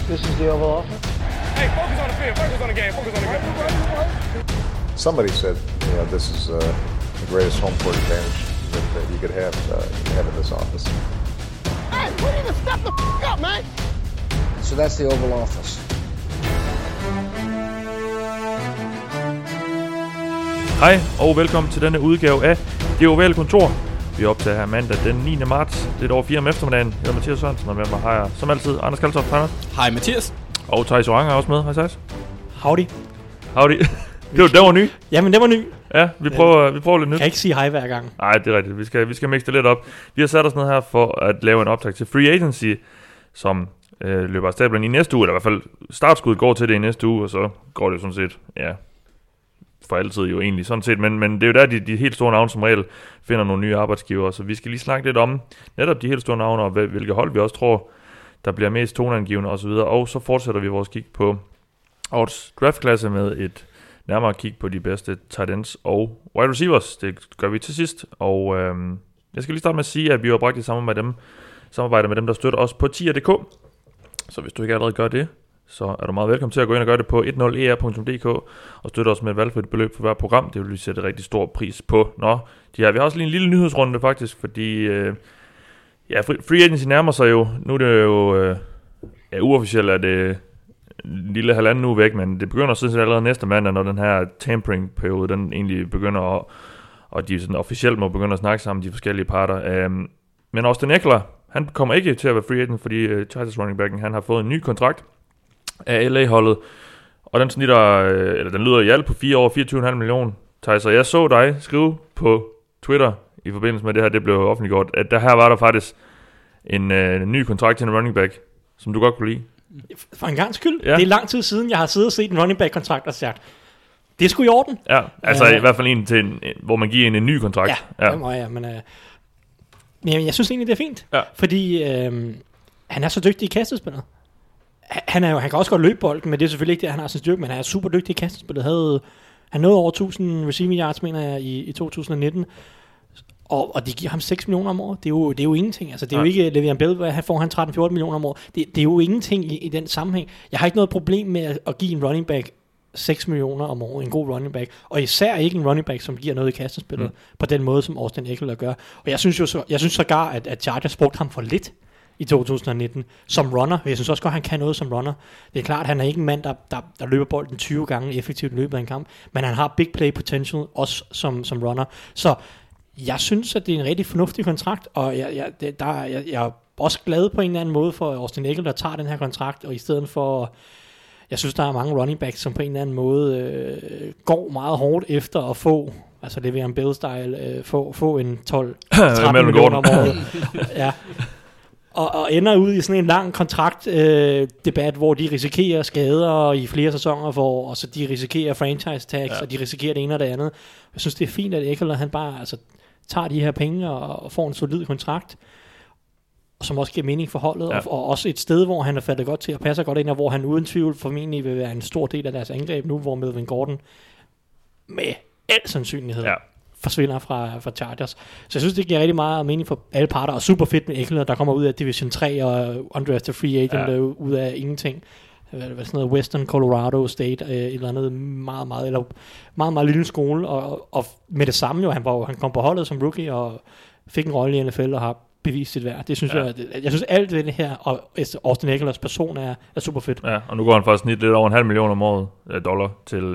This is the Oval Office. Hey, focus on the field, focus on the game, focus on the game. Somebody said, this is the greatest home court advantage that you could have in this office. Hey, we need to step the up, man. So that's the Oval Office. Hej og velkommen til denne udgave af Det Ovale Kontor. Vi optager her mandag den 9. marts, lidt over 4 om eftermiddagen. Jeg hedder Mathias Sørensen, og med mig har jeg som altid Anders Kaltoft. Hej Mathias. Og Thijs Oranger er også med. Hej Thijs. Howdy. Det var ny. Jamen, det var ny. Ja, vi prøver lidt nyt. Kan ikke sige hej hver gang. Nej, det er rigtigt. Vi skal mixe det lidt op. Vi har sat os ned her for at lave en optag til Free Agency, som løber af stablen i næste uge, eller i hvert fald startskuddet går til det i næste uge, og så går det jo sådan set, ja, for altid jo egentlig sådan set, men det er jo der, de helt store navne som regel finder nogle nye arbejdsgiver, så vi skal lige snakke lidt om netop de helt store navne, og hvilke hold vi også tror, der bliver mest toneangivende osv., og så fortsætter vi vores kig på årets draftklasse med et nærmere kig på de bedste tight ends og wide receivers. Det gør vi til sidst, og jeg skal lige starte med at sige, at vi har bragt i samarbejde med dem, der støtter os på tier.dk, så hvis du ikke allerede gør det, så er du meget velkommen til at gå ind og gøre det på 10er.dk og støtte os med et valgfrit beløb for hver program. Det vil vi sætte rigtig stor pris på. Vi har også lige en lille nyhedsrunde faktisk, fordi Free Agency nærmer sig jo. Nu er det jo uofficielt, at det en lille halvanden uge væk, men det begynder sådan set allerede næste mandag, når den her tampering-periode, den egentlig begynder, og de sådan officielt må begynde at snakke sammen, de forskellige parter. Men Austin Ekeler, han kommer ikke til at være free agent, fordi Chargers running backen, han har fået en ny kontrakt af LA-holdet, og den den lyder i alt på 4 år, 24,5 millioner. Thijs, og jeg så dig skrive på Twitter i forbindelse med det her, det blev offentliggjort, at der her var der faktisk en ny kontrakt til en running back, som du godt kunne lide. For en gang skyld. Ja. Det er lang tid siden, jeg har siddet og set en running back-kontrakt og sagt, det er sgu i orden. Ja, altså i hvert fald en til hvor man giver en ny kontrakt. Ja, det må jeg, men jeg synes egentlig, det er fint, fordi han er så dygtig i kastespillet. Han kan også godt løbe bolden, men det er selvfølgelig ikke det, han har sin styrke, men han er super dygtig i kastespillet. Han nåede over 1000 receiving yards, mener jeg, i 2019. Og de giver ham 6 millioner om året. Det er jo ingenting. Altså, det er jo ikke Le'Veon Bell, hvad han får han 13-14 millioner om året. Det er jo ingenting i den sammenhæng. Jeg har ikke noget problem med at give en running back 6 millioner om året, en god running back. Og især ikke en running back, som giver noget i kastespillet på den måde, som Austin Ekeler gør. Og jeg synes sågar, at Chargers brugte ham for lidt i 2019 som runner. Jeg synes også godt, han kan noget som runner. Det er klart, at han er ikke en mand, der løber bolden 20 gange effektivt i løbet af en kamp, men han har big play potential også som runner. Så jeg synes, at det er en rigtig fornuftig kontrakt, og jeg er også glad på en eller anden måde for Austin Ekeler, der tager den her kontrakt, og i stedet for, jeg synes, der er mange running backs, som på en eller anden måde går meget hårdt efter at få, altså det vil en Bell-style, få en 12-13 millioner om året. Ja. Og ender ud i sådan en lang kontraktdebat, hvor de risikerer skader i flere sæsoner, og så de risikerer franchise tags, og de risikerer det ene og det andet. Jeg synes, det er fint, at Ekeler han bare tager de her penge og får en solid kontrakt, som også giver mening for holdet, og også et sted, hvor han er faldet godt til og passer godt ind, og hvor han uden tvivl formentlig vil være en stor del af deres angreb nu, hvor Melvin Gordon med al sandsynlighed forsvinder fra Chargers. Så jeg synes, det giver rigtig meget mening for alle parter, og super fedt med Ekeler, der kommer ud af Division 3 og undrafted free agent ud af ingenting. Sådan noget Western Colorado State, et eller andet meget lille skole, og med det samme jo, han kom på holdet som rookie, og fik en rolle i NFL, og har bevist sit værd. Det synes jeg synes alt det her, og Austin Ekelers person er super fedt. Ja, og nu går han faktisk lidt over $500 million om året dollar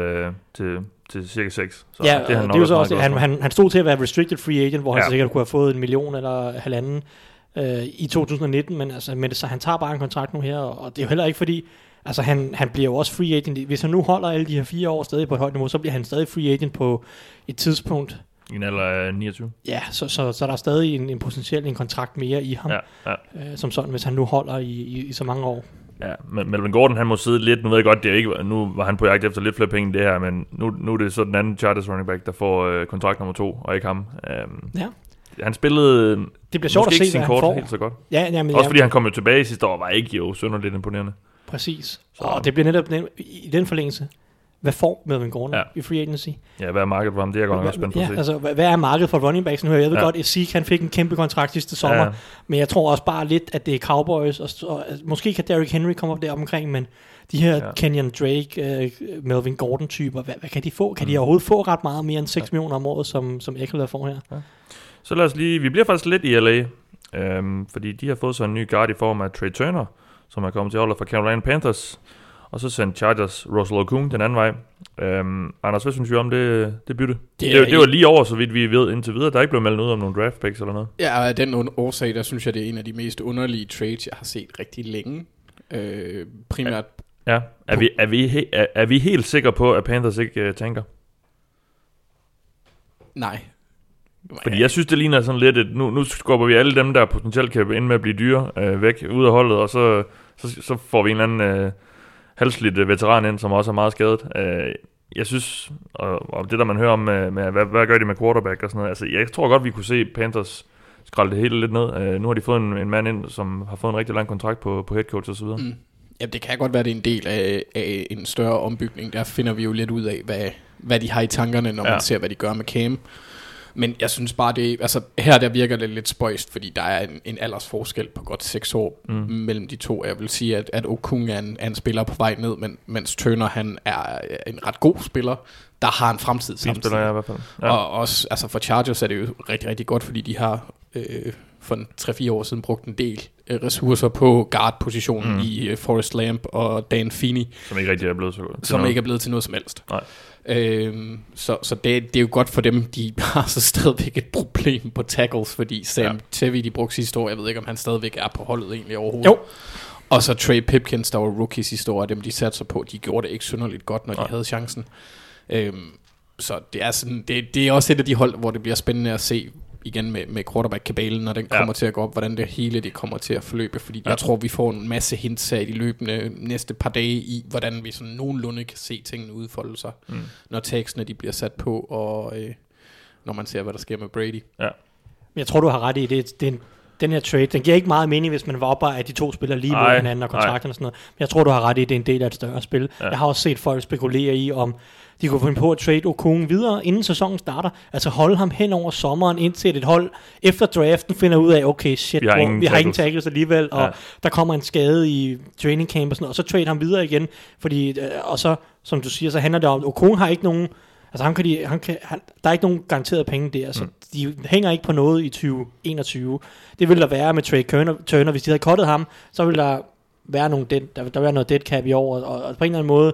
til cirka 6. Så ja, det er jo så også, han stod til at være restricted free agent, hvor han sikkert kunne have fået 1 million eller 1,5 i 2019, men altså, så han tager bare en kontrakt nu her, og det er jo heller ikke fordi, altså han bliver jo også free agent. Hvis han nu holder alle de her 4 år stadig på et højt niveau, så bliver han stadig free agent på et tidspunkt. I en alder af 29. Ja, så der er stadig en potentiel kontrakt mere i ham, som sådan, hvis han nu holder i så mange år. Ja, men Melvin Gordon, han må sidde lidt, nu ved jeg godt, det er ikke, nu var han på jagt efter lidt flere penge end det her, men nu er det så den anden Chargers running back, der får kontrakt nummer 2, og ikke ham. Han spillede det bliver sjovt at se, sin kort helt så godt. Også fordi han kom jo tilbage sidste år, var ikke jo synderligt imponerende. Præcis, og det bliver netop i den forlængelse. hvad får Melvin Gordon i free agency? Ja, hvad er markedet for ham? Det er jeg godt nok spændt på at se. Altså, hvad er markedet for running backs nu? Jeg ved godt, at Zeke han fik en kæmpe kontrakt sidste sommer, men jeg tror også bare lidt, at det er Cowboys, og måske kan Derrick Henry komme op der omkring, men de her Kenyon Drake, Melvin Gordon-typer, hvad kan de få? Kan de overhovedet få ret meget mere end 6 millioner om året, som Eckler får her? Ja. Så lad os lige, vi bliver faktisk lidt i LA, fordi de har fået så en ny guard i form af Trey Turner, som er kommet til holdet fra Carolina Panthers, og så sendte Chargers Russell Okung den anden vej. Anders, hvad synes vi om det bytte? Det var lige over, så vidt vi ved indtil videre. Der er ikke blevet meldt noget om nogle draft picks eller noget. Ja, af den årsag, der synes jeg, det er en af de mest underlige trades, jeg har set rigtig længe. Primært. Ja, er vi helt sikre på, at Panthers ikke tænker? Nej. Fordi jeg synes, det ligner sådan lidt, at nu skubber vi alle dem, der potentielt kan ende med at blive dyre, væk ud af holdet, og så får vi en eller anden halvslidt veteran ind, som også er meget skadet. Jeg synes, og det der man hører om, med hvad gør de med quarterback og sådan noget, altså jeg tror godt, vi kunne se Panthers skralde det hele lidt ned. Nu har de fået en mand ind, som har fået en rigtig lang kontrakt på headcoach og så videre. Ja, det kan godt være, det er en del af en større ombygning. Der finder vi jo lidt ud af, hvad de har i tankerne, når man ser, hvad de gør med Cam. Men jeg synes bare, her der virker det lidt spøjst, fordi der er en aldersforskel på godt 6 år mellem de to. Jeg vil sige, at Okung er en spiller på vej ned, mens Turner han er en ret god spiller, der har en fremtid samtidig. Spiller, i hvert fald. Ja. Og også altså for Chargers er det jo rigtig, rigtig godt, fordi de har for 3-4 år siden brugt en del ressourcer på guard-positionen i Forrest Lamp og Dan Feeney. Som ikke rigtig er blevet så godt. Som ikke er blevet til noget som helst. Nej. Så det er jo godt for dem. De har så stadigvæk et problem på tackles, fordi Sam Tevi, de brugte sidste år, jeg ved ikke om han stadigvæk er på holdet egentlig overhovedet. Jo. Og så Trey Pipkins, der var rookie sidste år, dem de satte sig på, de gjorde det ikke synderligt godt, når de havde chancen. Så det er sådan, det er også et af de hold, hvor det bliver spændende at se igen med quarterback-kabalen, når den kommer til at gå op, hvordan det hele det kommer til at forløbe, fordi jeg tror, vi får en masse hints af de løbende næste par dage i, hvordan vi sådan nogenlunde kan se tingene udfolde sig, når tekstene de bliver sat på, og når man ser, hvad der sker med Brady. Ja. Jeg tror, du har ret i det. Den her trade, den giver ikke meget mening, hvis man var oppe af de to spillere lige mod hinanden og kontrakterne og sådan noget. Men jeg tror, du har ret i, det er en del af et større spil. Ja. Jeg har også set folk spekulere i, om de kunne finde på at trade Okung videre, inden sæsonen starter. Altså holde ham hen over sommeren, indtil et hold efter draften finder ud af, okay, shit, vi har ingen tackles alligevel, og der kommer en skade i training camp og sådan noget, og så trade ham videre igen. Fordi, og så, som du siger, så handler det om, Okung har ikke nogen, altså der er ikke nogen garanterede penge der, så de hænger ikke på noget i 2021. Det ville der være med Trey Turner. Hvis de havde cuttet ham, så ville der være noget dead cap i år, og på en eller anden måde,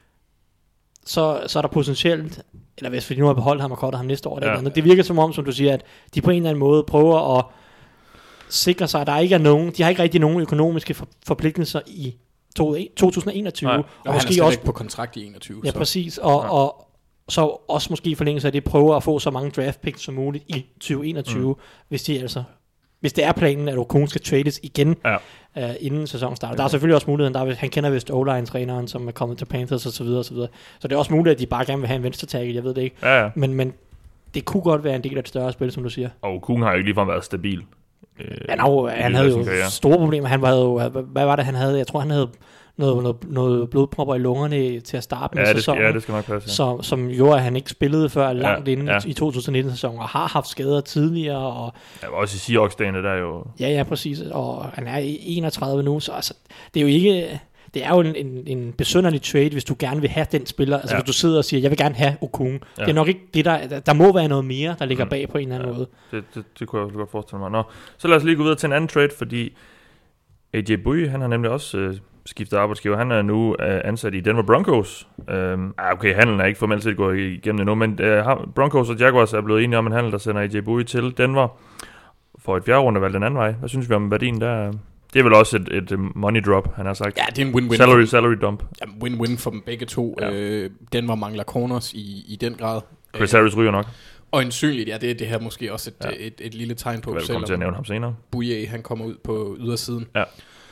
så er der potentielt, eller hvis vi nu har beholdt ham og cuttet ham næste år, det virker som om, som du siger, at de på en eller anden måde prøver at sikre sig, at der ikke er nogen, de har ikke rigtig nogen økonomiske forpligtelser i 2021. Og måske også på kontrakt i 21. Ja, så. Præcis, og så også måske i forlængelse af det prøver at få så mange draft picks som muligt i 2021, hvis det er planen, at Okung skal trades igen inden sæsonen starter. Der er selvfølgelig også muligheden, han kender vist O-line-træneren, som er kommet til Panthers og så videre, og så videre. Så det er også muligt, at de bare gerne vil have en venstre tackle, jeg ved det ikke. Ja. Men det kunne godt være en del af et større spil, som du siger. Og Okung har jo ikke ligefrem været stabil. Han havde jo store problemer. Han var jo, hvad var det, han havde? Jeg tror, han havde noget blodpropper i lungerne til at starte med sæsonen. Ja, det skal nok passe. Som gjorde, at han ikke spillede før langt inden i 2019-sæsonen, og har haft skader tidligere. Og også i Seahawks-dagene, der er jo... Ja, præcis. Og han er 31 nu, så altså, det er jo ikke... Det er jo en besynderlig trade, hvis du gerne vil have den spiller. Altså hvis du sidder og siger, jeg vil gerne have Okung. Ja. Det er nok ikke det, der må være noget mere, der ligger bag på en eller anden måde. Det kunne jeg godt forestille mig. Nå, så lad os lige gå videre til en anden trade, fordi AJ Bouye, han har nemlig også skiftet arbejdsgiver. Han er nu ansat i Denver Broncos. Okay, handlen er ikke formelt set gået igennem endnu, men Broncos og Jaguars er blevet enige om en handel, der sender AJ Bouye til Denver for et 4. rundevalg den anden vej. Hvad synes vi om værdien der? Det er vel også et money drop, han har sagt. Ja, det er en win-win. Salary dump. Ja, win-win for dem begge to. Ja. Denver mangler corners i den grad. Chris Harris ryger nok. Og ensynligt, det er det her måske også et lille tegn på. Du kommer til at nævne ham senere. Bouye, han kommer ud på ydersiden. Ja.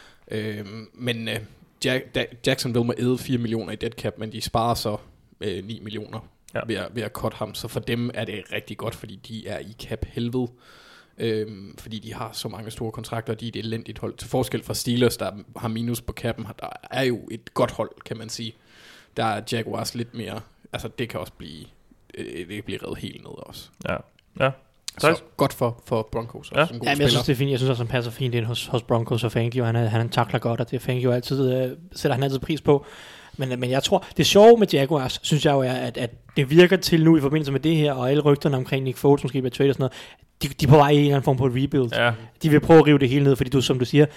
Men Jacksonville må æde 4 millioner i dead cap, men de sparer så 9 millioner ved at cut ham. Så for dem er det rigtig godt, fordi de er i cap helvede. Fordi de har så mange store kontrakter, og de er et elendigt hold. Til forskel fra Steelers, der har minus på cappen, der er jo et godt hold, kan man sige. der er Jaguars lidt mere, altså det kan også blive, det kan blive revet helt ned også. Ja. Så godt for Broncos. Ja. Som god Jeg synes, det er fint. Jeg synes også, han passer fint ind hos Broncos og Fangio. Han takler godt, og det Fangio altid, sætter han altid pris på. Men jeg tror, det sjove med Jaguars, synes jeg jo er, at det virker til nu i forbindelse med det her, og alle rygterne omkring Nick Foles måske bliver trade og sådan noget, de er på vej i en eller anden form på et rebuild. Ja. De vil prøve at rive det hele ned, fordi som du siger,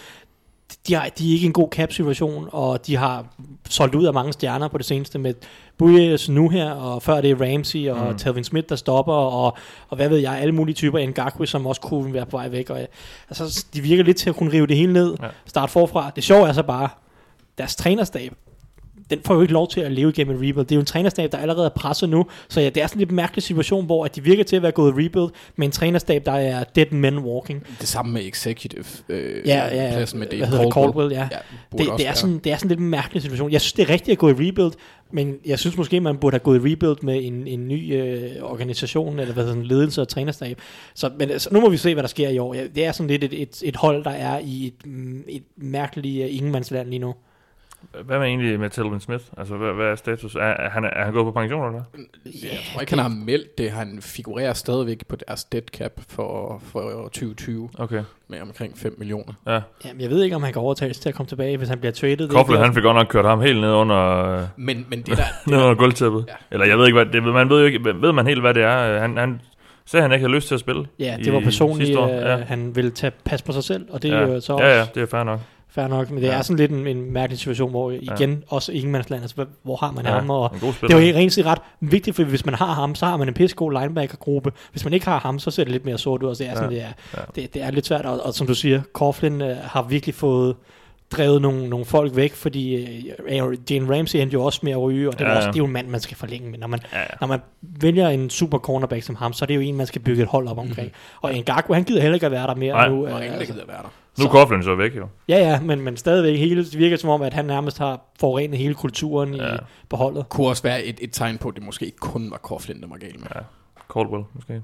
de er ikke i en god cap-situation, og de har solgt ud af mange stjerner på det seneste med Buyes nu her, og før det er Ramsey og Telvin Smith, der stopper, og hvad ved jeg, alle mulige typer, Ngakwe, som også kunne være på vej væk. Og, altså, de virker lidt til at kunne rive det hele ned, starte forfra. Det sjove er så bare, deres trænerstab, den får jo ikke lov til at leve igennem en rebuild. Det er jo en trænerstab, der allerede er presset nu, så ja, det er sådan en lidt mærkelig situation, hvor at de virker til at være gået rebuild, med en trænerstab, der er dead men walking. Det samme med executive pladsen med Dave Caldwell. Ja. Det er sådan en lidt mærkelig situation. Jeg synes, det er rigtigt at gå i rebuild, men jeg synes måske, man burde have gået i rebuild med en ny organisation, eller sådan ledelse og trænerstab. Men altså, nu må vi se, hvad der sker i år. Ja, det er sådan lidt et hold, der er i et mærkeligt ingenmandsland lige nu. Hvad med egentlig med Telvin Smith? Altså, hvad er status? Er han gået på pension, eller hvad? Jeg tror ikke, han har meldt det. Han figurerer stadigvæk på deres dead cap for 2020. Okay. Med omkring 5 millioner. Ja. Jamen, jeg ved ikke, om han kan overtages til at komme tilbage, hvis han bliver traded. Coughlin, han fik godt nok kørt ham helt ned under... Men det der... ned under gulvtæppet. Ja. Eller jeg ved ikke, hvad det, man ved jo ikke... Ved man helt, hvad det er? Han sagde, han ikke havde lyst til at spille. Ja, det var personligt. Han ville pas på sig selv, og det er jo så også... Ja, det er fair nok. Fair nok, men det er sådan lidt en mærkelig situation, hvor igen også ingenmandsland, altså hvor har man ham, og det er jo rent set ret vigtigt, for hvis man har ham, så har man en pissegod linebacker-gruppe. Hvis man ikke har ham, så ser det lidt mere sort ud, og det er sådan, det er lidt svært, og som du siger, Coughlin har virkelig fået drevet nogle folk væk, fordi Jalen Ramsey endte jo også med at ryge, og det er jo en mand, man skal forlænge med. Når man vælger en super cornerback som ham, så er det jo en, man skal bygge et hold op omkring. Og Ngakwe, han gider heller ikke at være der mere nu. Og ingen gider være der. Nu er Coughlin så væk, jo. Ja, men stadigvæk det virker som om, at han nærmest har forurenet hele kulturen på holdet. Det kunne også være et tegn på, at det måske ikke kun var Coughlin, der var galt med. Ja, Caldwell måske.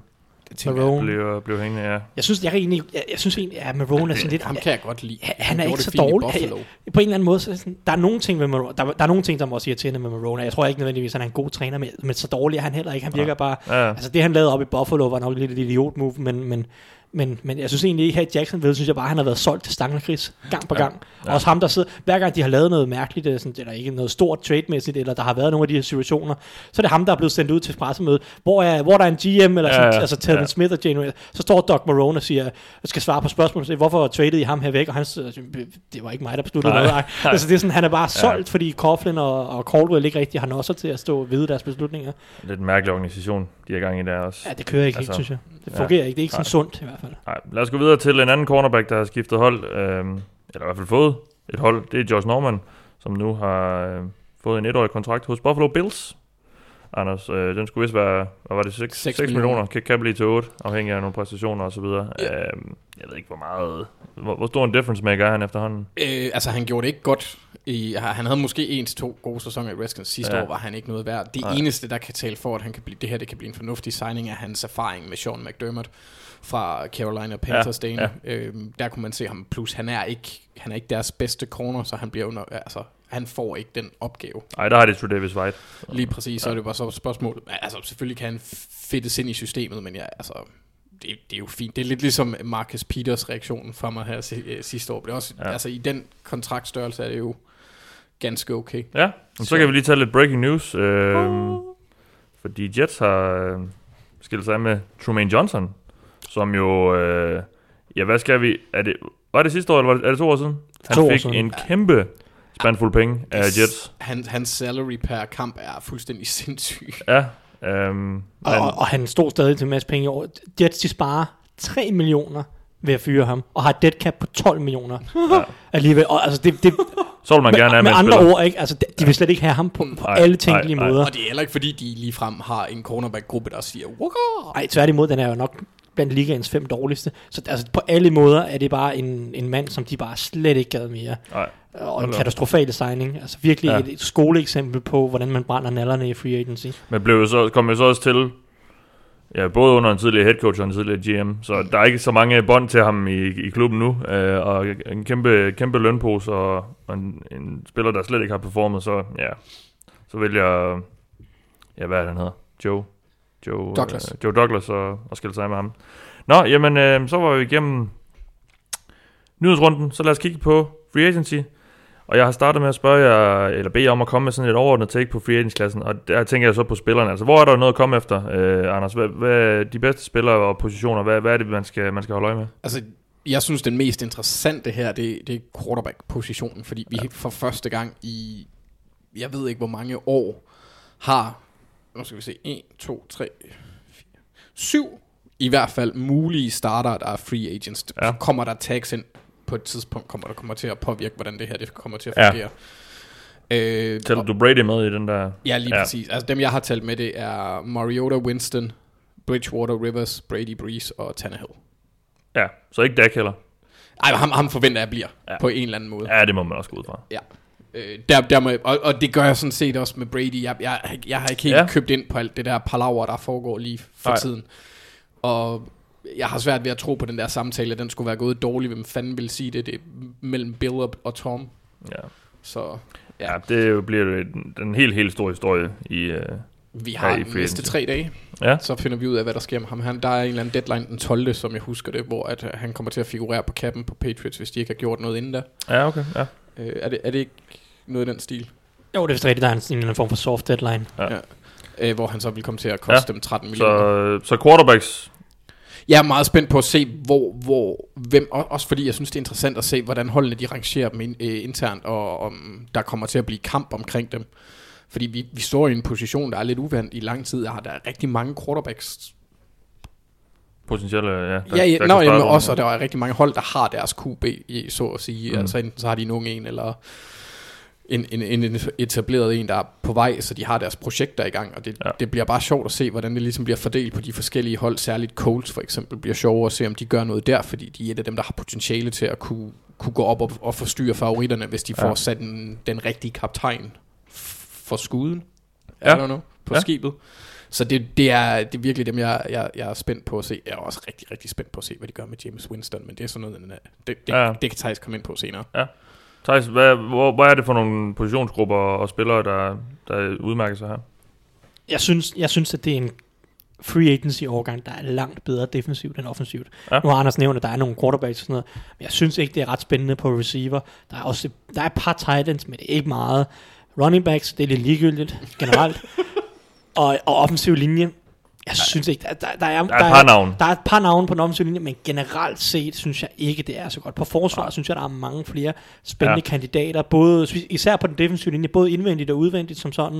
Marone blev hængende, Jeg synes egentlig, at Marone er sådan lidt... Ham kan jeg godt lide. Han er ikke så dårlig. På en eller anden måde, så sådan, der er nogle ting med Marone, der er nogle ting, der må også irriterende med Marone. Jeg tror ikke nødvendigvis, at han er en god træner, men så dårlig er han heller ikke. Han virker bare... Altså det, han lavede op i Buffalo, var nok lidt et idiot-move, men jeg synes egentlig ikke, her i Jacksonville, synes jeg bare, han har været solgt til Stangler-Chris gang på gang. Ja. Også ham, der sidder, hver gang de har lavet noget mærkeligt, sådan, eller ikke noget stort trade-mæssigt, eller der har været nogle af de her situationer, så er det ham, der er blevet sendt ud til pressemødet, hvor der er en GM, eller sådan, altså Telvin Smith og Jane, så står Doug Marone og siger, jeg skal svare på spørgsmål, hvorfor tradede I ham her væk, og han siger, det var ikke mig, der besluttede noget. Altså det er sådan, han er bare solgt, fordi Coughlin og Caldwell ikke rigtig har nosser til at stå ved deres beslutninger. Lidt en mærkelig organisation, de er gang i der også. Ja, det kører ikke helt, synes jeg. Det fungerer ikke, det er ikke sådan sundt i hvert fald. Nej, lad os gå videre til en anden cornerback, der har skiftet hold, eller i hvert fald fået et hold. Det er Josh Norman, som nu har fået en 1-årig kontrakt hos Buffalo Bills. Anders, den skulle vist være, hvad var det, 6 millioner, kan blive til 8, afhængig af nogle præstationer og så videre. Ja. Jeg ved ikke, hvor stor en difference maker er han efterhånden? Altså, han gjorde det ikke godt. Han havde måske 1-2 gode sæsoner i Redskins. Sidste år var han ikke noget værd. Det eneste, der kan tale for, at han kan blive, det her det kan blive en fornuftig signing, er hans erfaring med Sean McDermott fra Carolina Panthers dagen. Der kunne man se ham. Plus, han er ikke deres bedste corner, så han bliver han får ikke den opgave. Nej, der har det Davis White. Lige præcis, så er det bare så et spørgsmål. Altså, selvfølgelig kan han fedtes ind i systemet, men det er jo fint. Det er lidt ligesom Marcus Peters reaktionen fra mig her sidste år. Det er også, altså, i den kontraktstørrelse er det jo ganske okay. Ja, så kan vi lige tage lidt breaking news. Fordi Jets har skilt sig af med Trumaine Johnson, som jo... hvad skal vi... Var det sidste år, eller er det 2 år siden? Han fik en kæmpe spandfuld penge af Jets. Hans salary per kamp er fuldstændig sindssyg. Ja. Og han stod stadig til en masse penge i år. Jets, de sparer 3 millioner ved at fyre ham, og har et dead cap på 12 millioner. Alligevel. Og altså det så vil man gerne have med andre ord, ikke? Altså, de vil slet ikke have ham på alle tænkelige måder. Og det er heller ikke, fordi de ligefrem har en cornerback-gruppe, der siger, Walker! Nej, tværtimod, den er jo nok blandt ligaens 5 dårligste. Så altså, på alle måder er det bare en mand, som de bare slet ikke gad mere. Og en katastrofal signing. Altså virkelig et skoleeksempel på, hvordan man brænder nallerne i free agency. Men kom jo så også til, både under en tidligere head coach og en tidligere GM, så der er ikke så mange bånd til ham i klubben nu, og en kæmpe lønpose, og en spiller, der slet ikke har performet, så så vælger, hvad er det, han hedder? Joe Douglas og skille sig med ham. Nå, jamen, så var vi igennem nyhedsrunden, så lad os kigge på free agency. Og jeg har startet med at spørge jer, eller bede jer om at komme med sådan et overordnet take på free agent-klassen, og der tænker jeg så på spillerne. Altså, hvor er der noget at komme efter, Anders? Hvad er de bedste spillere og positioner? Hvad er det, man skal holde øje med? Altså, jeg synes, den mest interessante her, det er quarterback-positionen, fordi vi for første gang i, jeg ved ikke hvor mange år, har, nu skal vi se, 1, 2, 3, 4, 7 i hvert fald mulige starter, der er free agents. Ja. Kommer der tags ind på et tidspunkt, kommer til at påvirke, hvordan det her det kommer til at fungere. Tæller du Brady med i den der? Ja, lige præcis. Altså dem, jeg har talt med, det er Mariota, Winston, Bridgewater, Rivers, Brady, Breeze og Tannehill. Ja, så ikke Dak heller? Ej, ham forventer jeg bliver på en eller anden måde. Ja, det må man også gå ud fra. Ja. Og det gør jeg sådan set også med Brady. Jeg har ikke helt købt ind på alt det der palaver, der foregår lige for tiden. Og jeg har svært ved at tro på den der samtale, at den skulle være gået dårligt. Hvem fanden vil sige det? Det er mellem Bill og Tom. Ja. Så ja, det bliver jo den helt store historie i vi har de næste 3 dage. Ja. Så finder vi ud af, hvad der sker med ham. Der er en eller anden deadline den 12., som jeg husker det, hvor at han kommer til at figurere på kappen på Patriots, hvis de ikke har gjort noget inden da. Ja, okay. Ja. Er det ikke noget i den stil? Jo, det er vist rigtigt, der er en eller anden form for soft deadline. Ja. Hvor han så vil komme til at koste dem 13 millioner. Så quarterbacks. Jeg er meget spændt på at se, hvem, også fordi jeg synes, det er interessant at se, hvordan holdene de rangerer dem internt, og om der kommer til at blive kamp omkring dem. Fordi vi står i en position, der er lidt uvant i lang tid. Der er rigtig mange quarterbacks. Potentielle, ja. Også, og der er rigtig mange hold, der har deres QB, så at sige. Altså enten så har de en ung en, eller en etableret en, der er på vej, så de har deres projekter i gang, og det bliver bare sjovt at se, hvordan det ligesom bliver fordelt på de forskellige hold, særligt Colts for eksempel, bliver sjovere at se, om de gør noget der, fordi de er et af dem, der har potentiale til at kunne gå op og forstyrre favoritterne, hvis de får sat den rigtige kaptajn for skuden, på skibet. Så det er virkelig dem, jeg er spændt på at se. Jeg er også rigtig, rigtig spændt på at se, hvad de gør med James Winston, men det er sådan noget, det kan Thijs komme ind på senere. Ja. Thijs, hvad er det for nogle positionsgrupper og spillere, der udmærker sig her? Jeg synes, at det er en free agency-overgang, der er langt bedre defensivt end offensivt. Ja. Nu har Anders nævnt, at der er nogle quarterbacks og sådan noget, men jeg synes ikke, det er ret spændende på receiver. Der er et par tight ends, men det er ikke meget. Running backs, det er lidt ligegyldigt generelt. og offensiv linje, jeg synes ikke, der er et par navne på den offensive linje, men generelt set synes jeg ikke, det er så godt. På forsvar synes jeg, der er mange flere spændende kandidater, især på den defensive linje, både indvendigt og udvendigt som sådan.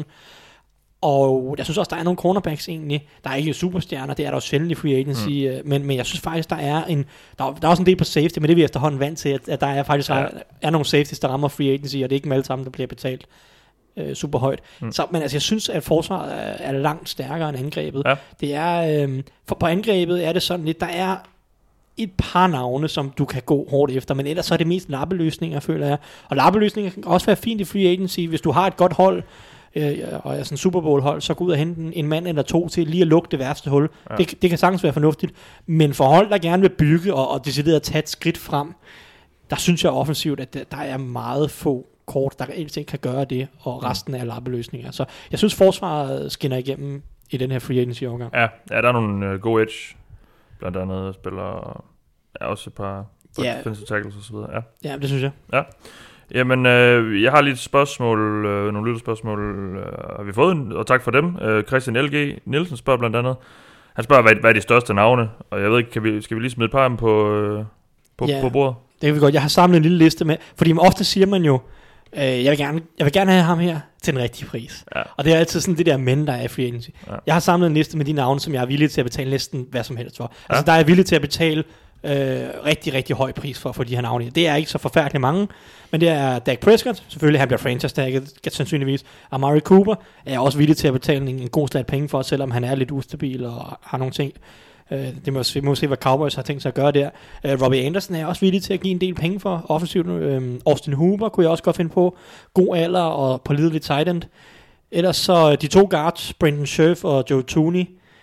Og jeg synes også, der er nogle cornerbacks egentlig. Der er ikke superstjerner, det er der jo sjældent i free agency, men jeg synes faktisk, der er også en del på safety, men det er vi efterhånden vant til, at der er faktisk er nogle safeties, der rammer free agency, og det er ikke med alle sammen, der bliver betalt super højt. Så, men altså, jeg synes, at forsvaret er langt stærkere end angrebet. Ja. Det er, på angrebet er det sådan lidt, der er et par navne, som du kan gå hårdt efter, men ellers så er det mest lappeløsninger, føler jeg. Og lappeløsninger kan også være fint i free agency, hvis du har et godt hold, og er sådan en Super Bowl hold, så gå ud og hente en mand eller to til lige at lukke det værste hul. Ja. Det kan sagtens være fornuftigt, men for hold, der gerne vil bygge og decideret tage et skridt frem, der synes jeg offensivt, at der er meget få kort, der reelt ikke kan gøre det, og resten er lappeløsninger. Så jeg synes, forsvaret skinner igennem i den her free agency-overgang. Ja, der er nogle gode edge, blandt andet spiller også et par defensive tackles og så videre. Ja, det synes jeg. Ja. Jamen, jeg har lige et spørgsmål, nogle lytterspørgsmål har vi fået, og tak for dem. Christian L.G. Nielsen spørger blandt andet. Han spørger, hvad er de største navne? Og jeg ved ikke, skal vi lige smide et par af dem på bordet? Det kan vi godt. Jeg har samlet en lille liste med, fordi ofte siger man jo, jeg vil gerne have ham her til den rigtige pris. Ja. Og det er altid sådan det der men, der er i free agency. Ja. Jeg har samlet en liste med de navne, som jeg er villig til at betale næsten hvad som helst for. Ja. Altså der er jeg villig til at betale rigtig, rigtig høj pris for de her navne. Det er ikke så forfærdeligt mange, men det er Dak Prescott, selvfølgelig han bliver franchise-tagget, sandsynligvis. Amari Cooper er jeg også villig til at betale en god slat penge for, selvom han er lidt ustabil og har nogle ting. Det må se, hvad Cowboys har tænkt sig at gøre der. Robbie Anderson er jeg også villig til at give en del penge for offensivt. Austin Hooper kunne jeg også godt finde på. God alder og pålidelig tight end. Ellers så de to guards, Brendan Scherf og Joe Thuney.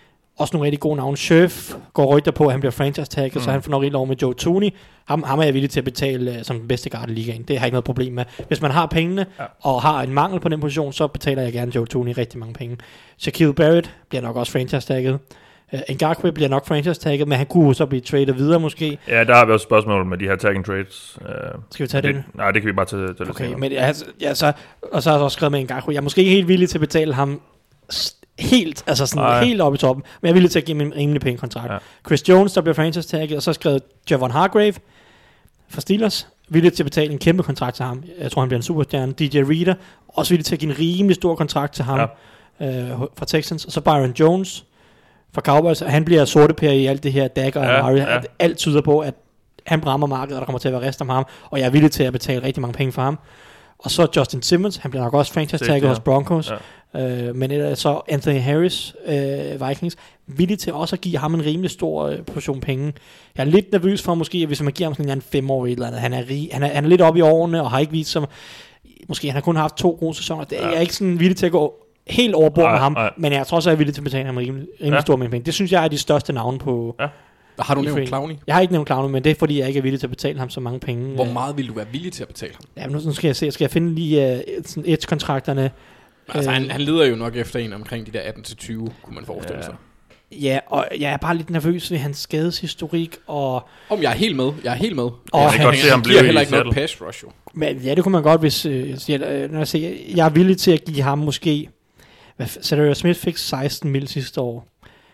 også nogle rigtig gode navne. Scherf går rygter på, at han bliver franchise-tagget, så han får nok rigtig lov med Joe Thuney. Ham er jeg villig til at betale som den bedste guard i ligaen. Det har jeg ikke noget problem med. Hvis man har pengene, og har en mangel på den position, så betaler jeg gerne Joe Thuney rigtig mange penge. Shaquille Barrett bliver nok også franchise-tagget. Ngakwe bliver nok franchise-tagget, men han kunne så blive traded videre måske. Ja, der har vi også spørgsmål med de her tagging trades. Skal vi tage det? Nej, det kan vi bare tage lidt okay, senere. Men og så har jeg også skrevet med Ngakwe. Jeg er måske ikke helt villig til at betale ham helt, altså sådan helt op i toppen, men jeg er villig til at give ham en rimelig pæn kontrakt. Ja. Chris Jones, der bliver franchise-tagget, og så skrevet Javon Hargrave fra Steelers, villig til at betale en kæmpe kontrakt til ham. Jeg tror, han bliver en superstjerne. DJ Reader, også villig til at give en rimelig stor kontrakt til ham fra Texans. Og så Byron Jones fra Cowboys, han bliver sortepære i alt det her dagger og Mario. Alt tyder på, at han brammer markedet, og der kommer til at være rest om ham, og jeg er villig til at betale rigtig mange penge for ham. Og så Justin Simmons, han bliver nok også franchise-tagget hos Broncos. Ja. Men så Anthony Harris, Vikings, villig til også at give ham en rimelig stor portion penge. Jeg er lidt nervøs for måske, at hvis man giver ham sådan en 5-årig eller andet, han er lidt oppe i årene, og har ikke vist som, måske han har kun haft 2 gode sæsoner. Jeg er ikke sådan villig til at gå helt overbord med ham, men jeg er trods alt villig til at betale ham en rimelig stor mængde penge. Det synes jeg er de største navne på... Ja. Har du nævnt Clowney? Jeg har ikke nævnt Clowney, men det er fordi, jeg ikke er villig til at betale ham så mange penge. Hvor meget vil du være villig til at betale ham? Ja, nu skal jeg se. Skal jeg finde lige edge-kontrakterne? Altså, han leder jo nok efter en omkring de der 18-20, kunne man forestille sig. Ja, og jeg er bare lidt nervøs ved hans skadeshistorik, og... Jeg er helt med. Og jeg kan godt se, han bliver heller ikke noget pass rush, jo. Men ja, det kunne man godt, hvis... jeg er villig til at give ham måske... Cedric Smith fik 16 mil sidste år.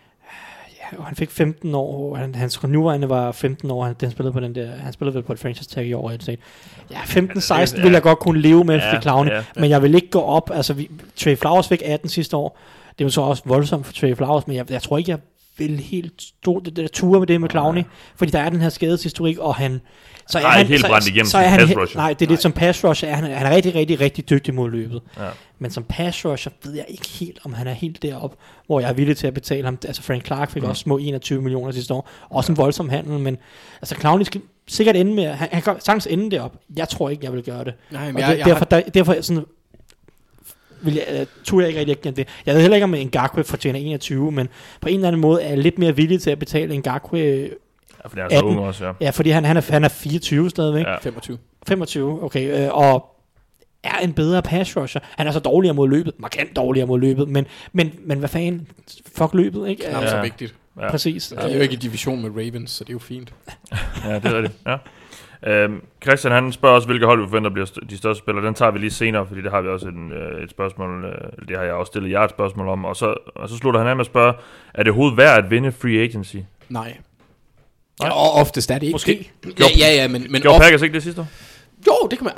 Ja, han fik 15 år. Hans nuværende var 15 år. Han spillede på han spillede vel på et franchise tag i år. Ja, 15-16 vil jeg godt kunne leve med efter Clowney, men jeg vil ikke gå op. Altså, Trey Flowers fik 18 sidste år. Det var så også voldsomt for Trey Flowers, men jeg tror ikke, jeg vil helt stå det der ture med det med Clowney, fordi der er den her skadeshistorik, og han... Så er han helt brændt igennem som pass rusher. Nej, det er lidt som pass rusher. Han er rigtig, rigtig, rigtig dygtig mod løbet. Ja. Men som pass rusher ved jeg ikke helt, om han er helt deroppe, hvor jeg er villig til at betale ham. Altså Frank Clark fik også små 21 millioner sidste år. Også en voldsom handel, men altså Clowney skal sikkert ende med... Han kan sagtens ende deroppe. Jeg tror ikke, jeg vil gøre det. Nej, men derfor sådan... Tror jeg ikke rigtig igen det. Jeg ved heller ikke, om en Ngakwe fortjener 21, men på en eller anden måde er jeg lidt mere villig til at betale en Ngakwe. Ja, fordi han er så ung også, ja. Ja, fordi han er 24 stadigvæk. Ja. 25, okay. Og er en bedre pass rusher. Han er så dårligere mod løbet. Markant dårligere mod løbet. Men hvad fanden? Fuck løbet, ikke? Knap så vigtigt. Ja. Præcis. Ja. Det er jo ikke i division med Ravens, så det er jo fint. Ja, det er det. Ja. Christian, han spørger også, hvilke hold vi forventer bliver de største spillere. Den tager vi lige senere, fordi det har vi også et spørgsmål. Det har jeg også stillet jer et spørgsmål om. Og så slutter han af med at spørge, er det overhovedet værd at vinde free agency? Nej. Ja, og oftest er det ikke. Måske. Men gjorde Packers ikke det sidste år? Jo, det kan man...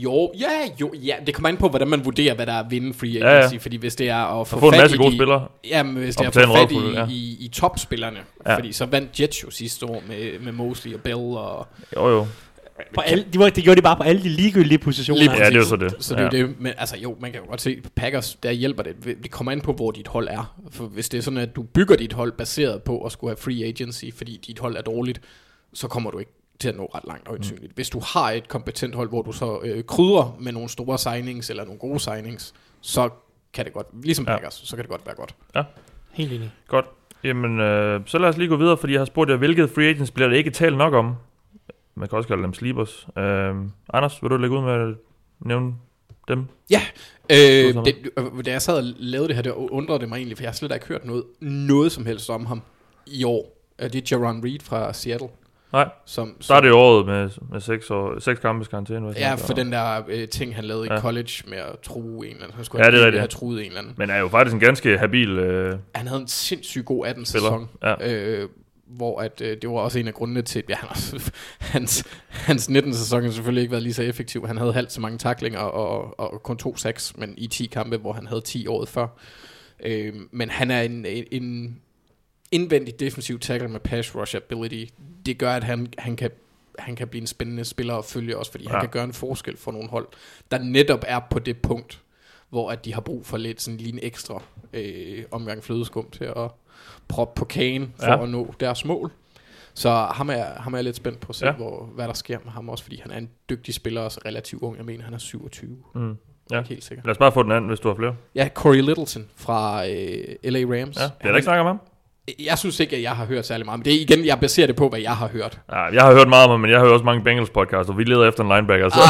Ja, det kommer an på, hvordan man vurderer, hvad der er at vinde free agency. Fordi hvis det er at få en masse gode spillere. Jamen, hvis det er at få fat i topspillerne. Ja. Fordi så vandt Jets jo sidste år med Mosley og Bell og... Jo. Det gjorde de bare på alle de ligegyldige positioner. Ja, det er jo så det. Så det er det. Men altså jo, man kan jo godt se, Packers, der hjælper det. Det kommer an på, hvor dit hold er. For hvis det er sådan, at du bygger dit hold baseret på at skulle have free agency, fordi dit hold er dårligt, så kommer du ikke til at nå ret langt øjensynligt. Hvis du har et kompetent hold, hvor du så krydrer med nogle store signings eller nogle gode signings, så kan det godt, ligesom Packers, så kan det godt være godt. Ja, helt enig. Godt. Jamen, så lad os lige gå videre, fordi jeg har spurgt jer, hvilket free agents bliver der ikke talt nok om. Man kan også kalde dem sleepers. Anders, vil du lægge ud med at nævne dem? Ja, da jeg sad og lavede det her, det undrede det mig egentlig, for jeg har slet ikke hørt noget som helst om ham i år. Det er Jaron Reed fra Seattle. Nej, der er det året med 6 kampes karantæne. Ja, for den der ting, han lavede i college med at true en eller anden. Han skulle have truet en eller anden. Men er jo faktisk en ganske habil... Han havde en sindssygt god 18-sæson. Ja. Hvor at det var også en af grundene til, ja, hans 19-sæson har selvfølgelig ikke været lige så effektiv. Han havde halvt så mange tacklinger og kun 2 sacks, men i 10 kampe, hvor han havde 10 året før. Men han er en indvendig defensiv tackle med pass rush ability. Det gør, at han kan blive en spændende spiller at følge også, fordi han kan gøre en forskel for nogle hold, der netop er på det punkt, hvor at de har brug for lidt sådan lige en ekstra omgang flødeskum til at proppe på kagen for at nå deres mål. Så ham er jeg lidt spændt på at se, hvad der sker med ham også, fordi han er en dygtig spiller og relativt ung. Jeg mener, han er 27. Ja. Helt sikkert. Lad os bare få den anden, hvis du har flere. Ja, Corey Littleton fra LA Rams. Ja, det er der ikke snakket om ham. Jeg synes ikke, at jeg har hørt særlig meget, men det er igen, jeg baserer det på, hvad jeg har hørt. Ja, jeg har hørt meget om ham, men jeg har hørt også mange Bengals podcasts, og vi leder efter en linebacker. Så.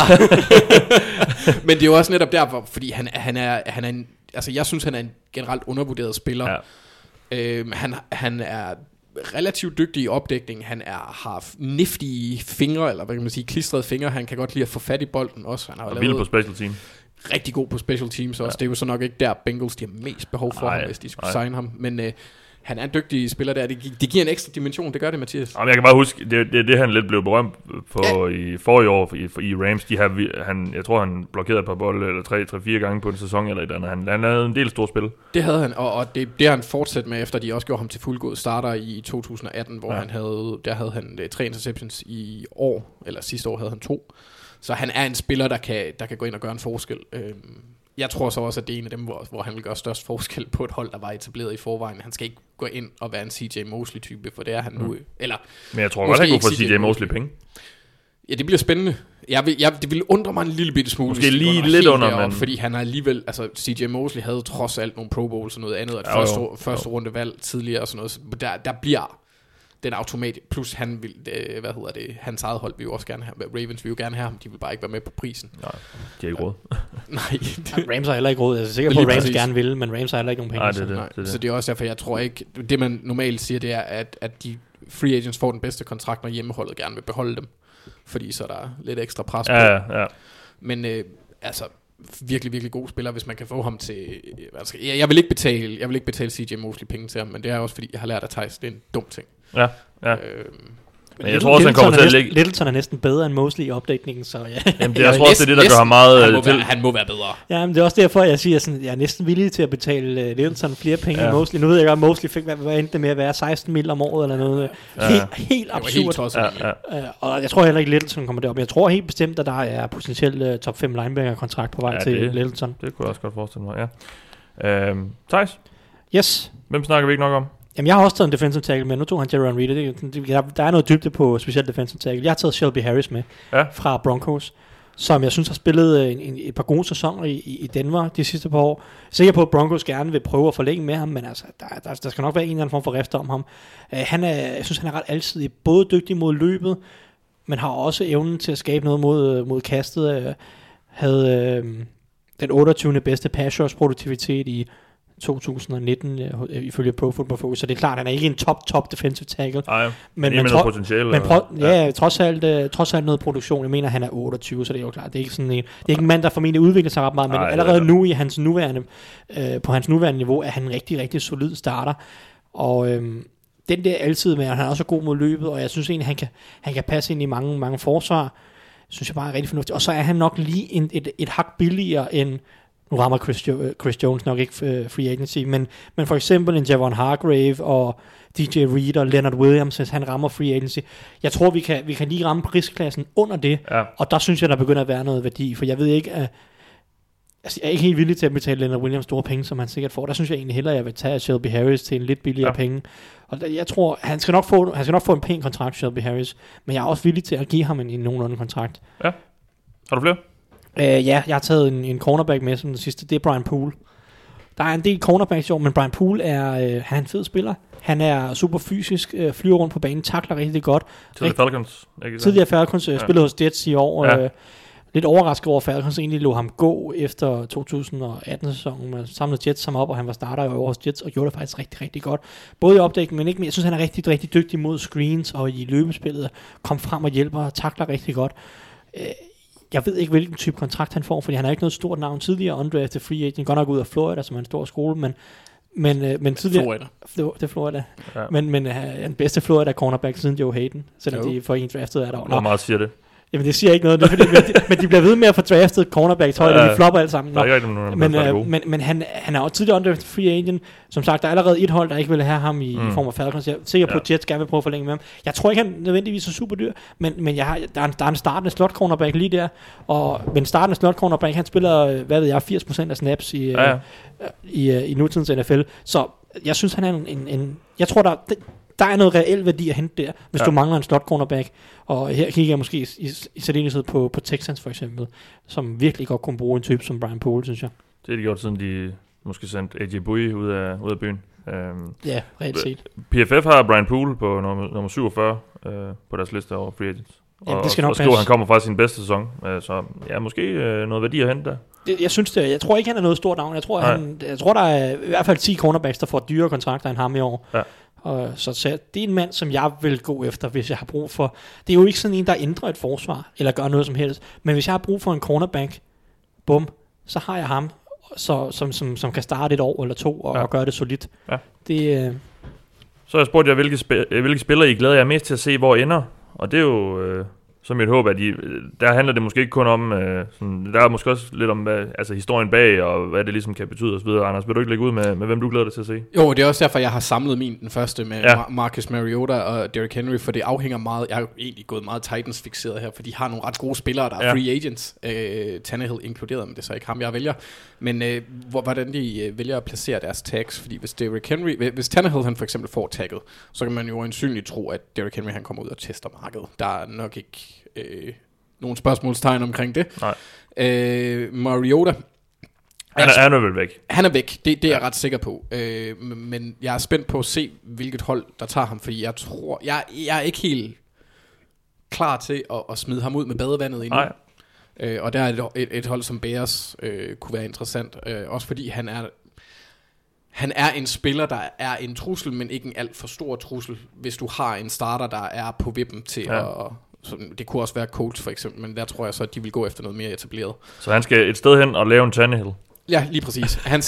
Men det er jo også netop derfor, fordi han er en, altså jeg synes, han er en generelt undervurderet spiller. Ja. Han er relativt dygtig i opdækning. Han har niftige fingre, eller hvad kan man sige, klistrede fingre. Han kan godt lide at få fat i bolden også. Han har vild på special team. Rigtig god på special teams også. Det er jo så nok ikke der Bengals de har mest behov for ham, hvis de skulle signe ham. Men han er en dygtig spiller der. Det giver en ekstra dimension, det gør det, Mathias. Jamen, jeg kan bare huske, det han lidt blev berømt på i forrige år i Rams. Jeg tror, han blokerede et par bolde, eller 3-4 gange på en sæson, eller et andet. Han havde en del store spil. Det havde han, og det har han fortsat med, efter de også gjorde ham til fuldgod starter i 2018, hvor der havde han 3 interceptions i år, eller sidste år havde han 2. Så han er en spiller, der kan gå ind og gøre en forskel. Jeg tror så også, at det er en af dem, hvor han vil gøre størst forskel på et hold, der var etableret i forvejen. Han skal ikke gå ind og være en CJ Mosley-type, for det er han nu. Eller, men jeg tror godt, han kunne få CJ Mosley penge. Ja, det bliver spændende. Det ville undre mig en lille bitte smule. Måske lige lidt under, deroppe, men fordi han har alligevel, altså CJ Mosley havde trods alt nogle Pro Bowls og noget andet, og første runde valg tidligere og sådan noget. Så der bliver den automat, plus han vil, hans eget hold vil jo også gerne have, Ravens vil jo gerne have ham, de vil bare ikke være med på prisen. Nej, de har ikke råd. Nej. Rams har heller ikke råd, jeg er sikker på, at Rams gerne vil, men Rams har heller ikke nogen penge. Nej, det. Så det er også derfor, jeg tror ikke, det man normalt siger, det er, at de free agents får den bedste kontrakt, når hjemmeholdet gerne vil beholde dem, fordi så er der lidt ekstra pres på. Ja. Men altså, virkelig, virkelig god spiller, hvis man kan få ham til. Jeg vil ikke betale CJ Mosley penge til ham, men det er også fordi, jeg har lært af Theis, det er en dum ting. Ja. Men jeg tror også, han kommer til at ligge. Littleton er næsten bedre end Mosley i opdækningen, så ja. Jamen, jeg tror også, det er det, der gør ham meget til. Han må være bedre. Ja, men det er også derfor, jeg siger sådan, jeg er næsten villig til at betale Littleton flere penge end Mosley. Nu ved jeg godt, at Mosley fik, hvad endte det med at være 16 mil om året eller noget. Helt absurd. Og jeg tror heller ikke, Littleton kommer derop. Men jeg tror helt bestemt, at der er potentielt top 5 linebacker-kontrakt på vej til Littleton. Det kunne jeg også godt forestille mig, ja. Theis? Yes. Hvem snakker vi ikke nok om? Jamen, jeg har også taget en defensive tackle med. Nu tog han Jaron Reed. Der er noget dybde på specielt defensive tackle. Jeg har taget Shelby Harris med fra Broncos, som jeg synes har spillet et par gode sæsoner i Denver de sidste par år. Jeg er sikker på, at Broncos gerne vil prøve at forlænge med ham, men altså, der skal nok være en eller anden form for rift om ham. Jeg synes, han er ret alsidig. Både dygtig mod løbet, men har også evnen til at skabe noget mod kastet. Havde den 28. bedste pass rush produktivitet i 2019 ifølge Pro Football Focus, så det er klart, at han er ikke en top defensive tackle. Men trods alt noget produktion. Jeg mener, han er 28, så det er jo klart, det er ikke sådan en, det er ikke en mand, der formentlig udvikler sig ret meget, men allerede nu i hans nuværende på hans nuværende niveau er han en rigtig, rigtig solid starter. Og den der altid med, at han er også god mod løbet, og jeg synes egentlig, han kan passe ind i mange forsvar, synes jeg bare er rigtig fornuftigt. Og så er han nok lige et hak billigere end, nu rammer Chris Jones nok ikke free agency, men for eksempel en Javon Hargrave og DJ Reed og Leonard Williams, hvis han rammer free agency. Jeg tror, vi kan lige ramme prisklassen under det, og der synes jeg, der begynder at være noget værdi, for jeg ved ikke, jeg er ikke helt villig til at betale Leonard Williams store penge, som han sikkert får. Der synes jeg egentlig hellere, at jeg vil tage Shelby Harris til en lidt billigere penge. Og jeg tror, han skal nok få en pæn kontrakt, Shelby Harris, men jeg er også villig til at give ham en nogenlunde kontrakt. Ja. Har du flere? Ja, jeg har taget en cornerback med som den sidste. Det er Brian Poole. Der er en del cornerbacks i år, men Brian Poole er en fed spiller. Han er super fysisk, flyver rundt på banen, takler rigtig godt. Tidligere Falcons spillede hos Jets i år. Lidt overrasket over, Falcons egentlig lå ham gå efter 2018-sæsonen. Man samlede Jets ham op, og han var starter i år hos Jets, og gjorde det faktisk rigtig, rigtig godt. Både i opdækningen, men ikke mere. Jeg synes, han er rigtig, rigtig dygtig mod screens, og i løbespillet kom frem og hjælper og takler rigtig godt. Jeg ved ikke, hvilken type kontrakt han får, fordi han har ikke noget stort navn tidligere. Undrafted free agent, godt nok ud af Florida, som er en stor skole, men tidligere... Florida. Det er Florida. Ja. Men den bedste Florida cornerback siden Joe Hayden, selvom de for en draftet er der. Hvor meget siger det? Jamen det siger ikke noget, det er, fordi, men de bliver ved med at få draftet cornerbacks højt, og de flopper alle sammen. Men han er jo tidligere undrafted free agent. Som sagt, der er allerede et hold, der ikke vil have ham i form af Falcons. Jeg er sikker på, at Jets gerne vil prøve at forlænge med ham. Jeg tror ikke, han nødvendigvis er super dyr, men der er en startende slot cornerback lige der. Og med en startende slot cornerback, han spiller, 80% af snaps i nutidens NFL. Så jeg synes, han er jeg tror, der er noget reel værdi at hente der, hvis du mangler en slot cornerback. Og her kigger jeg måske i særdeleshed på Texans for eksempel, som virkelig godt kunne bruge en type som Brian Poole, synes jeg. Det har de gjort, siden de måske sendte AJ Bouye ud af byen. Ja, reelt set. PFF har Brian Poole på nummer 47 på deres liste over free agents. Jamen, det skal nok og skriver, han kommer fra sin bedste sæson. Så ja, måske noget værdi at hente der. Jeg synes det. Jeg tror ikke, han er noget stort navn. Jeg tror, der er i hvert fald 10 cornerbacks, der får dyre kontrakter end ham i år. Ja. Og så det er en mand, som jeg vil gå efter, hvis jeg har brug for. Det er jo ikke sådan en, der ændrer et forsvar, eller gør noget som helst. Men hvis jeg har brug for en cornerback, bum, så har jeg ham, som kan starte et år eller to, og gøre det solidt. Ja. Det, Så jeg spurgte jer, hvilke spillere I glæder jer mest til at se, hvor ender. Og det er jo... Så mit håb er, at der handler det måske ikke kun om, der er måske også lidt om historien bag, og hvad det ligesom kan betyde osv. Anders, vil du ikke lægge ud med hvem du glæder dig til at se? Jo, det er også derfor, jeg har samlet den første med Marcus Mariota og Derrick Henry, for det afhænger meget, jeg har jo egentlig gået meget Titans-fixeret her, for de har nogle ret gode spillere, der er free agents, Tannehill inkluderet, men det er så ikke ham, jeg vælger. Men hvordan de vælger at placere deres tags, fordi hvis Tannehill han for eksempel får tagget, så kan man jo øjensynligt tro, at Derrick Henry han kommer ud og tester markedet. Der er nok ikke nogle spørgsmålstegn omkring det. Mariota han er vel væk. Han er væk, det er jeg ret sikker på. Men jeg er spændt på at se, hvilket hold der tager ham, fordi jeg er ikke helt klar til at smide ham ud med badevandet endnu. Og der er et hold som Bears kunne være interessant, også fordi han er en spiller, der er en trussel, men ikke en alt for stor trussel, hvis du har en starter, der er på vippen til at... Så det kunne også være Colts for eksempel, men der tror jeg så, at de vil gå efter noget mere etableret. Så han skal et sted hen og lave en Tannehill? Ja, lige præcis. Han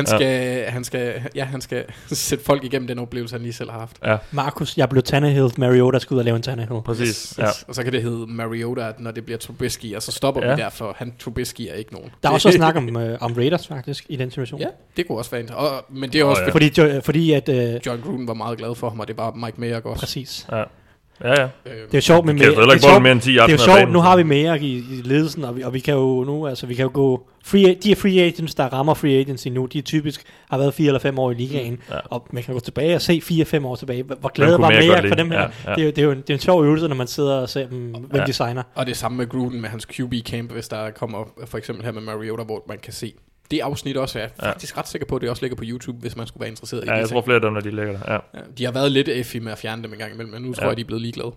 skal sætte folk igennem den oplevelse, han lige selv har haft. Ja. Marcus, jeg blev Tannehill, Mariota skal ud og lave en Tannehill. Præcis. Yes. Og så kan det hedde Mariota, når det bliver Trubisky, og så stopper vi derfor. Trubisky er ikke nogen. Der er også snak om Raiders faktisk i den situation. Ja, det kunne også være interessant. Men det er også fordi at John Gruden var meget glad for ham, og det er bare Mike Mayock også. Præcis. Ja. Ja. Det er sjovt med det er jo sjovt, nu har vi Mayock i ledelsen, og vi kan jo nu, altså vi kan jo gå de free agents, der rammer free agency nu, de typisk har været 4 eller 5 år i ligaen, og man kan gå tilbage og se 4-5 år tilbage, hvor glad var Mayock for dem her. Det er jo en sjov øvelse, når man sidder og ser hvem de signer. Og det samme med Gruden med hans QB camp, hvis der kommer for eksempel her med Mariota, hvor man kan se det afsnit også, er jeg faktisk ret sikker på, at det også ligger på YouTube, hvis man skulle være interesseret i det. Ja, jeg tror flere af dem, når de ligger der. Ja. De har været lidt effy med at fjerne dem en gang imellem, men nu tror jeg, de er blevet ligeglade.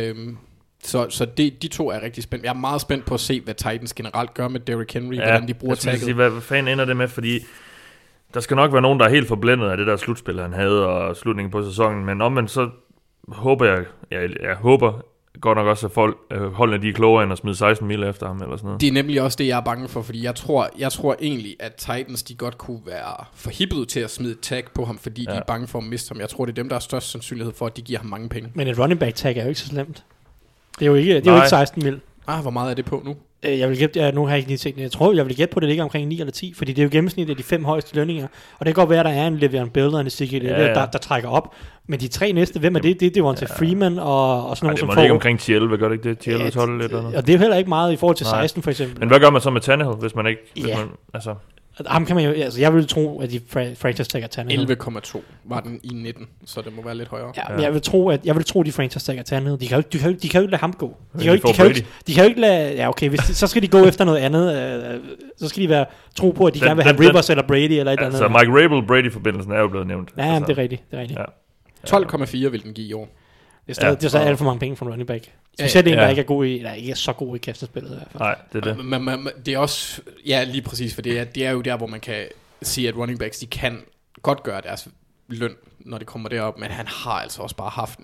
Så de to er rigtig spændt. Jeg er meget spændt på at se, hvad Titans generelt gør med Derrick Henry, hvordan de bruger tagget. Hvad fanden ender det med, fordi der skal nok være nogen, der er helt forblændet af det der slutspil, han havde, og slutningen på sæsonen, men omvendt så håber jeg håber godt nok også, at holdene de er klogere end at smide 16 mil efter ham eller sådan noget. Det er nemlig også det, jeg er bange for, fordi jeg tror egentlig, at Titans de godt kunne være forhippet til at smide et tag på ham, fordi de er bange for at miste ham. Jeg tror, det er dem, der er størst sandsynlighed for, at de giver ham mange penge. Men et running back tag er jo ikke så slemt. Det er jo ikke 16 mil. Hvor meget er det på nu? Jeg vil gætte, nu har jeg ikke lige set. Jeg tror, jeg vil gætte på, det ligger omkring 9 eller 10, fordi det er jo gennemsnittet af de 5 højeste lønninger. Og det kan godt være, at der er en Le'Veon Bell og en Ezekiel der trækker op. Men de 3 næste, hvem er det? Det er Devonta Freeman og sådan nogle, som får... Det må ligge omkring 10-11, gør det ikke det? 10-11, 12 eller noget. Og det er heller ikke meget i forhold til 16 for eksempel. Men hvad gør man så med Tannehill, hvis man ikke... Ham kan man jo, altså jeg vil tro, at de franchise tagger Tannehill. 11,2 var den i 19, så det må være lidt højere. Ja, men jeg vil tro, de franchise tagger Tannehill. De kan jo ikke lade ham gå. De kan jo ikke lade, ja okay, så skal de gå efter noget andet. Så skal de tro på, at de gerne vil have Rivers eller Brady eller et andet. Så Mike Rabel-Brady-forbindelsen er jo blevet nævnt. Ja, det er rigtigt. Ja. 12,4 vil den give i år. Det er stadig alt for mange penge for en running back. Specielt en, der ikke er god i, ikke er så god i kastespillet i hvert fald. Nej, det er det. Men det er også, lige præcis, for det er jo der, hvor man kan sige, at running backs, de kan godt gøre deres løn, når det kommer derop, men han har altså også bare haft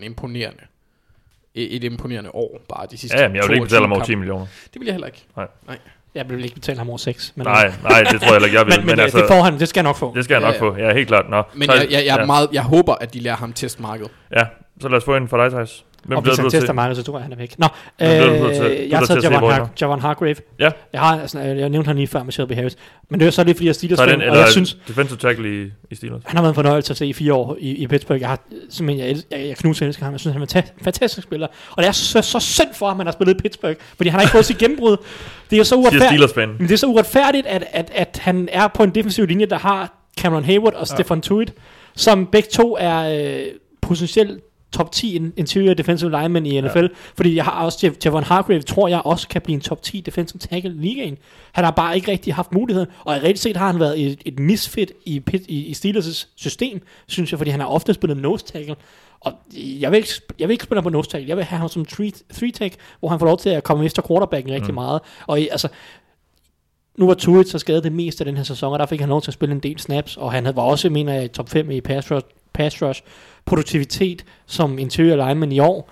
et imponerende år, bare de sidste 22 kampe. Jeg vil ikke betale ham over 10 millioner. Det vil jeg heller ikke. Nej. Jeg vil ikke betale ham over 6. Men nej, det tror jeg heller ikke, jeg vil. Men altså, det får han, det skal jeg nok få. Det skal jeg nok få, ja, helt klart. Nå. Men jeg håber, at de lærer ham testmarkedet. Ja, så lad os få en for dig, Thijs. Og hvis han tester markedet, så tror jeg, han er væk. Nå, jeg har taget Javon Hargrave. Ja. Jeg nævnte ham lige før med Shelby Harris. Men det er så lidt, fordi jeg Steelers fan, og jeg synes... Defensive tackle i Steelers. Han har været en fornøjelse at se i 4 år i Pittsburgh. Jeg knuser elsker ham. Jeg synes, han er en fantastisk spiller. Og det er så synd for ham, at han har spillet i Pittsburgh. Fordi han har ikke fået sit gennembrud. Det er så uretfærdigt. Men det er så uretfærdigt, at han er på en defensiv linje, der har Cameron Hayward og Stephon Tuitt, som begge to er potentielt top 10 interior defensive lineman i NFL, fordi jeg har også Javon Hargrave, tror jeg også kan blive en top 10 defensive tackle i ligaen. Han har bare ikke rigtig haft muligheden, og rigtig set har han været et misfit i Steelers' system, synes jeg, fordi han har ofte spillet nose tackle, og jeg vil ikke spille på nose tackle, jeg vil have ham som three tech, hvor han får lov til at komme efter quarterbacken rigtig meget, og altså, nu var Tuitt så skadet det meste af den her sæson, og der fik han lov til at spille en del snaps, og han var også, mener jeg, top 5 i pass rush produktivitet som interior lineman i år,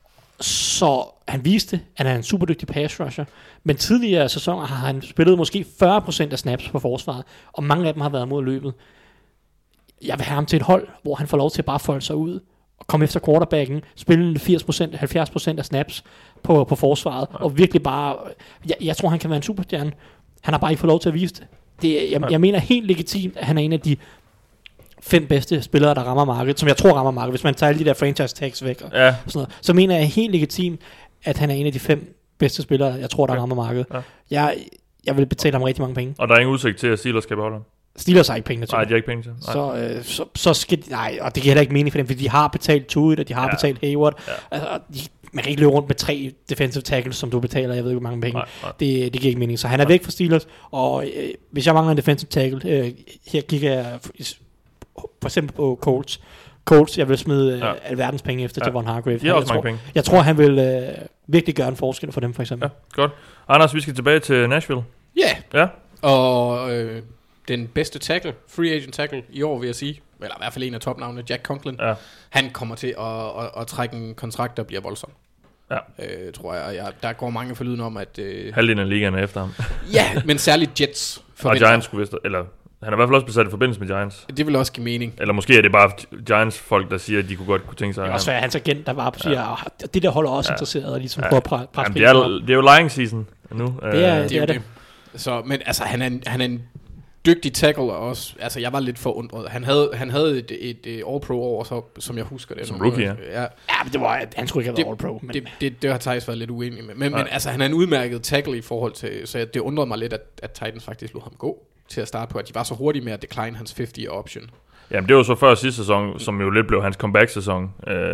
så han viste, at han er en super dygtig pass rusher, men tidligere sæsoner har han spillet måske 40% af snaps på forsvaret, og mange af dem har været mod løbet. Jeg vil have ham til et hold, hvor han får lov til at bare folde sig ud, og komme efter quarterbacken, spille 80% af snaps på forsvaret, og virkelig bare, jeg tror han kan være en superstjerne. Han har bare ikke fået lov til at vise det. Jeg mener helt legitimt, at han er en af de 5 bedste spillere, der rammer markedet, som jeg tror rammer markedet, hvis man tager alle de der franchise tags væk, og sådan noget, så mener jeg helt legitimt, at han er en af de 5 bedste spillere, jeg tror, der rammer markedet. Ja. Jeg vil betale ham rigtig mange penge. Og der er ingen udsigt til, at Steelers skal beholde ham? Steelers har ikke penge til. Nej, de har ikke penge til. Så skal de, nej, og det giver heller ikke mening for dem, fordi de har betalt Tuitt, og de har betalt Hayward. Ja. Altså, man kan ikke løbe rundt med 3 defensive tackles, som du betaler, jeg ved ikke, hvor mange penge. Nej. Det giver ikke mening. Så han er væk fra Steelers, og hvis jeg mangler en defensive tackle, her kigger jeg for eksempel på Colts, jeg vil smide alverdens penge efter Javon Hargrave. De har også mange penge. Jeg tror, han vil virkelig gøre en forskel for dem, for eksempel. Ja, godt. Anders, vi skal tilbage til Nashville. Ja. Og den bedste tackle, free agent tackle i år, vil jeg sige, eller i hvert fald en af topnavnene, Jack Conklin, han kommer til at trække en kontrakt, der bliver voldsom. Ja. Tror jeg. Der går mange forlyden om, at halvdelen af ligaen er efter ham. Ja, men særligt Jets. Og Giants skulle vist, eller han er i hvert fald også besat i forbindelse med Giants. Det vil også give mening. Eller måske er det bare Giants-folk, der siger, at de kunne tænke sig. Det er også hans agent, der bare siger, det der holder også interesseret, og ligesom på at presse det er jo lying season nu. Det er det. Så, men altså, han er en dygtig tackle også. Altså, jeg var lidt forundret. Han havde et All-Pro-år, så, som jeg husker det. Som rookie, ja. Men det var, han skulle ikke have været All-Pro. Men det har Thijs været lidt uenig med. Men altså, han er en udmærket tackle i forhold til, så det undrede mig lidt, at Titans faktisk lod ham gå til at starte på, at de var så hurtige med at decline hans 50-year option. Jamen, det var så før sidste sæson, som jo lidt blev hans comeback-sæson.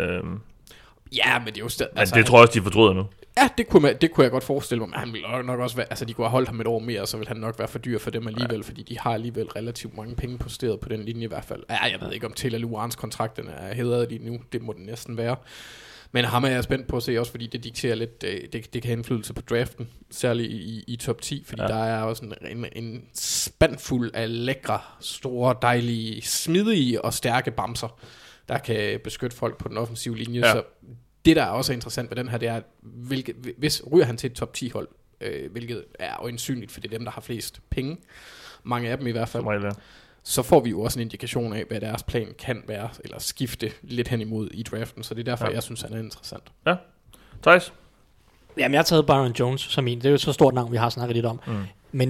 Ja, men det er jo stadig... Altså, det tror jeg også, de fortryder nu. Ja, det kunne jeg godt forestille mig, men han ville nok også være... Altså, de kunne have holdt ham et år mere, så ville han nok være for dyr for dem alligevel, fordi de har alligevel relativt mange penge posteret på den linje i hvert fald. Ja, jeg ved ikke, om Taylor Lewarns kontrakterne er hædret lige nu. Det må den næsten være. Men ham er jeg spændt på at se også, fordi det dikterer lidt... Det kan have indflydelse på draften, særligt i top 10, fordi der er også en spandfuld af lækre, store, dejlige, smidige og stærke bamser, der kan beskytte folk på den offensive linje, så... Det, der er også interessant ved den her, det er, hvis ryger han til et top 10 hold, hvilket er øjensynligt, for det er dem, der har flest penge, mange af dem i hvert fald, så får vi jo også en indikation af, hvad deres plan kan være, eller skifte lidt hen imod i draften, så det er derfor, jeg synes, han er interessant. Ja. Thijs? Jamen, jeg har taget Byron Jones som en, det er jo så stort navn, vi har snakket lidt om, men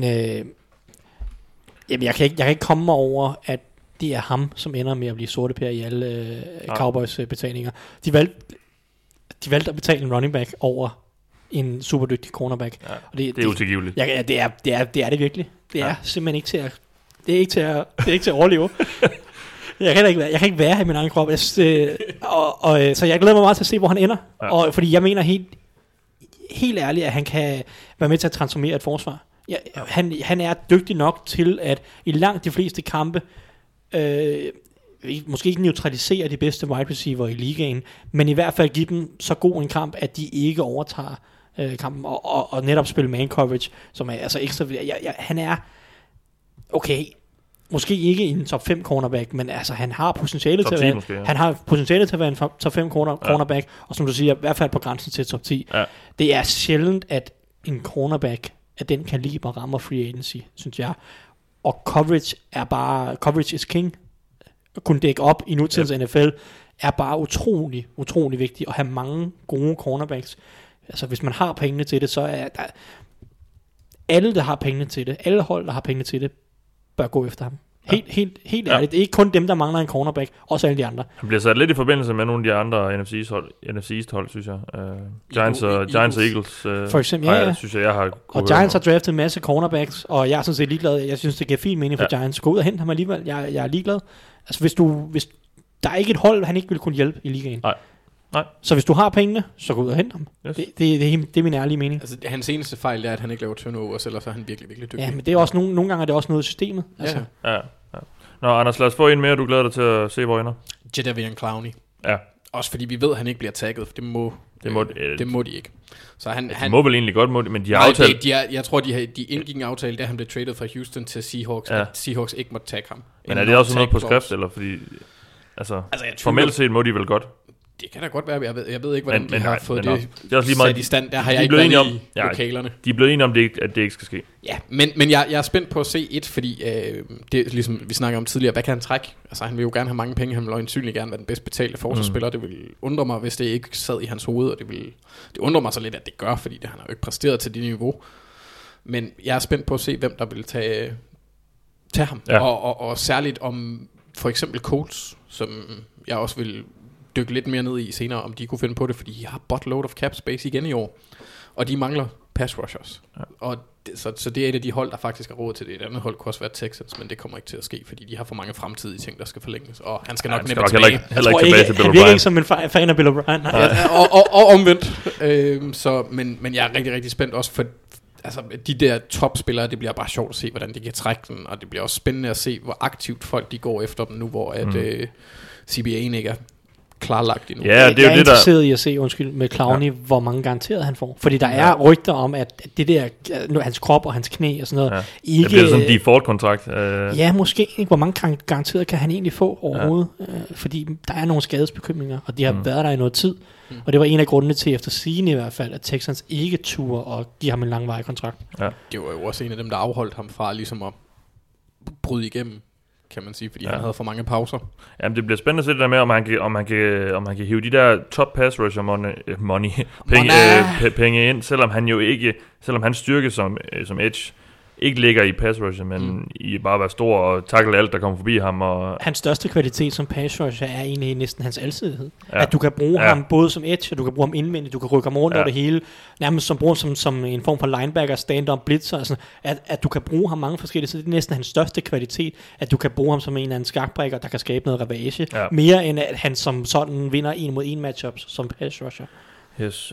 jamen, jeg kan ikke komme over, at det er ham, som ender med at blive sorteper i alle Cowboys betalinger. De valgte at betale en running back over en super dygtig cornerback. Ja, og det er utilgiveligt. Ja, det er det virkelig. Det er simpelthen ikke til at... Det er ikke til at overleve. Jeg kan ikke være her i min egen krop. Så jeg glæder mig meget til at se, hvor han ender. Ja. Og fordi jeg mener helt ærligt, at han kan være med til at transformere et forsvar. Han er dygtig nok til at i langt de fleste kampe måske ikke neutralisere de bedste wide receiver i ligaen, men i hvert fald give dem så god en kamp, at de ikke overtager kampen, og netop spille man coverage, som er altså ekstra... Han er okay, måske ikke en top 5 cornerback, men altså han har potentiale til at være, måske, han har potentiale til at være en top 5 cornerback, og som du siger, i hvert fald på grænsen til top 10. Ja. Det er sjældent, at en cornerback af den kaliber rammer free agency, synes jeg. Og coverage is king. At kunne dække op i nutidens NFL er bare utrolig, utrolig vigtigt at have mange gode cornerbacks. Altså hvis man har pengene til det, så er der alle, der har pengene til det, alle hold, der har pengene til det, bør gå efter ham. Helt ærligt. Det er ikke kun dem, der mangler en cornerback, også alle de andre. Han bliver sat lidt i forbindelse med nogle af de andre NFC East hold, synes jeg. Giants og Eagles. For eksempel, synes jeg har... Og Giants har draftet en masse cornerbacks, og jeg er sådan set ligeglad. Jeg synes, det giver fin mening for Giants. Gå ud og hente ham alligevel. Jeg er ligeglad. Altså, hvis der er ikke et hold, han ikke vil kunne hjælpe i ligaen. Nej. Så hvis du har pengene, så gå ud og hente ham. Yes. Det er min ærlige mening. Altså, hans eneste fejl er, at han ikke laver turnovers, ellers er han virkelig, virkelig dygtig. Ja, men det er også nogle gange er det også noget i systemet. Altså. Ja. Nå, Anders, lad os få en mere, du glæder dig til at se, hvor ender. Jadeveon Clowney. Ja. Også fordi vi ved, at han ikke bliver tagget, for det må de ikke. Så han må vel egentlig godt, men de har aftalt... Jeg tror, de indgik en aftale, da han blev traded fra Houston til Seahawks, at Seahawks ikke måtte tagge ham. Men er det også noget på skrift, eller fordi... Altså formelt set må de vel godt? Det kan da godt være, jeg ved ikke, hvordan de har fået det er også lige meget, sat i stand. Der har jeg ikke været i lokalerne. De er blevet enige om, at det ikke skal ske. Ja, men jeg er spændt på at se fordi det er ligesom vi snakker om tidligere, hvad kan han trække? Altså han vil jo gerne have mange penge, han vil øjensynligt gerne være den bedst betalte forsvarsspiller. Det vil undre mig, hvis det ikke sad i hans hoved, og det undrer mig så lidt, at det gør, fordi han har jo ikke præsteret til det niveau. Men jeg er spændt på at se, hvem der vil tage ham. Ja. Og særligt om for eksempel Colts, som jeg også vil dykke lidt mere ned i senere, om de kunne finde på det, fordi de har buttload of cap space igen i år, og de mangler pass rushers. Ja. Og så det er et af de hold, der faktisk har råd til det. Et andet hold kunne også være Texans, men det kommer ikke til at ske, fordi de har for mange fremtidige ting, der skal forlænges, og han skal nok næppe tilbage. Heller ikke tilbage til Bill O'Brien. Han virker ikke som en fan af Bill O'Brien. Og omvendt. Men jeg er rigtig, rigtig spændt også for altså de der topspillere, det bliver bare sjovt at se, hvordan de kan trække den, og det bliver også spændende at se, hvor aktivt folk de går efter dem nu, hvor at CBA'en ikke er klarlagt endnu. Ja, det er jeg er interesseret i at se, med Clowney, hvor mange garanteret han får. Fordi der er rygter om, at det der, hans krop og hans knæ og sådan noget, ikke... Det bliver sådan en default-kontrakt. Ja, måske ikke. Hvor mange garanteret kan han egentlig få overhovedet? Fordi der er nogle skadesbekymringer, og de har været der i noget tid. Og det var en af grundene til, efter sigende i hvert fald, at Texans ikke turde og give ham en langvarig kontrakt. Ja. Det var jo også en af dem, der afholdt ham fra ligesom at bryde igennem, kan man sige, fordi han havde for mange pauser. Jamen, det bliver spændende at se det der med, om han kan hive de der top pass rusher penge ind, selvom hans styrke som edge ikke ligger i pass rusher, men i bare at være stor og tackle alt, der kommer forbi ham. Og hans største kvalitet som pass rusher er egentlig næsten hans alsidighed. Ja. At du kan bruge ham både som edge, og du kan bruge ham indvendigt, du kan rykke ham rundt over det hele, nærmest som en form for linebacker, stand-up, blitzer, altså, at du kan bruge ham mange forskellige, så det er næsten hans største kvalitet, at du kan bruge ham som en eller anden skakbrækker, der kan skabe noget ravage, mere end at han som sådan vinder 1-mod-1 matchups som pass rusher. Yes.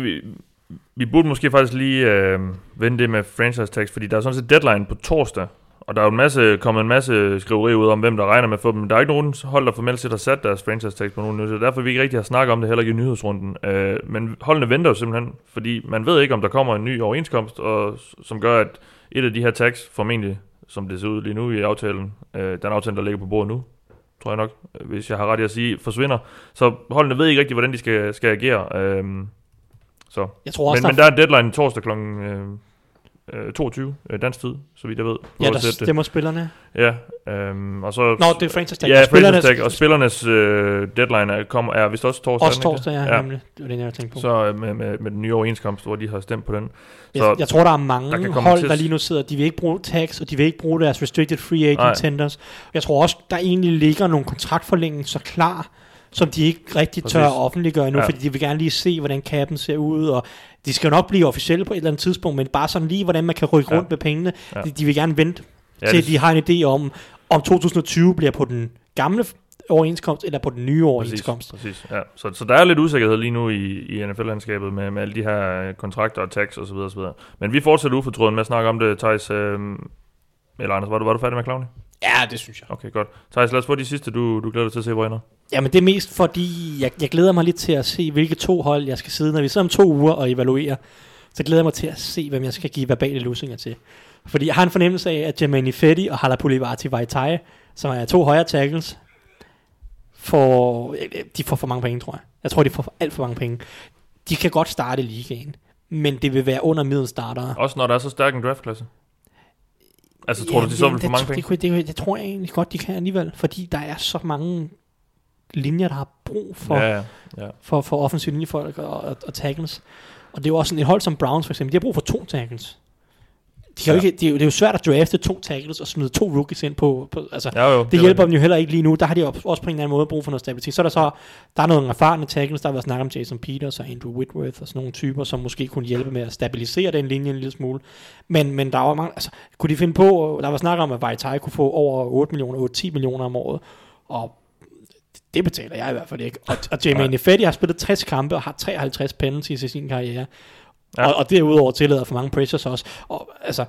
Vi burde måske faktisk lige vende det med franchise tags, fordi der er sådan set deadline på torsdag, og der er jo kommet en masse skriveri ud om, hvem der regner med at få dem. Der er ikke nogen hold, der formelt set har sat deres franchise tags på nogen nød, så derfor vi ikke rigtig har snakket om det heller ikke i nyhedsrunden. Men holdene venter jo simpelthen, fordi man ved ikke, om der kommer en ny overenskomst, og som gør, at et af de her tags formentlig, som det ser ud lige nu i aftalen, den aftale, der ligger på bordet nu, tror jeg nok, hvis jeg har ret i at sige, forsvinder. Så holdene ved ikke rigtig, hvordan de skal agere. Så. Jeg tror også, men der er en deadline torsdag kl. 22 dansk tid, så vidt jeg ved. Ja, der stemmer spillerne. Ja, og så... Nå, det er franchise tag. Ja, franchise tag, og spillernes deadline er vist også torsdag. Også torsdag, ja, nemlig. Det var det, jeg tænkte på. Så med den nye overenskomst, hvor de har stemt på den. Så jeg tror, der er mange hold, der lige nu sidder, de vil ikke bruge tags, og de vil ikke bruge deres restricted free agent tenders. Jeg tror også, der egentlig ligger nogle kontraktforlængelser klar, som de ikke rigtig tør at offentliggøre endnu, fordi de vil gerne lige se, hvordan kappen ser ud, og de skal jo nok blive officielle på et eller andet tidspunkt, men bare sådan lige, hvordan man kan rykke rundt med pengene. De vil gerne vente til, de har en idé om 2020 bliver på den gamle overenskomst, eller på den nye overenskomst. Præcis. Ja. Så der er lidt usikkerhed lige nu i NFL-landskabet med alle de her kontrakter og tax osv. Men vi fortsætter ufortrøden med at snakke om det, Theis. Eller Anders, var du færdig med Clowney? Ja, det synes jeg. Okay, godt. Theis, lad os få de sidste, du glæder dig til at se, hvor ender. Jamen det er mest fordi, jeg glæder mig lidt til at se, hvilke to hold jeg skal sidde, når vi sidder om 2 uger og evaluerer. Så glæder jeg mig til at se, hvem jeg skal give verbale lusinger til. Fordi jeg har en fornemmelse af, at Jermaine Fetty og Halapoulivaati Vaitai, som er 2 højre tackles, de får for mange penge, tror jeg. Jeg tror, de får alt for mange penge. De kan godt starte ligaen, men det vil være under middelstartere. Også når der er så stærk en draftklasse? Altså tror du, de så vil få mange penge? Det tror jeg egentlig godt, de kan alligevel, fordi der er så mange linjer, der har brug for, for offensive linjefolk og tackles. Og det er jo også sådan et hold som Browns for eksempel, de har brug for 2 tackles. Det er jo svært at drafte 2 tackles og smide 2 rookies ind på altså, det hjælper dem jo heller ikke lige nu. Der har de også på en eller anden måde brug for noget stabilitet. Så der er nogle erfarne tackles, der har været snakket om Jason Peters og Andrew Whitworth og sådan nogle typer, som måske kunne hjælpe med at stabilisere den linje en lille smule. Men der var mange, altså, kunne de finde på, der var snakket om, at Vaitai kunne få over 8 millioner, 8-10 millioner om året, og Det betaler jeg i hvert fald ikke. Og Jermaine Ifedi har spillet 60 kampe og har 53 penalties i sin karriere. Ja. Og derudover tillader for mange pressures også. Og altså,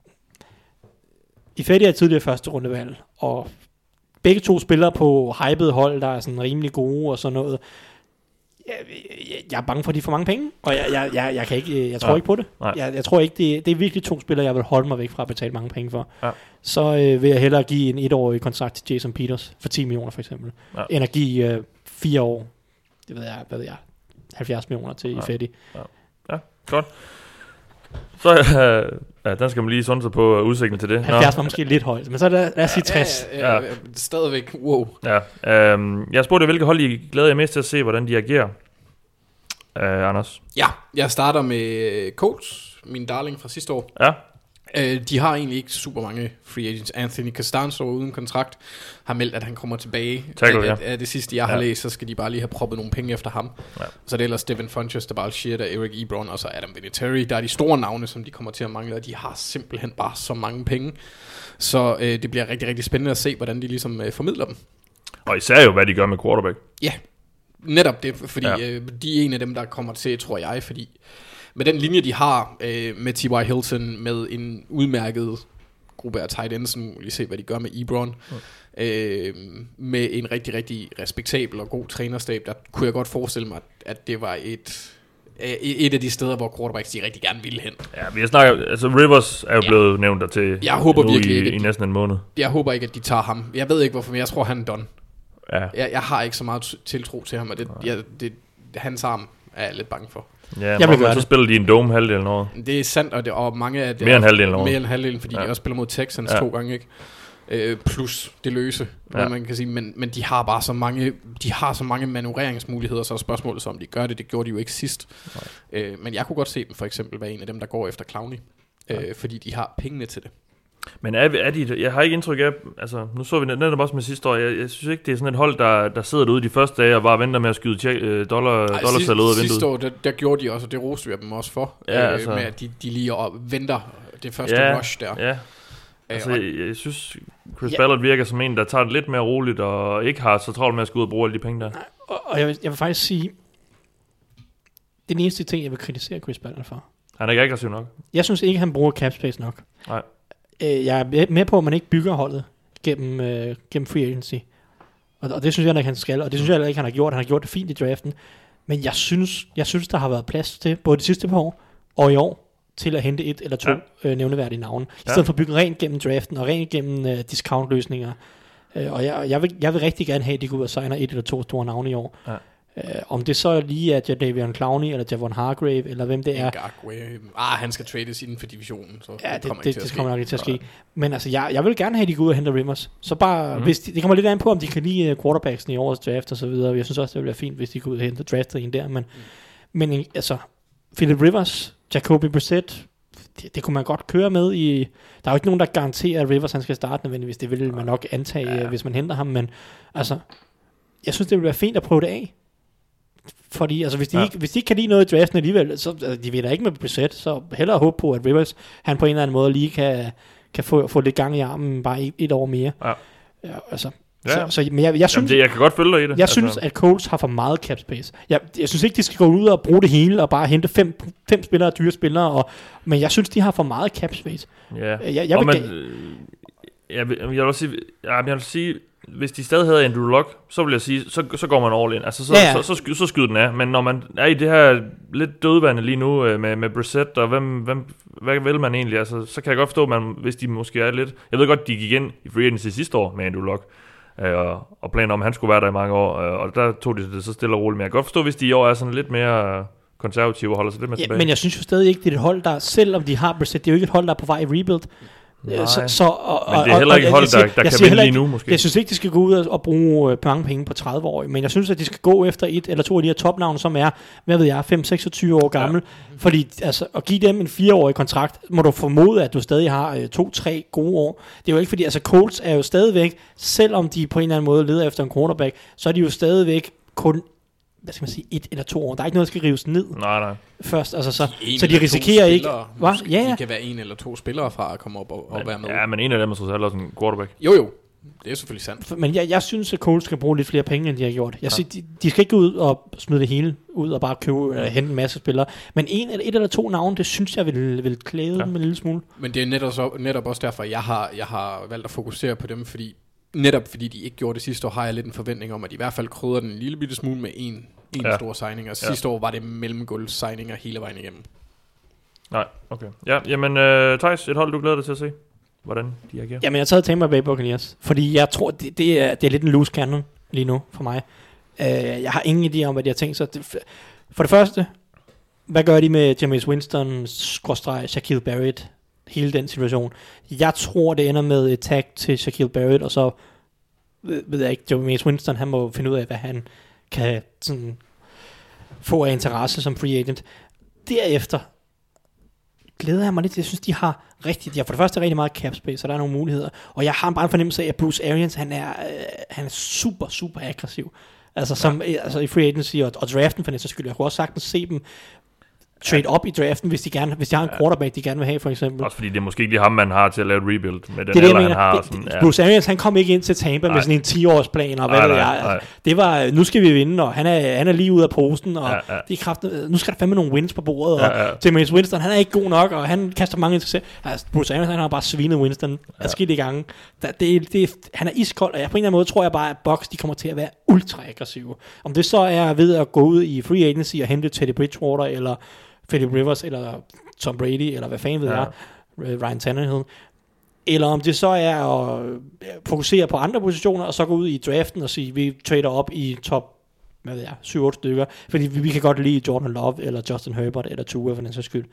Ifedi er tidligere første rundevalg, og begge to spillere på hypede hold, der er sådan rimelig gode og sådan noget. Jeg er bange for, at de får mange penge, og jeg kan ikke, jeg tror ikke på det. Jeg tror ikke, det er virkelig 2 spillere, jeg vil holde mig væk fra at betale mange penge for. Ja. Så vil jeg hellere give en 1-årig kontrakt til Jason Peters for 10 millioner for eksempel, end at give 4 år, det ved jeg, 70 millioner til Ifedi. Ja, godt. Så den skal man lige sunde sig på udsigten til det. 70 var måske lidt højt, men så lad os sige 60. Stadigvæk, wow. Ja, jeg spurgte, hvilke hold I glæder jer mest til at se, hvordan de agerer. Anders? Ja, jeg starter med Colts, min darling fra sidste år. Ja. De har egentlig ikke super mange free agents. Anthony Castonzo uden kontrakt har meldt, at han kommer tilbage. Af det sidste jeg har læst, så skal de bare lige have proppet nogle penge efter ham. Ja. Så det er ellers Devin Funchess, der bare shit, og Eric Ebron og så Adam Vinatieri. Der er de store navne, som de kommer til at mangle, og de har simpelthen bare så mange penge. Så det bliver rigtig, rigtig spændende at se, hvordan de ligesom formidler dem. Og især jo, hvad de gør med quarterback. Ja, netop det, fordi de er en af dem, der kommer til, tror jeg, fordi med den linje, de har med T.Y. Hilton, med en udmærket gruppe af tight ends, nu lige se, hvad de gør med Ebron, med en rigtig, rigtig respektabel og god trænerstab, der kunne jeg godt forestille mig, at det var et af de steder, hvor quarterbacks de rigtig gerne ville hen. Ja, vi har snakket, altså Rivers er jo blevet nævnt der til jeg håber virkelig i næsten en måned. Jeg håber ikke, at de tager ham. Jeg ved ikke hvorfor, men jeg tror, han er done. Ja. Jeg har ikke så meget tiltro til ham, og hans arm er jeg lidt bange for. Ja, så spiller de en dome halvdel eller noget. Det er sandt, og mange af det mere end halvdelen, mere end halvdelen, fordi de også spiller mod Texans 2 gange, ikke? Plus det løse, hvad man kan sige, men de har bare så mange manøvreringsmuligheder, så er spørgsmålet så om de gør det. Det gjorde de jo ikke sidst. Men jeg kunne godt se dem for eksempel være en af dem, der går efter Clowney, fordi de har pengene til det. Men er de, jeg har ikke indtryk af, altså nu så vi netop også med sidste år, jeg synes ikke det er sådan et hold, der sidder derude de første dage og bare venter med at skyde dollarsalg ud af vinduet. Sidste år, der gjorde de også, og det roste vi dem også for, med at de lige venter det første rush der. Ja. Altså jeg synes Chris Ballard virker som en, der tager det lidt mere roligt og ikke har så travlt med at skulle ud og bruge alle de penge der. Og jeg vil faktisk sige, den eneste ting jeg vil kritisere Chris Ballard for, han er ikke aggressiv nok. Jeg synes ikke han bruger cap space nok. Nej. Jeg er med på, at man ikke bygger holdet gennem free agency. Og det synes jeg ikke, han skal. Og det synes jeg ikke, han har gjort. Han har gjort det fint i draften. Men jeg synes der har været plads til, både de sidste par år og i år, til at hente 1 eller 2 nævneværdige navne. I stedet for at bygge rent gennem draften og rent gennem discount-løsninger. Og jeg vil rigtig gerne have, at de går ud og signer 1 eller 2 store navne i år. Ja. Om det så lige er Jadavion Clowney eller Javon Hargrave eller hvem det er. Han skal trades inden for divisionen, så det kommer nok ikke til at ske. Men altså jeg vil gerne have, at de går ud og henter Rivers. Så bare hvis det kommer lidt an på, om de kan lide quarterbacksen i årets draft og så videre. Jeg synes også, det ville være fint, hvis de går ud og henter draftet en der. Men altså Philip Rivers, Jacoby Brissett, det kunne man godt køre med i. Der er jo ikke nogen, der garanterer, at Rivers han skal starte nødvendigvis. Det vil man nok antage, hvis man henter ham. Men altså, jeg synes, det ville være fint at prøve det af. Fordi altså, hvis de ikke kan lide noget i draften alligevel, så de vil da ikke med Brissett, så hellere håbe på, at Rivers han på en eller anden måde lige kan få lidt gang i armen bare et år mere. Ja, altså. Men jeg synes, jeg kan godt følge dig i det. Jeg synes, at Colts har for meget cap space. Jeg synes ikke, de skal gå ud og bruge det hele og bare hente 5 spillere, dyre spillere. Men jeg synes, de har for meget cap space. Ja. Jeg vil sige, hvis de stadig havde Andrew Luck, så vil jeg sige, så går man all in. Altså, så skyder den af. Men når man er i det her lidt dødvande lige nu med Brissett, og hvad vil man egentlig? Altså, så kan jeg godt forstå, man, hvis de måske er lidt. Jeg ved godt, de gik ind i free agency sidste år med Andrew Luck, og planer om, at han skulle være der i mange år, og der tog de det så stille og roligt. Men jeg kan godt forstå, hvis de i år er sådan lidt mere konservative og holder sig lidt mere tilbage. Men jeg synes jo stadig ikke, det er et hold, der, selvom de har Brissett, det er jo ikke et hold, der er på vej i rebuild. Men det er heller ikke et hold, der kan vinde lige nu måske. Jeg synes ikke, de skal gå ud og bruge mange penge på 30 år, men jeg synes, at de skal gå efter 1 eller 2 af de her topnavne, som er, 5-26 år gammel. Fordi altså, at give dem en 4-årig kontrakt, må du formode, at du stadig har 2-3 gode år. Det er jo ikke fordi, altså Colts er jo stadigvæk, selvom de på en eller anden måde leder efter en quarterback, så er de jo stadigvæk kun 1 eller 2 år. Der er ikke noget, der skal rives ned. Nej. Først, altså så de risikerer ikke. De kan være 1 eller 2 spillere fra at komme op og være med. Ja, men en af dem er så også en quarterback. Jo. Det er selvfølgelig sandt. Men jeg synes, at Colts skal bruge lidt flere penge, end de har gjort. Jeg siger, de skal ikke gå ud og smide det hele ud og bare købe eller hente en masse spillere. Men et eller to navne, det synes jeg vil klæde dem en lille smule. Men det er netop også derfor, jeg har valgt at fokusere på dem, fordi de ikke gjorde det sidste år, har jeg lidt en forventning om, at de i hvert fald krydder den en lille bitte smule med en stor signing. Og sidste år var det mellemgulv signinger hele vejen igennem. Nej, okay. Ja, jamen, Theis, et hold, du glæder dig til at se, hvordan de agerer? Jamen, jeg har taget Tampa Bay Buccaneers, fordi jeg tror, det er lidt en loose cannon lige nu for mig. Jeg har ingen idé om, hvad de har tænkt sig. For det første, hvad gør de med Jameis Winston, Shaquille Barrett, hele den situation? Jeg tror, det ender med et tag til Shaquille Barrett, og så ved jeg ikke, Jameis Winston, han må finde ud af, hvad han kan sådan, få af interesse som free agent. Derefter glæder jeg mig lidt. Jeg synes, de har for det første rigtig meget cap space, så der er nogle muligheder. Og jeg har bare en fornemmelse af, at Bruce Arians, han er super, super aggressiv. Altså, altså i free agency og draften for næste skyld. Jeg kunne også sagtens se dem trade op i draften, hvis de har en quarterback, de gerne vil have, for eksempel. Også fordi det er måske ikke lige ham, man har til at lave et rebuild med den alder, han har. Bruce Arians, han kom ikke ind til Tampa med sådan en 10-årsplan, og hvad ved jeg. Altså, det var, nu skal vi vinde, og han er lige ude af posen, og det er kraftigt, nu skal der fandme nogle wins på bordet, og Jameis Winston, han er ikke god nok, og han kaster mange interesse. Altså, Bruce Arians, han har bare svinet Winston adskillige gange. Han er iskold, og på en eller anden måde tror jeg bare, at Bucs, de kommer til at være ultra aggressive. Om det så er ved at gå ud i free agency og hente Teddy Bridgewater, eller Philip Rivers, eller Tom Brady, eller hvad fanden ved jeg, Ryan Tannehill, eller om det så er at fokusere på andre positioner, og så gå ud i draften og sige, vi trader op i top, 7-8 stykker, fordi vi kan godt lide Jordan Love, eller Justin Herbert, eller Tua for den sags skyld.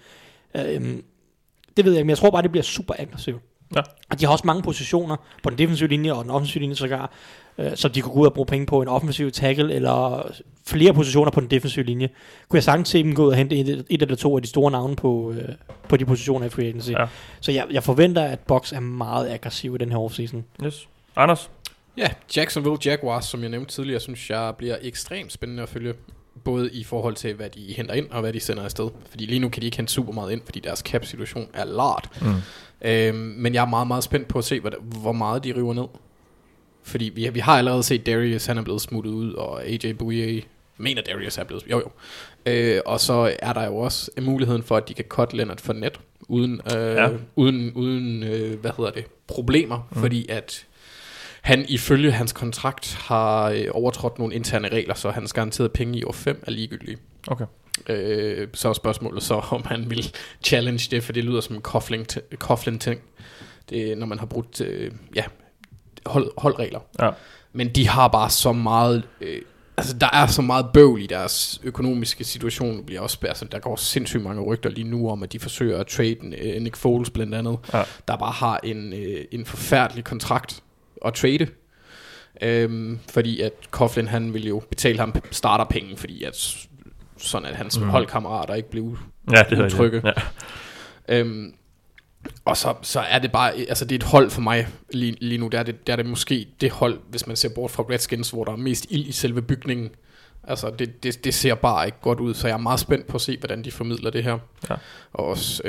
Det ved jeg ikke, men jeg tror bare, det bliver super aggressivt. Ja. Og de har også mange positioner på den defensive linje, og den offensive linje sågar, som de kunne gå ud og bruge penge på, en offensiv tackle, eller flere positioner på den defensive linje. Kunne jeg sagtens se dem gå ud og hente et eller to af de store navne på de positioner i free agency. Ja. Så jeg forventer, at Bucs er meget aggressiv i den her offseason. Yes. Anders? Ja, Jacksonville Jaguars, som jeg nævnte tidligere, synes jeg bliver ekstremt spændende at følge. Både i forhold til, hvad de henter ind, og hvad de sender afsted. Fordi lige nu kan de ikke hente super meget ind, fordi deres cap-situation er lart. Men jeg er meget, meget spændt på at se, hvor meget de river ned. Fordi vi har allerede set Darius, han er blevet smuttet ud, og AJ Bouye mener Darius er blevet og så er der jo også muligheden for, at de kan cut Leonard Fournette uden problemer, fordi at han ifølge hans kontrakt har overtrådt nogle interne regler, så hans garanterede penge i år 5 er ligegyldige. Okay. Så er spørgsmålet så, om han vil challenge det, for det lyder som en Coughlin-ting. Det er, når man har brugt holdregler. Ja. Men de har bare så meget... der er så meget bøvl i deres økonomiske situation. Bliver også, der går sindssygt mange rygter lige nu om, at de forsøger at trade Nick Foles blandt andet, der bare har en forfærdelig kontrakt at trade. Fordi at Coughlin, han vil jo betale ham starterpenge, fordi at sådan at hans holdkammerater ikke blev utrygge. Ja. Og så er det bare, altså det er et hold for mig lige nu, der er det måske det hold, hvis man ser bort fra Redskins, hvor der er mest ild i selve bygningen. Altså det ser bare ikke godt ud, så jeg er meget spændt på at se, hvordan de formidler det her. Ja. Og også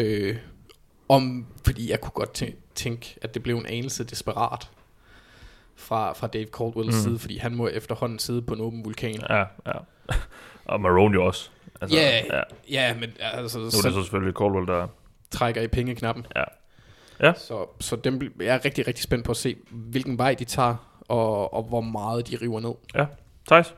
fordi jeg kunne godt tænke, at det blev en anelse desperat fra Dave Caldwells side, fordi han må efterhånden sidde på en åben vulkan. Ja. Og Marone jo også. Altså, men altså... Nu er det så selvfølgelig Caldwell, der trækker i pengeknappen. Ja. Så dem jeg er rigtig, rigtig spændt på at se, hvilken vej de tager, og hvor meget de river ned. Ja. Theis?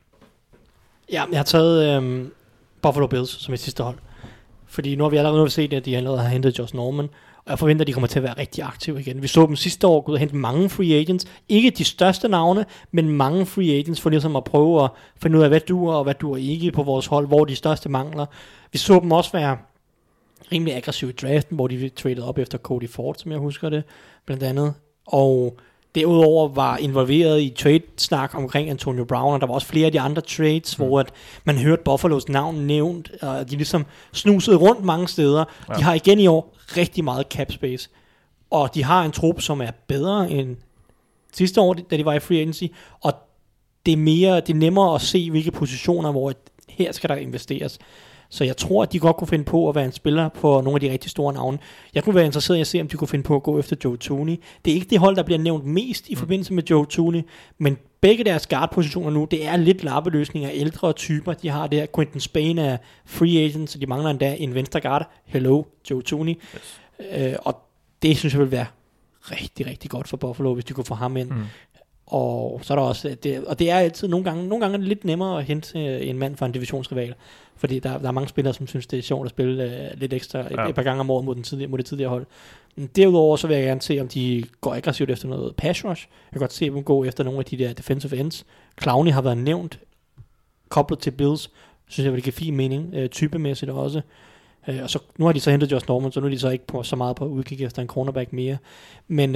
Ja, jeg har taget Buffalo Bills som et sidste hold. Fordi nu har vi allerede set, at de allerede har hentet Josh Norman, og jeg forventer, at de kommer til at være rigtig aktive igen. Vi så dem sidste år gå ud og hente mange free agents. Ikke de største navne, men mange free agents for ligesom at prøve at finde ud af, hvad duer og hvad duer ikke på vores hold, hvor de største mangler. Vi så dem også være rimelig aggressiv i draften, hvor de traded op efter Cody Ford, som jeg husker det, blandt andet. Og derudover var involveret i trade-snak omkring Antonio Brown, og der var også flere af de andre trades, hvor at man hørte Buffalos navn nævnt, og de ligesom snusede rundt mange steder. Ja. De har igen i år rigtig meget cap space, og de har en trup, som er bedre end sidste år, da de var i free agency, og det er nemmere at se, hvilke positioner, hvor her skal der investeres. Så jeg tror, at de godt kunne finde på at være en spiller på nogle af de rigtig store navne. Jeg kunne være interesseret i at se, om de kunne finde på at gå efter Joe Thuney. Det er ikke det hold, der bliver nævnt mest i forbindelse med Joe Thuney, men begge deres guard-positioner nu, det er lidt lappeløsninger af ældre typer. De har det her, Quentin Spain er free agent, så de mangler endda en venstre guard. Hello, Joe Thuney. Yes. Og det synes jeg vil være rigtig, rigtig godt for Buffalo, hvis de kunne få ham ind. Og så er der også, det er altid nogle gange lidt nemmere at hente en mand fra en divisionsrival, fordi der er mange spillere, som synes, det er sjovt at spille lidt ekstra et par gange om året mod det tidligere hold. Men derudover så vil jeg gerne se, om de går aggressivt efter noget pass rush. Jeg kan godt se dem gå efter nogle af de der defensive ends. Clowney har været nævnt, koblet til Bills, synes jeg vil give fin mening, typemæssigt også. Og så, nu har de så hentet Josh Norman, så nu er de så ikke så meget på udkig efter en cornerback mere. Men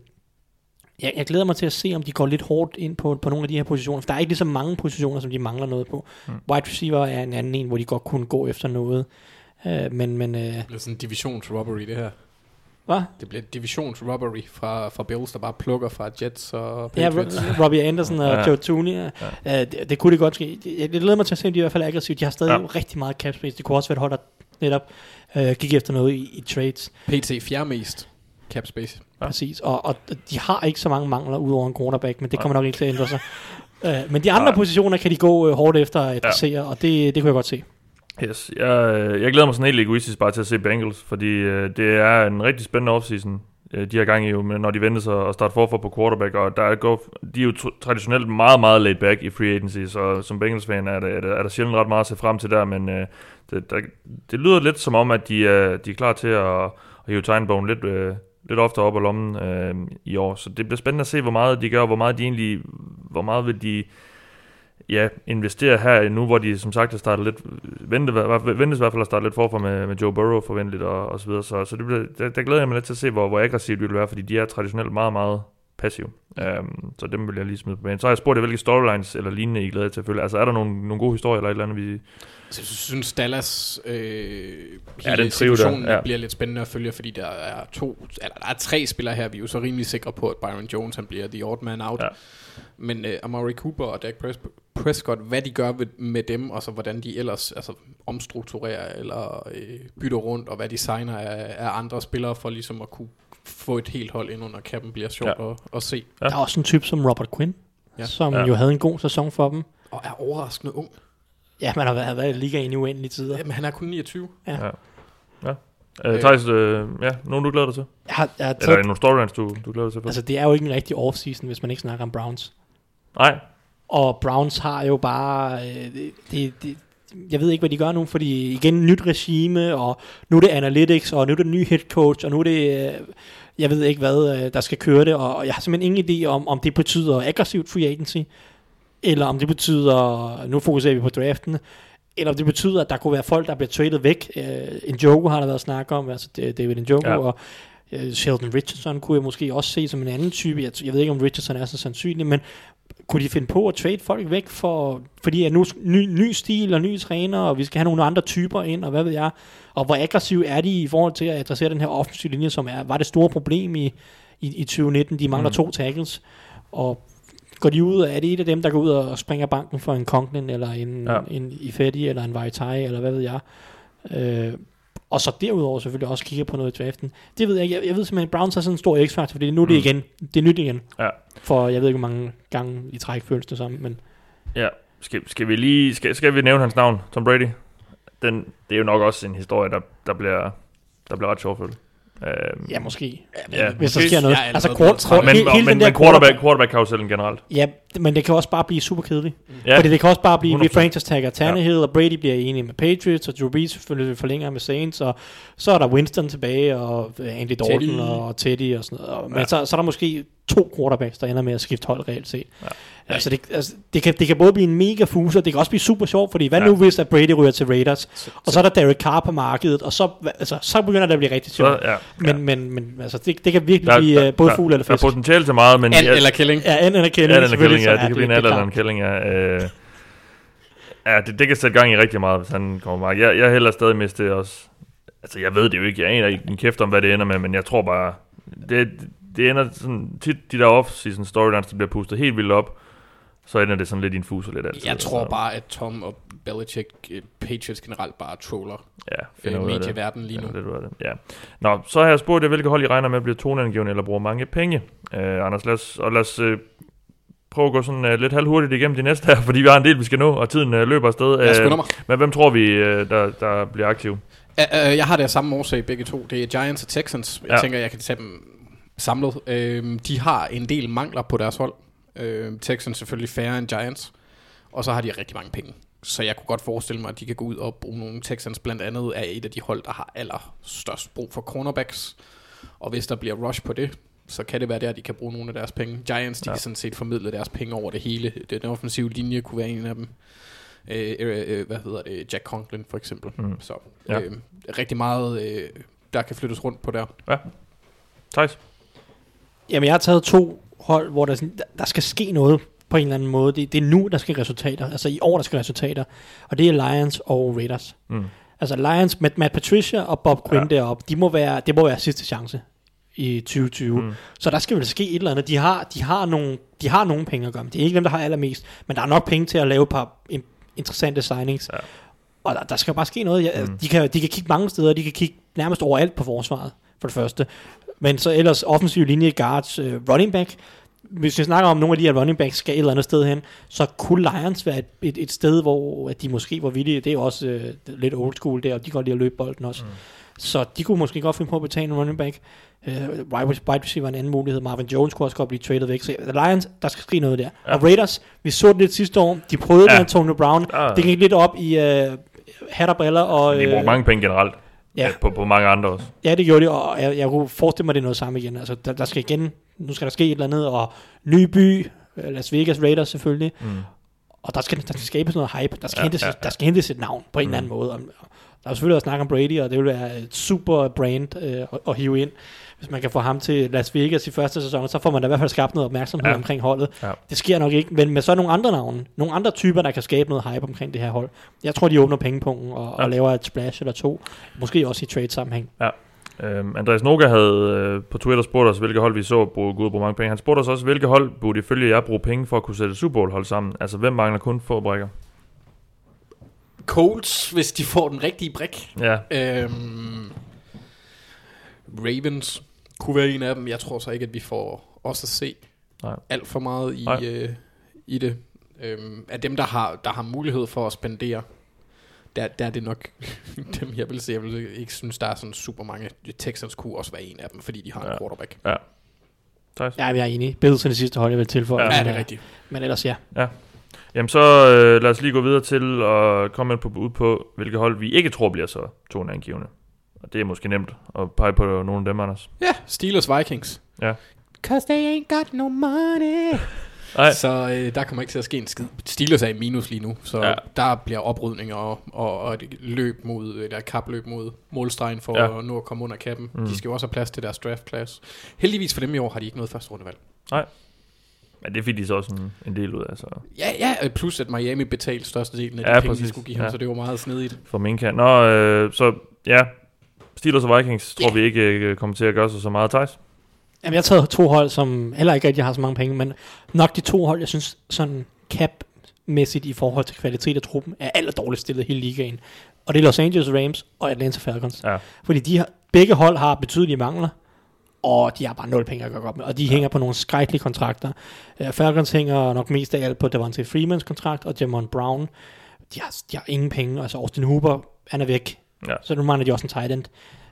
jeg glæder mig til at se, om de går lidt hårdt ind på nogle af de her positioner. For der er ikke lige så mange positioner, som de mangler noget på. Wide receiver er en anden en, hvor de godt kunne gå efter noget. Det bliver sådan en divisionsrobbery, det her. Hvad? Det bliver et divisionsrobbery fra Bills, der bare plukker fra Jets og Patriots. Ja, Robbie Anderson og Joe Thuney. Det kunne det godt ske. Jeg glæder mig til at se, om de i hvert fald er aggressivt. De har stadig rigtig meget cap space. Det kunne også være et hold, der netop gik efter noget i trades. PT fjerde mest cap space. Præcis, og de har ikke så mange mangler ud over en cornerback, men det kommer nok ikke til at ændre sig. Men de andre positioner kan de gå hårdt efter at adressere, og det kunne jeg godt se. Yes, jeg glæder mig sådan helt egoistisk bare til at se Bengals, fordi det er en rigtig spændende offseason, de har gang i jo, når de venter sig at starte forfra på quarterback, og de er jo traditionelt meget, meget laid back i free agency, så som Bengals-fan er der sjældent ret meget at se frem til der, men det lyder lidt som om, at de er klar til at hive tegnebogen lidt oftere op af lommen i år, så det bliver spændende at se, hvor meget de gør, hvor meget vil de investere her nu, hvor de som sagt har startet lidt, ventes i hvert fald at starte lidt forfra med Joe Burrow forventeligt og så videre, så det bliver, der glæder jeg mig lidt til at se, hvor aggressivt det vil være, fordi de er traditionelt meget, meget passive, så dem vil jeg lige smide på banen. Så har jeg spurgt, hvilke storylines eller lignende I glæder til at følge, altså er der nogle gode historier eller et eller andet, vi... Så jeg synes Dallas den situationen bliver lidt spændende at følge, fordi der er 3 spillere her, vi er jo så rimelig sikre på, at Byron Jones han bliver the odd man out. Men Amari Cooper og Dak Prescott, hvad de gør med dem, og så hvordan de ellers omstrukturerer eller bytter rundt, og hvad de signer af andre spillere for ligesom at kunne få et helt hold ind under kappen, bliver sjovt at se. Der er også en type som Robert Quinn, som jo havde en god sæson for dem. Og er overraskende ung. Ja, man har været i ligaen i uendelige tider. Men han er kun 29. Ja. Thijs, nogen du glæder dig til? Eller er det nogle storylines, du glæder dig til? Altså, det er jo ikke en rigtig off-season, hvis man ikke snakker om Browns. Nej. Og Browns har jo bare... jeg ved ikke, hvad de gør nu, fordi igen, nyt regime, og nu er det analytics, og nu er det ny head coach, og nu er det... jeg ved ikke, hvad der skal køre det, og jeg har simpelthen ingen idé om det betyder aggressivt free agency, eller om det betyder... Nu fokuserer vi på draften, eller om det betyder, at der kunne være folk, der bliver traded væk. Njoku har der været snak om, altså David Njoku, og Sheldon Richardson kunne jeg måske også se som en anden type. Jeg ved ikke, om Richardson er så sandsynlig, men kunne de finde på at trade folk væk, fordi at nu ny stil og nye træner, og vi skal have nogle andre typer ind, og hvad ved jeg. Og hvor aggressiv er de i forhold til at adressere den her offensive linje, som var det store problem i 2019. De mangler 2 tackles, og går de ud, er det et af dem, der går ud og springer banken for en Conklin, eller en Ifedi, eller en Vaitai, eller hvad ved jeg. Og så derudover selvfølgelig også kigger på noget i draften. Det ved jeg ikke. Jeg ved simpelthen, at Browns har sådan en stor x-faktor, fordi nu er det igen. Det er nyt igen. Ja. For jeg ved ikke, hvor mange gange i træk føles det sammen. Men... Ja, skal vi nævne hans navn, Tom Brady? Det er jo nok også en historie, der bliver ret sjovt følt. Ja, måske. Hvis der sker noget. Quarterback-karusellen generelt. Ja, men det kan også bare blive super kedeligt. Fordi det kan også bare blive, vi franchise-tagger Tannehill, og Brady bliver enige med Patriots, og Drew Brees selvfølgelig forlænger med Saints, og så er der Winston tilbage, og Andy Dalton og Teddy og sådan noget. Men så er der måske 2 quarterbacks, der ender med at skifte hold reelt set. Altså det kan både blive en mega fuser, det kan også blive super sjovt, fordi hvad nu hvis at Brady ryger til Raiders, og så er der Derek Carr på markedet, og så begynder det at blive rigtig sjovt. Men altså det kan virkelig blive både fugl eller fisk. Der er potentiale til meget, men... And eller killing. Ja, and eller killing. Det kan blive en eller anden killing, ja. Det kan sætte gang i rigtig meget, hvis han kommer meget. Jeg hælder stadig mest det også. Altså jeg ved det jo ikke, jeg aner ikke en kæft om, hvad det ender med, men jeg tror bare, det ender sådan tit de der off-season storylines, der bliver pustet helt vildt op, så ender det sådan lidt infus og lidt altid. Jeg tror bare, at Tom og Belichick, Patriots generelt bare troller medieverdenen lige nu. Ja. Nå, så har jeg spurgt jer, hvilke hold I regner med at blive toneangivende eller bruger mange penge. Anders, lad os prøve at gå sådan lidt halvhurtigt igennem de næste her, fordi vi har en del, vi skal nå, og tiden løber afsted. Men hvem tror vi, der bliver aktiv? Jeg har det af samme årsag begge to. Det er Giants og Texans. Jeg tænker, jeg kan tage dem samlet. De har en del mangler på deres hold. Texans selvfølgelig færre end Giants. Og så har de rigtig mange penge. Så jeg kunne godt forestille mig, at de kan gå ud og bruge nogle. Texans blandt andet er et af de hold, der har allerstørst brug for cornerbacks. Og hvis der bliver rush på det, så kan det være der, at de kan bruge nogle af deres penge. Giants, de kan sådan set formidle deres penge over det hele. Den offensive linje kunne være en af dem. Jack Conklin for eksempel. Så rigtig meget, der kan flyttes rundt på der. Ja. Thijs? Jamen, jeg har taget 2 hold, hvor der skal ske noget på en eller anden måde. Det er nu, der skal resultater. Altså i år, der skal resultater. Og det er Lions og Raiders. Altså Lions med Matt Patricia og Bob Quinn deroppe, det må være sidste chance i 2020. Så der skal vel ske et eller andet. De har nogle penge at gøre. Det er ikke dem, der har allermest, men der er nok penge til at lave et par interessante signings. Ja. Og der skal bare ske noget. De kan kigge mange steder. De kan kigge nærmest overalt på forsvaret, for det første. Men så ellers offensiv linje, guards, running back. Hvis vi snakker om nogle af de her running backs skal et eller andet sted hen, så kunne Lions være et sted, hvor de måske var villige. Det er også lidt old school der, og de kan godt lide at løbe bolden også. Så de kunne måske godt finde på at betale en running back. Wide receiver en anden mulighed. Marvin Jones kunne også godt blive traded væk. Så Lions, der skal ske noget der. Ja. Og Raiders, vi så det lidt sidste år. De prøvede med Antonio Brown. Det gik lidt op i hat og briller. Og, de bruger mange penge generelt. Ja. På mange andre også. Ja, det gjorde de, og jeg kunne forestille mig, det er noget samme igen. Altså, der skal igen, nu skal der ske et eller andet, og ny by, Las Vegas Raiders selvfølgelig. Og der skal skabes noget hype. Der skal hentes et navn på en eller anden måde. Og der er selvfølgelig også snak om Brady, og det vil være et super brand at hive ind. Hvis man kan få ham til Las Vegas i første sæson, så får man da i hvert fald skabt noget opmærksomhed omkring holdet. Ja. Det sker nok ikke, men med så nogle andre navne, nogle andre typer, der kan skabe noget hype omkring det her hold. Jeg tror, de åbner pengepunkten og laver et splash eller 2. Måske også i trade-sammenhæng. Ja. Andreas Noga havde på Twitter spurgt os, hvilke hold vi så bruge mange penge. Han spurgte os også, hvilke hold burde ifølge jer bruge penge for at kunne sætte Super Bowl hold sammen. Altså, hvem mangler kun få brikker? Colts, hvis de får den rigtige brik. Ja. Ravens kunne være en af dem. Jeg tror så ikke, at vi får også at se alt for meget i det. Af dem, der har mulighed for at spendere, der er det nok dem, jeg vil se. Jeg vil ikke synes, der er sådan super mange. Texans kunne også være en af dem, fordi de har en quarterback. Ja. Ja, jeg er enig. Bills er det sidste hold, jeg vil tilføje. Ja, det er rigtigt. Men ellers ja. Jamen så lad os lige gå videre til at komme ud på, hvilke hold vi ikke tror bliver så toneangivende. Og det er måske nemt at pege på nogle af dem, Anders. Ja, Steelers Vikings. Ja. 'Cause they ain't got no money. Så der kommer ikke til at ske en skid. Steelers er i minus lige nu, så der bliver oprydning og et løb mod, eller et kapløb mod målstregen for at nå at komme under kappen. De skal jo også have plads til deres draft class. Heldigvis for dem i år har de ikke noget første rundevalg. Nej. Men det fik de så også en del ud af. Så. Ja, plus at Miami betalte størstedelen af de penge, de skulle give ham, så det var meget snedigt. For Minka. Så Steelers og Vikings tror vi ikke kommer til at gøre så meget. Thijs? Jamen, jeg har taget 2 hold, som heller ikke rigtig har så mange penge, men nok de 2 hold, jeg synes sådan cap-mæssigt i forhold til kvalitet af truppen, er allerdårligst stillet hele ligaen. Og det er Los Angeles Rams og Atlanta Falcons. Ja. Fordi begge hold har betydelige mangler, og de har bare 0 penge at gøre godt med, og de hænger på nogle skrækkelige kontrakter. Falcons hænger nok mest af alt på Devontae Freemans kontrakt, og Jamon Brown, de har ingen penge. Altså Austin Hooper, han er væk, så nu mangler de også en tight end.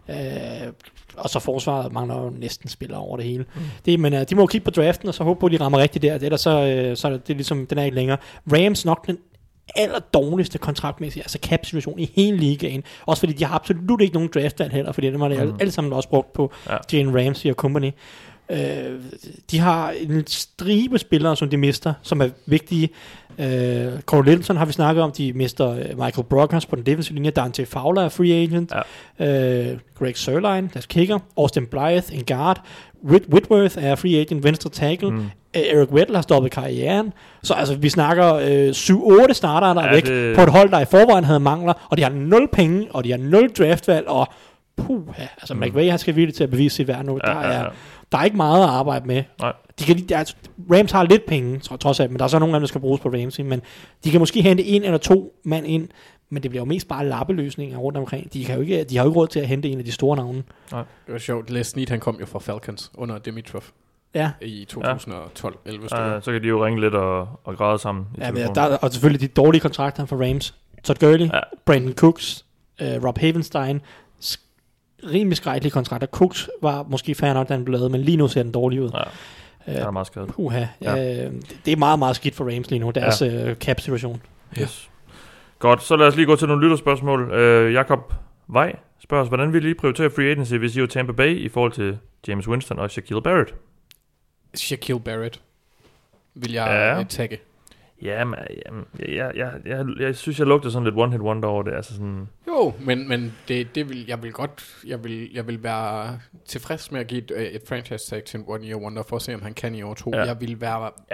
Og så forsvaret mangler jo næsten spillere over det hele. Men de må jo kigge på draften, og så håbe på, at de rammer rigtigt der. Ellers så er det ligesom, den er ikke længere. Rams nok den allerdårligste kontraktmæssigt, altså cap-situation i hele ligaen. Også fordi de har absolut ikke nogen draftvalg heller, fordi dem har de alle sammen også brugt på Jalen Ramsey og company. De har en stribe spillere, som de mister, som er vigtige. Corey Littleton har vi snakket om. De mister Michael Brockers på den defensive linje. Dante Fowler er free agent. Greg Sirlein, deres kicker. Austin Blythe, en guard. Whitworth er free agent, venstre tackle. Eric Weddle har stoppet karrieren. Så altså, vi snakker 7-8 starter, der er væk på et hold, der i forvejen havde mangler. Og de har 0 penge, og de har 0 draftvalg. Og McVay, han skal virkelig til at bevise sit værd nu. Der er ikke meget at arbejde med. Nej. Rams har lidt penge, trods alt, men der er så nogle af dem, der skal bruges på Ramsey, men de kan måske hente 1 eller 2 mand ind, men det bliver jo mest bare lappeløsninger rundt omkring. De har jo ikke råd til at hente en af de store navne. Nej. Det var sjovt. Les Snead, han kom jo fra Falcons under Dimitrov. Ja. I 2012-11 så kan de jo ringe lidt og græde sammen. Og selvfølgelig de dårlige kontrakter for Rams. Todd Gurley, Brandon Cooks, Rob Havenstein, rimelig skrækkelige kontrakter. Cooks var måske fair nok, da han blev lavet, men lige nu ser den dårlig ud. Ja, han er meget skadet. Det er meget, meget skidt for Rams lige nu, deres cap-situation. Yes. Godt, så lad os lige gå til nogle lytterspørgsmål. Jakob Vej spørger os, hvordan vil I prioritere free agency, hvis I er Tampa Bay i forhold til James Winston og Shaquille Barrett? Shaquille Barrett vil jeg tagge. Jamen, jeg synes, jeg lugter sådan lidt one-hit wonder over det. Altså sådan... Jo, men det vil jeg vil godt. Jeg vil være tilfreds med at give et franchise tag til en one-year wonder for at se, om han kan i år 2. Ja. Jeg vil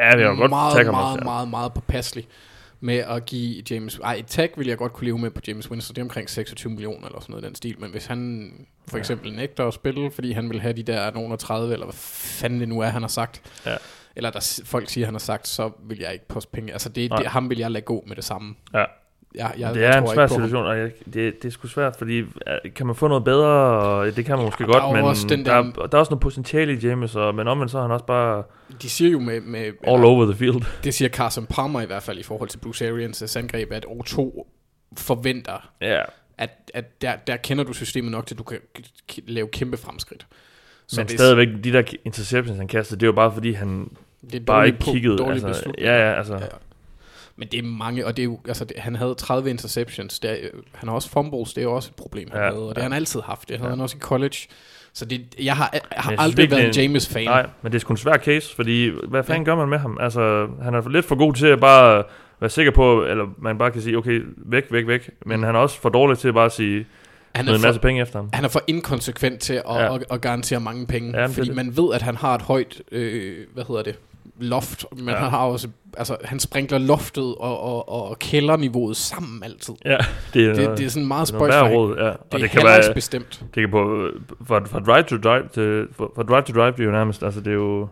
være meget påpasselig med at give James... et tag vil jeg godt kunne leve med på James Winston. Det er omkring 26 millioner eller sådan noget den stil. Men hvis han for eksempel nægter at spille, fordi han vil have de der nogen af 30, eller hvad fanden det nu er, han har sagt... Ja. Eller der folk siger, han har sagt, så vil jeg ikke poste penge. Altså, ham vil jeg lade gå med det samme. Ja. Det er en svær situation, og det er sgu svært, fordi kan man få noget bedre? Det kan man måske godt, men der er også noget potentiale i James, men omvendt så er han også bare... De siger jo med all over the field. Det siger Carson Palmer i hvert fald i forhold til Bruce Arians' angreb, at år 2 forventer, at der kender du systemet nok til, at du kan lave kæmpe fremskridt. Så men stadigvæk, de der interceptions, han kastede, det er jo bare fordi, han bare ikke kiggede. Altså. Men det er mange, og det er jo, altså, han havde 30 interceptions. Han har også fumbles, det er jo også et problem, han havde, og det har han altid haft. Det havde han også i college. Så jeg har aldrig været en James-fan. Nej, men det er sgu en svær case, fordi hvad fanden gør man med ham? Altså, han er lidt for god til at bare være sikker på, eller man bare kan sige, okay, væk. Men han er også for dårlig til at bare sige... Han er en masse penge efter ham. Han er for inkonsekvent til at garantere mange penge, fordi man ved, at han har et højt, loft, men han har også, altså han sprinkler loftet og kælderniveauet sammen altid. Ja, det er sådan meget spøjsfærdigt. Det er kan være bestemt. Det kan på fra drive to drive det er jo nærmest, altså det er jo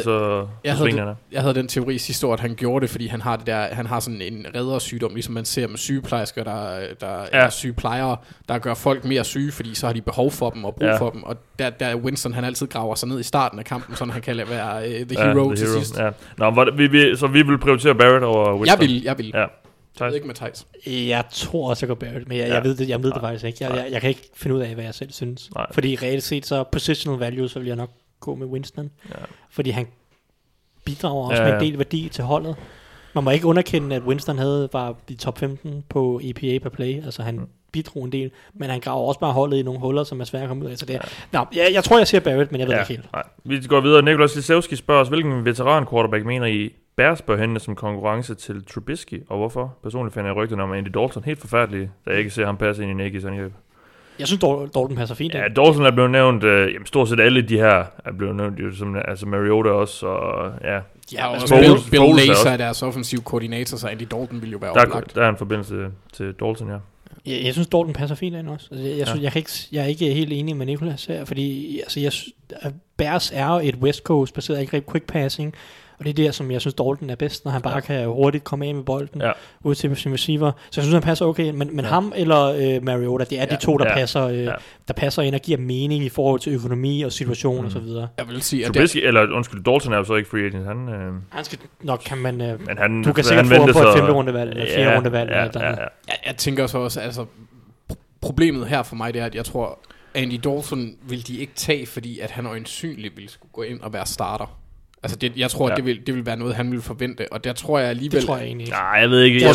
jeg havde den teori sidste år, at han gjorde det, fordi han har sådan en reddersygdom, ligesom man ser med sygeplejersker, der er sygeplejere, der gør folk mere syge, fordi så har de behov for dem og brug for dem, og der Winston, han altid graver sig ned i starten af kampen, så han kan være the hero til sidst. Ja. Nå, så vi vil prioritere Barrett over Winston? Jeg vil. Ja. Jeg ved ikke med Thijs. Jeg tror også, jeg går Barrett, men jeg ved det faktisk ikke. Jeg kan ikke finde ud af, hvad jeg selv synes. Nej. Fordi reelt set, så positional value, så vil jeg nok gå med Winston. Ja. Fordi han bidrager også med en del værdi til holdet. Man må ikke underkende, at Winston var i top 15 på EPA per play. Altså han bidrog en del, men han graver også bare holdet i nogle huller, som er svære at komme ud af. Så det jeg tror, jeg siger Barrett, men jeg ved ikke helt. Nej. Vi går videre. Nikolaj Lisewski spørger os, hvilken veteran quarterback mener I Bears bør hente som konkurrence til Trubisky, og hvorfor? Personligt finder jeg rygterne om Andy Dalton helt forfærdelige, da jeg ikke ser ham passe ind i Nagy's angreb. Jeg synes, Dalton passer fint. Ja, Dalton er blevet nævnt, stort set alle de her er blevet nævnt, som, altså Mariota også, og også Bill Lazor er deres offensiv koordinator, så Andy Dalton vil jo være oplagt. Der er en forbindelse til Dalton, Jeg synes, Dalton passer fint ind også. Altså, jeg er ikke helt enig med Nicolas her, fordi altså, Bears er jo et West Coast baseret angreb, quick passing, og det er der, som jeg synes, Dalton er bedst, når han bare kan hurtigt komme af med bolden ud til sin receiver. Så jeg synes, han passer okay, men ham eller Mariota, det er de to, der passer ind og giver mening i forhold til økonomi og situation og så videre. Jeg vil sige, at Dalton er jo så ikke free agent. Han skal nok, kan man... Men du kan sikkert få ham på et 5. rundevalg eller 4. rundevalg. Jeg tænker så også, altså problemet her for mig, det er, at jeg tror, Andy Dalton vil de ikke tage, fordi at han øjensynligt ville skulle gå ind og være starter. Altså jeg tror, at det vil være noget, han vil forvente, og der tror jeg alligevel... Det tror jeg egentlig ikke. Nej, jeg ved ikke.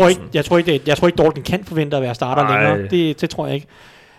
Jeg tror ikke, Dalton kan forvente at være starter længere. Det tror jeg ikke.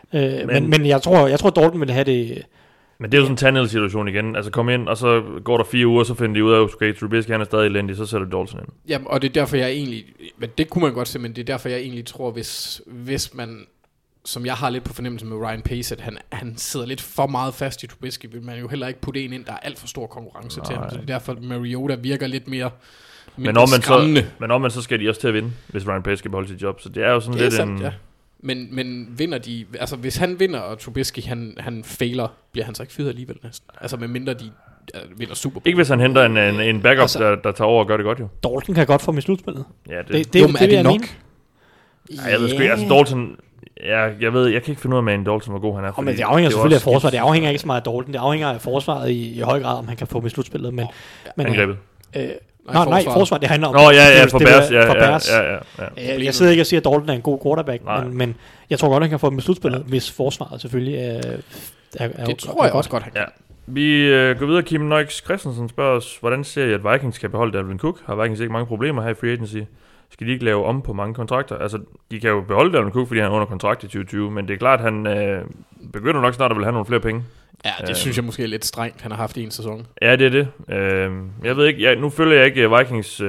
Men jeg tror, Dalton vil have det... Men det er jo sådan en Tannehill-situation igen. Altså kom ind, og så går der 4 uger, så finder de ud af, okay, Trubisky han er stadig elendig, så sætter Dalton ind. Ja, og det er derfor, jeg egentlig... Men det kunne man godt se, men det er derfor, jeg egentlig tror, hvis man... Som jeg har lidt på fornemmelse med Ryan Pace, at han sidder lidt for meget fast i Trubisky, vil man jo heller ikke putte en ind, der er alt for stor konkurrence til ham. Så det er derfor, at Mariota virker lidt mere skræmmende. Men omvendt så skal de også til at vinde, hvis Ryan Pace skal beholde sit job. Så det er jo sådan lidt sandt, en... Men vinder de... Altså, hvis han vinder, og Trubisky, han fejler, bliver han så ikke fyret alligevel næsten? Altså, med mindre de vinder Super Bowl. Ikke hvis han henter en backup, altså, der tager over og gør det godt, jo. Dalton kan godt få med slutspillet. Ja, det er det nok? Ja, jeg ved sgu ikke. Altså, Dalton... Jeg kan ikke finde ud af, med en Dalton, hvor god han er. Men det afhænger selvfølgelig af forsvaret. Det afhænger ikke så meget af Dalton. Det afhænger af forsvaret i høj grad, om han kan få med slutspillet. Men angrebet. Nej, forsvaret, det handler om... For Bears. Jeg sidder ikke og siger, at Dalton er en god quarterback, men jeg tror godt, han kan få med slutspillet, hvis forsvaret selvfølgelig er det tror jeg også godt, han kan. Vi går videre. Kim Nøjks Christensen spørger os, hvordan ser I, at Vikings skal beholde Dalvin Cook? Har Vikings ikke mange problemer her i free agency? Skal de ikke lave om på mange kontrakter? Altså, de kan jo beholde Dalvin Cook, fordi han er under kontrakt i 2020, men det er klart, at han begynder nok snart at vil have nogle flere penge. Ja, det synes jeg måske er lidt strengt. Han har haft en sæson. Ja, det er det. Jeg ved ikke, nu følger jeg ikke Vikings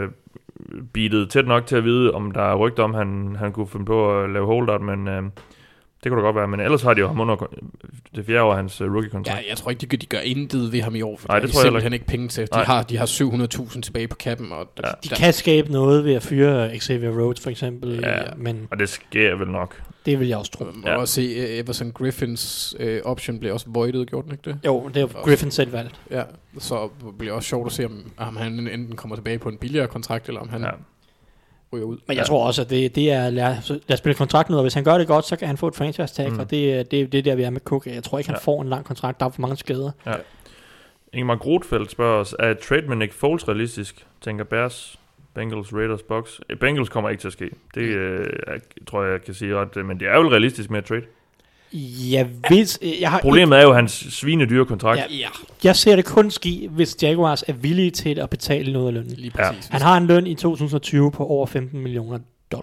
beatet tæt nok til at vide, om der er rygter om, han kunne finde på at lave holdout, men det kunne da godt være. Men ellers har de jo ham under det 4. år af hans rookie-kontrakt. Ja, jeg tror ikke, de gør intet ved ham i år, for nej, det tror jeg simpelthen ikke penge til. De har 700.000 tilbage på kappen. Og de kan skabe noget ved at fyre Xavier Rhodes, for eksempel. Ja, men og det sker vel nok. Det vil jeg også tro. Man må også se, Everson Griffins option blev også voided, gjorde den ikke det? Jo, det er Griffin selv valgt. Ja, så bliver også sjovt at se, om han enten kommer tilbage på en billigere kontrakt, eller om han ryger ud. Men jeg tror også, at det er lad os spille kontrakten ud, og hvis han gør det godt, så kan han få et franchise tag, og det er der, vi er med Cook. Jeg tror ikke, han får en lang kontrakt. Der er for mange skader. Ja. Ingmar Grothfeldt spørger os, er trade med Nick Foles realistisk? Tænker Bears, Bengals, Raiders, Bucks. Bengals kommer ikke til at ske. Det tror jeg kan sige ret, men det er jo realistisk med at trade. Ja, hvis problemet er jo hans svinedyre kontrakt. Ja. Jeg ser det kun ske, hvis Jaguars er villige til at betale noget af lønnen. Lige præcis. Han har en løn i 2020 på over $15 million.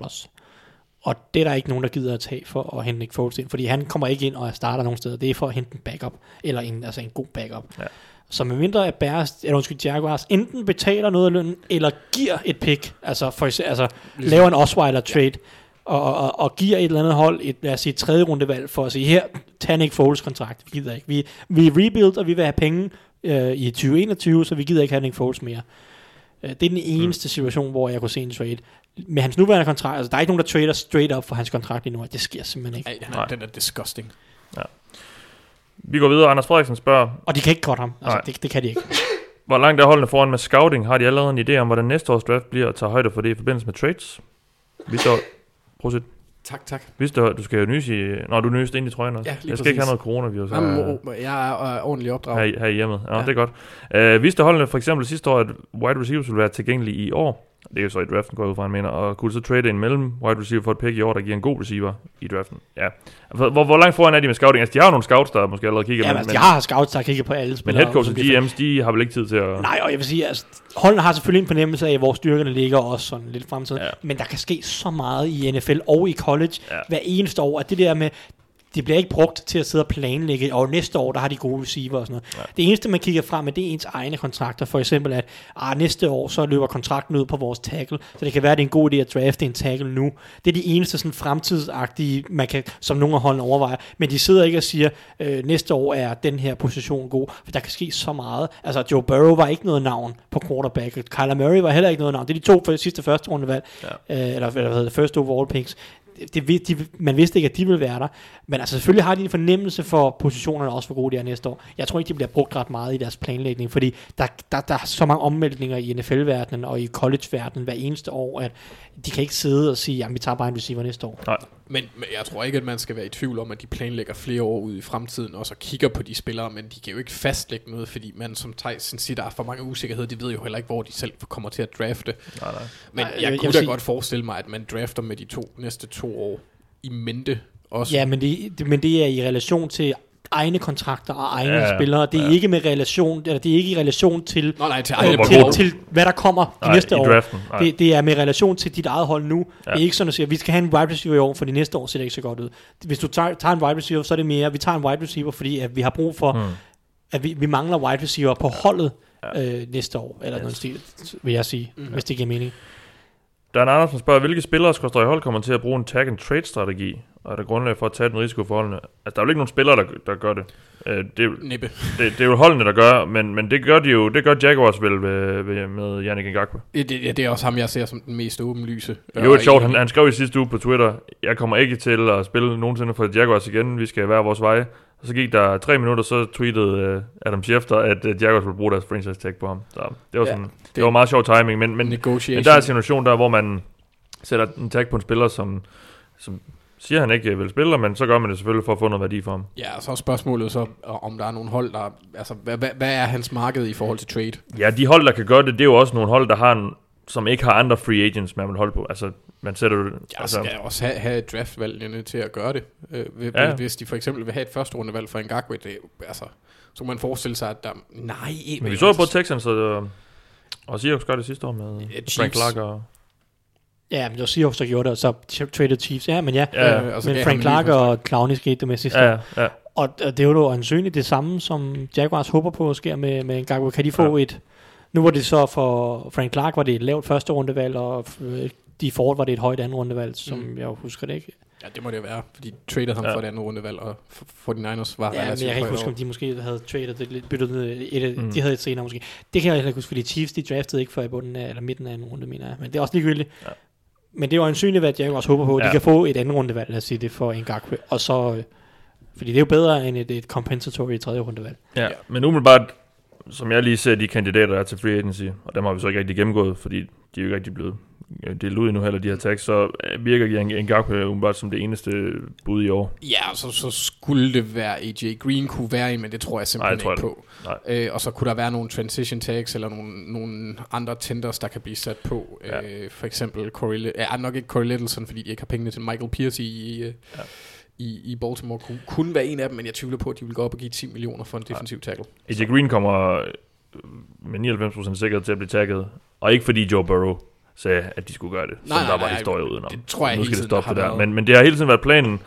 Og det er der ikke nogen, der gider at tage for at hente Nick Foles ind, fordi han kommer ikke ind og starter nogen steder. Det er for at hente en backup, eller en god backup. Ja. Så med mindre at Jaguars enten betaler noget af lønnen, eller giver et pick, laver en Osweiler trade, og giver et eller andet hold et tredje rundevalg for at sige, her, tag Nick Foles kontrakt. Vi gider ikke. Vi rebuild, og vi vil have penge i 2021, så vi gider ikke have Nick Foles mere. Det er den eneste situation, hvor jeg kunne se en trade. Med hans nuværende kontrakt, altså der er ikke nogen, der trader straight up for hans kontrakt endnu, det sker simpelthen ikke. Nej, den er disgusting. Ja. Vi går videre. Anders Frederiksen spørger... Og de kan ikke cutte ham. Altså, det kan de ikke. Hvor langt er holdene foran med scouting? Har de allerede en idé om, hvordan næste års draft bliver, og tager højde for det i forbindelse med trades? Vi står... Prosit. Tak. Du skal jo nyse i... Nå, du nyste ind i trøjen også. Ja, jeg skal ikke have noget coronavirus. Jeg er ordentligt opdraget. Her i hjemmet. Ja, det er godt. Vidste holdene for eksempel sidste år, at wide receivers ville være tilgængelige i år? Det er jo så i draften, går jeg ud fra, han mener. Og kunne så trade en mellem wide receiver for et pick i år, der giver en god receiver i draften? Ja. Hvor langt foran er de med scouting? Altså, de har jo nogle scouts, der måske allerede kigger. Ja, de har scouts, der kigger på alle spillere. Men headcoach og GM's, de har vel ikke tid til at... Nej, og jeg vil sige, altså, holdene har selvfølgelig en fornemmelse af, hvor styrkerne ligger også sådan lidt fremtiden. Ja. Men der kan ske så meget i NFL og i college hver eneste år, at det der med... Det bliver ikke brugt til at sidde og planlægge, og næste år, der har de gode receiver og sådan noget. Ja. Det eneste, man kigger frem med, det er ens egne kontrakter. For eksempel, at næste år, så løber kontrakten ud på vores tackle, så det kan være, at det er en god idé at drafte en tackle nu. Det er de eneste sådan fremtidsagtige, man kan, som nogle af holdene overvejer. Men de sidder ikke og siger, næste år er den her position god, for der kan ske så meget. Altså, Joe Burrow var ikke noget navn på quarterback, Kyler Murray var heller ikke noget navn. Det er de to sidste første rundevalg, eller hvad hedder det, first overall picks. Man vidste ikke, at de ville være der. Men altså selvfølgelig har de en fornemmelse for positionerne også, hvor gode de er næste år. Jeg tror ikke, de bliver brugt ret meget i deres planlægning, fordi der er så mange omvæltninger i NFL-verdenen og i college-verdenen hver eneste år, at de kan ikke sidde og sige, jamen vi tager bare en receiver næste år. Nej. Men jeg tror ikke, at man skal være i tvivl om, at de planlægger flere år ud i fremtiden, og så kigger på de spillere, men de kan jo ikke fastlægge noget, fordi man som Tyson siger, der er for mange usikkerheder, de ved jo heller ikke, hvor de selv kommer til at drafte. Nej. Men jeg kunne da godt forestille mig, at man drafter med de næste 2 år i mente også. Ja, men det er i relation til egne kontrakter og egne spillere. Det er ikke med relation, eller det er ikke i relation til til hvad der kommer de næste år. Det er med relation til dit eget hold nu. Ja. Det er ikke sådan at sige, at vi skal have en wide receiver i år, for de næste år ser det ikke så godt ud. Hvis du tager en wide receiver, så er det mere, vi tager en wide receiver, fordi at vi har brug for at vi mangler wide receiver på holdet næste år, eller noget stil, vil jeg sige, hvis det giver mening. Dan Andersen spørger, hvilke spillere skal hold kommer til at bruge en tag and trade strategi, og er der grundlag for at tage den risiko for holdene? Altså, der er jo ikke nogen spillere, der gør det. Det er jo holdene, der gør, men det gør de jo. Det gør Jaguars vel med Yannick Ngakoue. Det er også ham, jeg ser som den mest åbenlyse. Det er jo sjovt, han skrev i sidste uge på Twitter, jeg kommer ikke til at spille nogensinde for Jaguars igen, vi skal hver vores veje. Og så gik der 3 minutter, så tweetede Adam Schefter, at Jaguars ville bruge deres franchise tag på ham. Så det var sådan, det var meget sjov timing, men der er en situation der, hvor man sætter en tag på en spiller, som siger, han ikke vil spille, men så gør man det selvfølgelig for at få noget værdi for ham. Ja, og så er spørgsmålet så, om der er nogle hold, der... Altså, hvad er hans marked i forhold til trade? Ja, de hold, der kan gøre det er jo også nogle hold, der har som ikke har andre free agents, man vil holde på. Altså, man sætter jo... Ja, skal også have et draftvalgene til at gøre det. Hvis de for eksempel vil have et første rundevalg for Ngakoue, så kan man forestille sig, at der... Nej, men vi så jo på Texans, og Seahawks gør det sidste år med Frank Clark og... Ja, men det var Seahawks, der gjorde det, og så traded Chiefs. Ja, men men Frank Clark og Clowney skete det med sidste år. Ja. Og det er jo ansynligt det samme, som Jaguars håber på sker med Ngakoue. Kan de få et... Nu var det så for Frank Clark, var det et lavt første rundevalg, og de Ford var det et højt anden rundevalg, som jeg husker det ikke. Ja, det må det være, fordi de traded ham for et andet rundevalg, og 49ers var relativt højt. Ja, men jeg kan ikke huske, om de måske havde traded det lidt, byttet de havde et senere måske. Det kan jeg heller ikke huske, fordi Chiefs, de draftede ikke for i bunden af, eller midten af anden runde, mener jeg. Men det er også ligegyldigt. Ja. Men det er jo ansynligt, hvad jeg også håber på, at de kan få et andet rundevalg, lad os sige det, for Ngakoue. Og så, fordi det er jo bedre end et compensatory tredje rundevalg. Ja, men umiddelbart, som jeg lige ser de kandidater, der er til free agency, og dem har vi så ikke rigtig gennemgået, fordi de er jo ikke rigtig blevet delt ud endnu heller, de her tags, så virker Ngakoue umiddelbart som det eneste bud i år. Ja, så skulle det være AJ Green kunne være i, men det tror jeg simpelthen ikke på. Og så kunne der være nogle transition tags, eller nogle andre tenders, der kan blive sat på. For eksempel nok ikke Corey Littleson, fordi de ikke har pengene til Michael Pierce i Baltimore kunne være en af dem, men jeg tvivler på, at de vil gå op og give 10 millioner for en defensiv tackle. AJ Green kommer med 99% sikkerhed til at blive tagget, og ikke fordi Joe Burrow sagde, at de skulle gøre det, som der var historie udenom. Det tror jeg nu skal hele det stoppe det der. Men det har hele tiden været planen,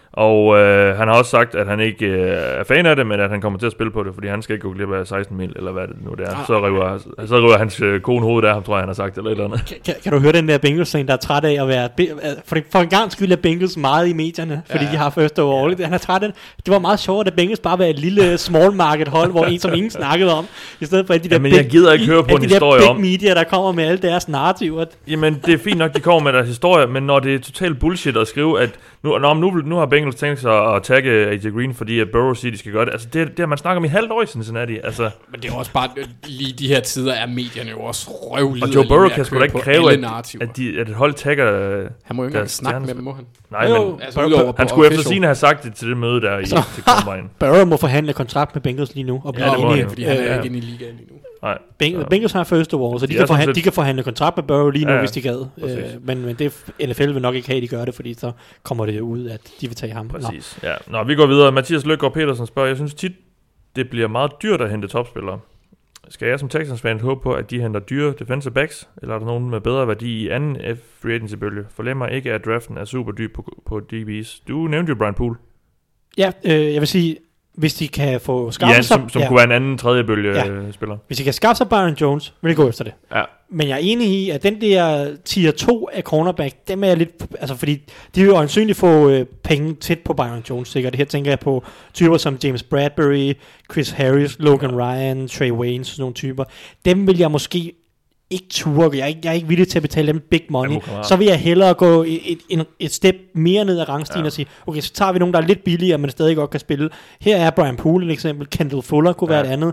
og han har også sagt, at han ikke er fan af det, men at han kommer til at spille på det, fordi han skal ikke gå glip af 16 mil, eller hvad det nu det er. Så river hans kone hovedet af ham, tror jeg, han har sagt, eller et eller andet. Kan du høre den der Bengals-ting, der er træt af at være... For en gang skyld er Bengals meget i medierne, fordi de har første overall. Han er træt af det. Det var meget sjovt, at Bengals bare var et lille small market hold, hvor som ingen snakkede om, i stedet for alle de der men jeg gider ikke høre på en historie om... big media, der kommer med alle deres narrativer. Jamen, det er fint nok, de kommer med deres historie, men når det er totalt bullshit at skrive, at nu har Bengals tænkt sig at tagge AJ Green, fordi at Burrow siger, de skal gøre det. Altså, det har man snakket om i halvt år i Cincinnati. Altså. Men det er også bare, lige de her tider er medierne jo også røvlider. Og Joe Burrow kan sgu da ikke kræve, at et hold tagger... Han må jo ikke engang snakke med dem, må han? Nej, men altså, han skulle efter sigende have sagt det til det møde der til Combine. Burrow må forhandle kontrakt med Bengals lige nu, og blive enige, fordi han er ikke inde i ligaen lige nu. Nej. Bengals har første år, så de kan forhandle kontrakt med Burrow lige nu, hvis de gad. Men det NFL vil nok ikke have, at de gør det, fordi så kommer det ud, at de vil tage ham. Præcis. Ja. Nå, vi går videre. Mathias Løkgaard Petersen spørger, jeg synes tit, det bliver meget dyrt at hente topspillere. Skal jeg som Texans-fan håbe på, at de henter dyre defensive backs, eller er der nogen med bedre værdi i anden free agency-bølge? Forlem mig ikke, at draften er super dyr på DB's. Du nævnte jo Brian Poole. Ja, jeg vil sige, hvis de kan få skaffet sig... som kunne være en anden tredje bølge spiller. Hvis de kan skaffe sig Byron Jones, vil jeg gå efter det. Ja. Men jeg er enig i, at den der tier 2 af cornerback, dem er jeg lidt... Altså, fordi de vil jo øjensynligt få penge tæt på Byron Jones, sikkert. Her tænker jeg på typer som James Bradbury, Chris Harris, Logan Ryan, Trey Wayne, sådan nogle typer. Dem vil jeg måske ikke ture. Jeg er ikke villig til at betale dem big money. Så vil jeg hellere gå et step mere ned ad rangstigen og sige, okay, så tager vi nogen, der er lidt billigere, men stadig godt kan spille. Her er Brian Poole et eksempel. Kendall Fuller kunne være et andet.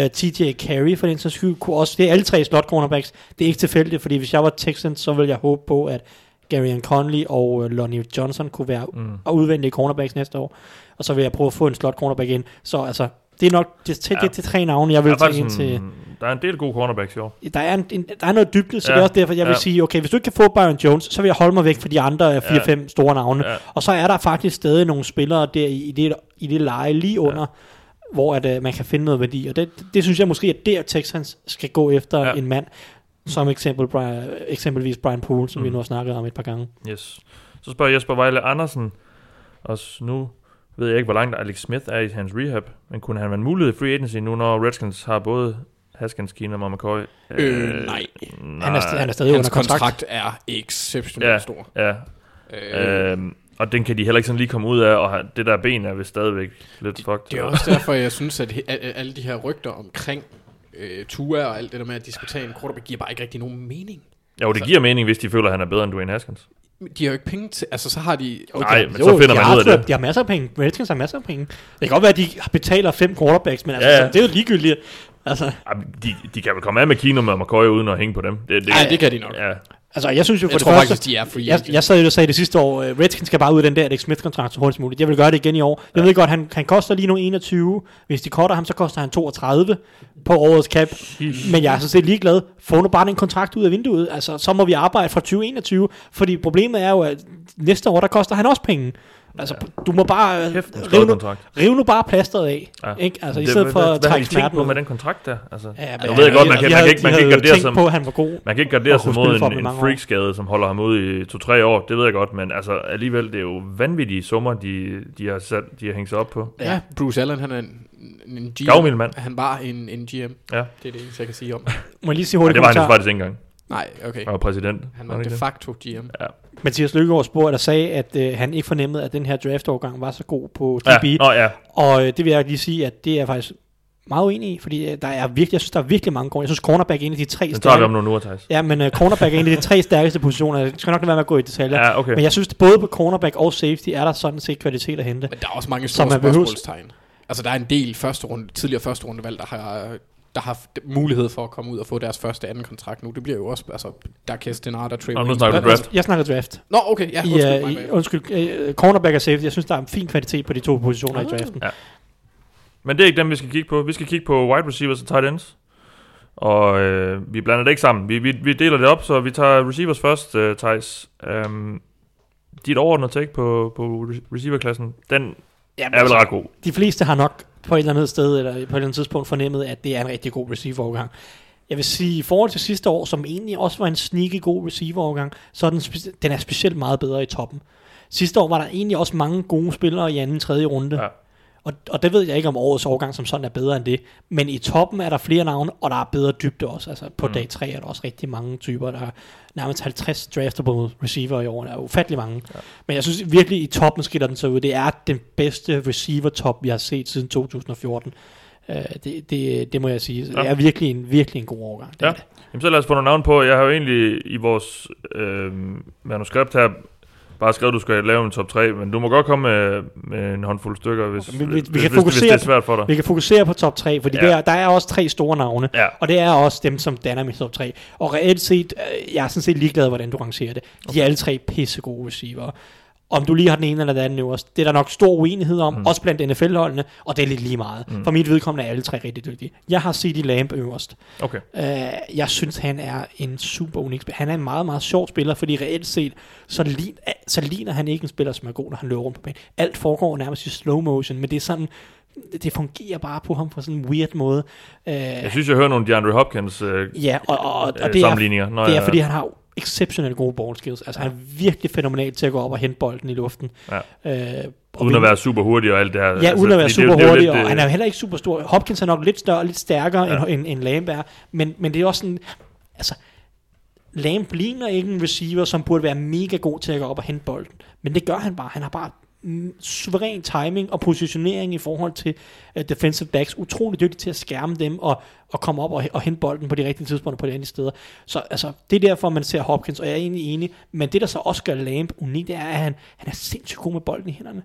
TJ Carey for den sags skyld kunne også. Det er alle tre slot cornerbacks. Det er ikke tilfældigt, fordi hvis jeg var Texans, så ville jeg håbe på, at Gary Conley og Lonnie Johnson kunne være udvendige cornerbacks næste år. Og så vil jeg prøve at få en slot cornerback ind. Så altså, det er nok det er tre navne, jeg vil tage ind til. Der er en del gode cornerbacks i år. Der er noget dybde, så det er også derfor, jeg vil sige, okay, hvis du ikke kan få Byron Jones, så vil jeg holde mig væk fra de andre 4-5 store navne. Ja. Og så er der faktisk stadig nogle spillere der i det leje lige under, hvor at, man kan finde noget værdi. Og det synes jeg måske, at der Texans skal gå efter en mand, som eksempelvis Brian Poole, som vi nu har snakket om et par gange. Yes. Så spørger Jesper Vejle Andersen, også nu ved jeg ikke, hvor langt Alex Smith er i hans rehab, men kunne han være en mulighed i free agency nu, når Redskins har både Haskins, Keenum og McCoy? Nej. Han er stadig Hans under kontrakt. kontrakt er exceptionelt stor. Ja. Og den kan de heller ikke sådan lige komme ud af, og det der ben er vist stadigvæk lidt fucked. Det er også derfor, jeg synes, at alle de her rygter omkring Tua og alt det der med, at de skal tage en quarterback, giver bare ikke rigtig nogen mening. Jo, det giver mening, hvis de føler, at han er bedre end Dwayne Haskins. De har jo ikke penge til, altså så har de... Okay. Nej, men så finder man ud af det. De har masser af penge. Redskins har masser af penge. Det kan godt være, at de betaler 5 quarterbacks, men altså, det er jo ligegyldigt. Altså. De kan vel komme af med Keenum og McCoy uden at hænge på dem. Nej, det kan de nok. Ja. Altså, jeg synes jo for jeg det tror første, faktisk, de er free agent. Jeg sad jo og sagde det sidste år, Redskins skal bare ud af den der Alex Smith-kontrakt så hurtigt muligt. Jeg vil gøre det igen i år. Jeg ved godt, han koster lige nu 21. Hvis de cutter ham, så koster han 32 på årets cap. Men jeg er så set ligeglad. Få nu bare den kontrakt ud af vinduet. Altså, så må vi arbejde fra 2021. Fordi problemet er jo, at næste år, der koster han også penge. Altså, du må bare rive nu bare plasteret af, ikke? Altså, i stedet for at trække smerten på med den kontrakt der. Altså, ja, jeg ved godt, man kan ikke gardere sig på, at han var god. Man kan ikke gardere sig mod en freak-skade, som holder ham ude i 2-3 år. Det ved jeg godt, men altså alligevel det er jo vanvittige summer, de har hængt sig op på. Ja, Bruce Allen, han er en GM. Gavmild mand. Han var en GM. Ja. Det er det eneste, jeg kan sige om. Må jeg lige sige hurtigt. Det var han faktisk ikke engang. Nej, okay. Han var præsident. Han var de facto GM. Ja. Mathias Løkkegaard spurgte, der sagde, at han ikke fornemmede, at den her draftovergang var så god på DB. Ja. Og det vil jeg lige sige, at det er faktisk meget uenig i, fordi jeg synes, der er virkelig mange gode. Jeg synes, cornerback er en af de 3 stærke. Den tager vi om nogle uger, Thijs. Ja, men cornerback er en af de 3 stærkeste positioner. Jeg skal nok være med at gå i detaljer. Ja, okay. Men jeg synes, at både på cornerback og safety er der sådan set kvalitet at hente. Men der er også mange store spørgsmålstegn. Altså, der er en del tidligere første rundevalg, der har mulighed for at komme ud og få deres første anden kontrakt nu. Det bliver jo også, altså, der er Kestinard og Trey Waynes. Nu snakker du draft. Jeg snakker draft. Nå, okay, ja. Undskyld, cornerback og safety. Jeg synes, der er en fin kvalitet på de 2 positioner i draften. Ja. Men det er ikke dem, vi skal kigge på. Vi skal kigge på wide receivers og tight ends. Og vi blander det ikke sammen. Vi deler det op, så vi tager receivers først, Thijs. Dit overordnede take på receiverklassen, den er vel ret god. De fleste har nok på et eller andet sted, eller på et eller andet tidspunkt fornemmet, at det er en rigtig god receiver-overgang. Jeg vil sige, i forhold til sidste år, som egentlig også var en sneaky god receiver-overgang, så er den er specielt meget bedre i toppen. Sidste år var der egentlig også mange gode spillere i anden og tredje runde. Ja. Og det ved jeg ikke, om årets overgang som sådan er bedre end det. Men i toppen er der flere navne, og der er bedre dybde også. Altså på dag 3 er der også rigtig mange typer. Der er nærmest 50 draftable receiver i år. Der er ufattelig mange. Ja. Men jeg synes virkelig, i toppen skiller den så ud. Det er den bedste receiver-top, vi har set siden 2014. Det må jeg sige. Det er virkelig en god overgang. Ja. Jamen, så lad os få nogle navne på. Jeg har jo egentlig i vores manuskript her bare skrevet, at du skal lave en top 3, men du må godt komme med en håndfuld stykker, hvis det er svært for dig. Vi kan fokusere på top 3, fordi der er også 3 store navne, og det er også dem, som danner mit top 3. Og reelt set, jeg er sådan set ligeglad, hvordan du rangerer det. De er alle 3 pissegode receiver. Om du lige har den ene eller den anden øverst, det er der nok stor uenighed om, også blandt NFL-holdene, og det er lidt lige meget. For mit vedkommende er alle 3 rigtig dygtige. Jeg har CeeDee Lamb øverst. Okay. Jeg synes, han er en super unik spiller. Han er en meget, meget sjov spiller, fordi reelt set, så ligner han ikke en spiller, som er god, når han løber rundt på banen. Alt foregår nærmest i slow motion, men det er sådan, det fungerer bare på ham på sådan en weird måde. Jeg synes, jeg hører nogle DeAndre Hopkins sammenligninger. Det er, fordi han har exceptionelt gode ball skills. Altså han er virkelig fænomenal til at gå op og hente bolden i luften. Ja. Uden at være super hurtig og alt det her. Ja, uden at være super hurtig, og han er heller ikke super stor. Hopkins er nok lidt større og lidt stærkere end Lamb er, men det er også sådan, altså Lamb ligner ikke en receiver, som burde være mega god til at gå op og hente bolden, men det gør han bare. Han har bare suveræn timing og positionering i forhold til defensive backs, utrolig dygtig til at skærme dem og komme op og hente bolden på de rigtige tidspunkter på de rigtige steder. Så altså, det er derfor, man ser Hopkins, og jeg er egentlig enig, men det der så også gør Lamb unik, det er, at han er sindssygt god med bolden i hænderne.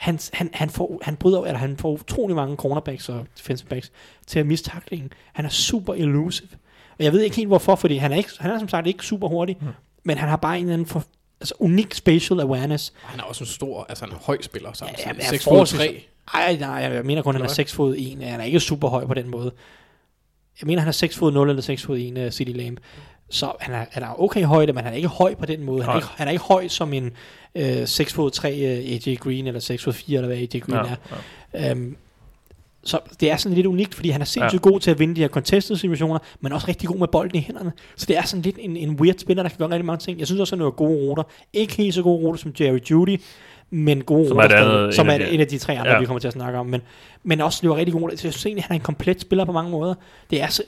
Han får utrolig mange cornerbacks og defensive backs til at miste tacklingen. Han er super elusive. Og jeg ved ikke helt hvorfor, fordi han er som sagt ikke super hurtig, men han har bare en eller anden unik spatial awareness. Han er også en stor, altså en høj spiller samtidig. 6'3". Nej, jeg mener kun, han er 6'1". Han er ikke super høj på den måde. Jeg mener, han er 6'0" eller 6'1", CeeDee Lamb. Så han er okay højde, men han er ikke høj på den måde. Han er ikke høj som en 6'3" AJ Green, eller 6'4", eller hvad AJ Green er. Så det er sådan lidt unikt, fordi han er sindssygt god til at vinde de her contested situationer, men også rigtig god med bolden i hænderne. Så det er sådan lidt en weird spiller, der kan gøre rigtig mange ting. Jeg synes også, han har gode ruter. Ikke helt så gode ruter som Jerry Jeudy, men gode som ruter, som er en af de 3 andre, vi kommer til at snakke om, men også løber rigtig gode. Jeg synes egentlig, han er en komplet spiller på mange måder. Det er så,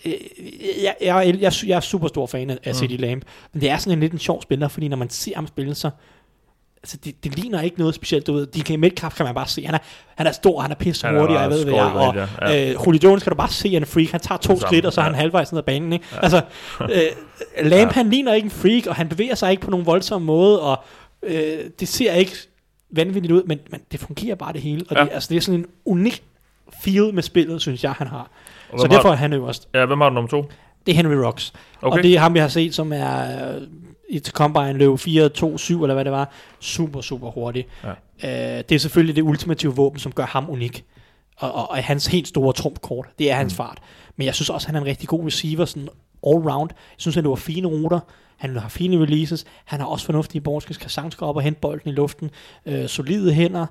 jeg er super stor fan af CeeDee Lamb, men det er sådan lidt en sjov spiller, fordi når man ser ham spille, så altså det ligner ikke noget specielt ud. DK Metcalf kan man bare se. Han er stor, han er pisse hurtig, og jeg ved hvad jeg. Og Julio Jones kan du bare se, han er en freak. Han tager 2 skridt, og så er han halvvejs ned ad banen. Ikke? Ja. Altså, Lamb, han ligner ikke en freak, og han bevæger sig ikke på nogen voldsom måde, og det ser ikke vanvittigt ud, men det fungerer bare det hele. Og det er sådan en unik feel med spillet, synes jeg, han har. Så derfor er han øverst. Ja, hvem har du nummer 2? Det er Henry Ruggs. Okay. Og det er ham, vi har set, som er til Combine løb 4-2-7, eller hvad det var. Super, super hurtigt. Ja. Det er selvfølgelig det ultimative våben, som gør ham unik. Og hans helt store trumfkort, det er hans fart. Men jeg synes også, han er en rigtig god receiver, sådan all round. Jeg synes, han løber fine ruter. Han har fine releases. Han har også fornuftige ballskills, kan sagtens gå op og hente bolden i luften. Solide hænder.